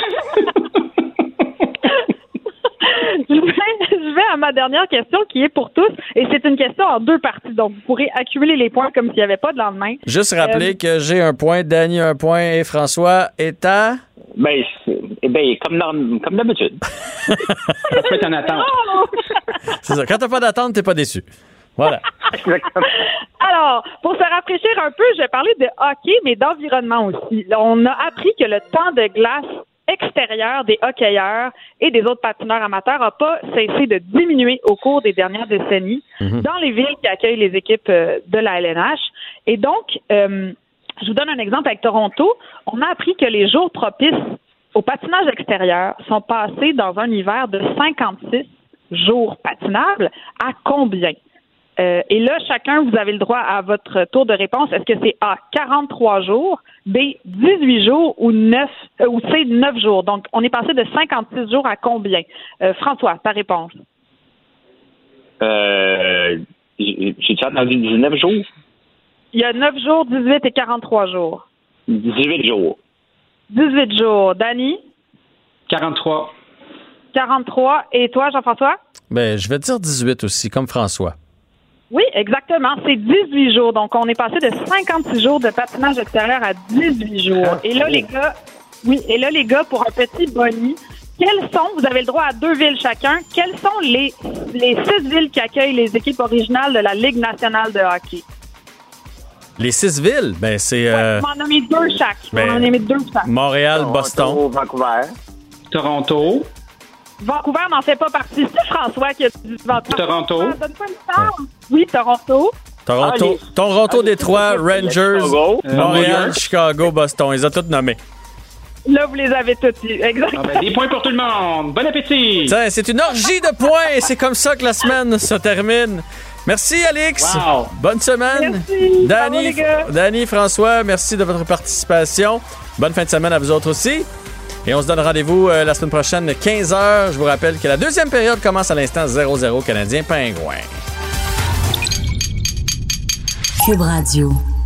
je, vais, je vais à ma dernière question qui est pour tous, et c'est une question en deux parties, donc vous pourrez accumuler les points comme s'il n'y avait pas de lendemain. Juste rappeler euh, que j'ai un point, Dany un point et François est à... Ben, ben comme, dans, comme d'habitude. Ça peut être en attente. C'est ça, quand t'as pas d'attente, t'es pas déçu. Voilà. Alors, pour se rafraîchir un peu, je vais parler de hockey, mais d'environnement aussi. On a appris que le temps de glace extérieur des hockeyeurs et des autres patineurs amateurs n'a pas cessé de diminuer au cours des dernières décennies mm-hmm. dans les villes qui accueillent les équipes de la L N H. Et donc, euh, je vous donne un exemple avec Toronto. On a appris que les jours propices au patinage extérieur sont passés dans un hiver de cinquante-six jours patinables à combien? Euh, et là, chacun, vous avez le droit à votre tour de réponse. Est-ce que c'est A, quarante-trois jours, B, dix-huit jours ou neuf, euh, ou C, neuf jours? Donc, on est passé de cinquante-six jours à combien? Euh, François, ta réponse? Euh, j'ai-tu entendu dix-neuf jours? Il y a neuf jours, dix-huit et quarante-trois jours. dix-huit jours. dix-huit jours. Dany? quarante-trois. quarante-trois. Et toi, Jean-François? Ben, je vais dire dix-huit aussi, comme François. Oui, exactement. C'est dix-huit jours. Donc, on est passé de cinquante-six jours de patinage extérieur à dix-huit jours. Et là, les gars, oui, et là, les gars, pour un petit boni, quelles sont, vous avez le droit à deux villes chacun, quelles sont les, les six villes qui accueillent les équipes originales de la Ligue nationale de hockey? Les six villes? Ben, c'est... Ouais, euh... on en a mis deux chaque. Ben, on en a mis deux chaque. Montréal, Toronto, Boston. Vancouver. Toronto. Vancouver n'en fait pas partie. C'est François qui a dit Vancouver. Toronto. Ah, donne-moi une chance. Oui, Toronto. Toronto, ah, les... Toronto, ah, Détroit, Rangers, Chicago. Montréal, Chicago, Boston. Ils ont tous nommés. Là, vous les avez tous eus. Exactement. Ah ben, des points pour tout le monde. Bon appétit. Tiens, c'est une orgie de points et c'est comme ça que la semaine se termine. Merci, Alix. Wow. Bonne semaine. Merci. Dany, Bravo, Dany, François, merci de votre participation. Bonne fin de semaine à vous autres aussi. Et on se donne rendez-vous euh, la semaine prochaine, quinze heures. Je vous rappelle que la deuxième période commence à l'instant zéro zéro Canadien Pingouin. Cube Radio.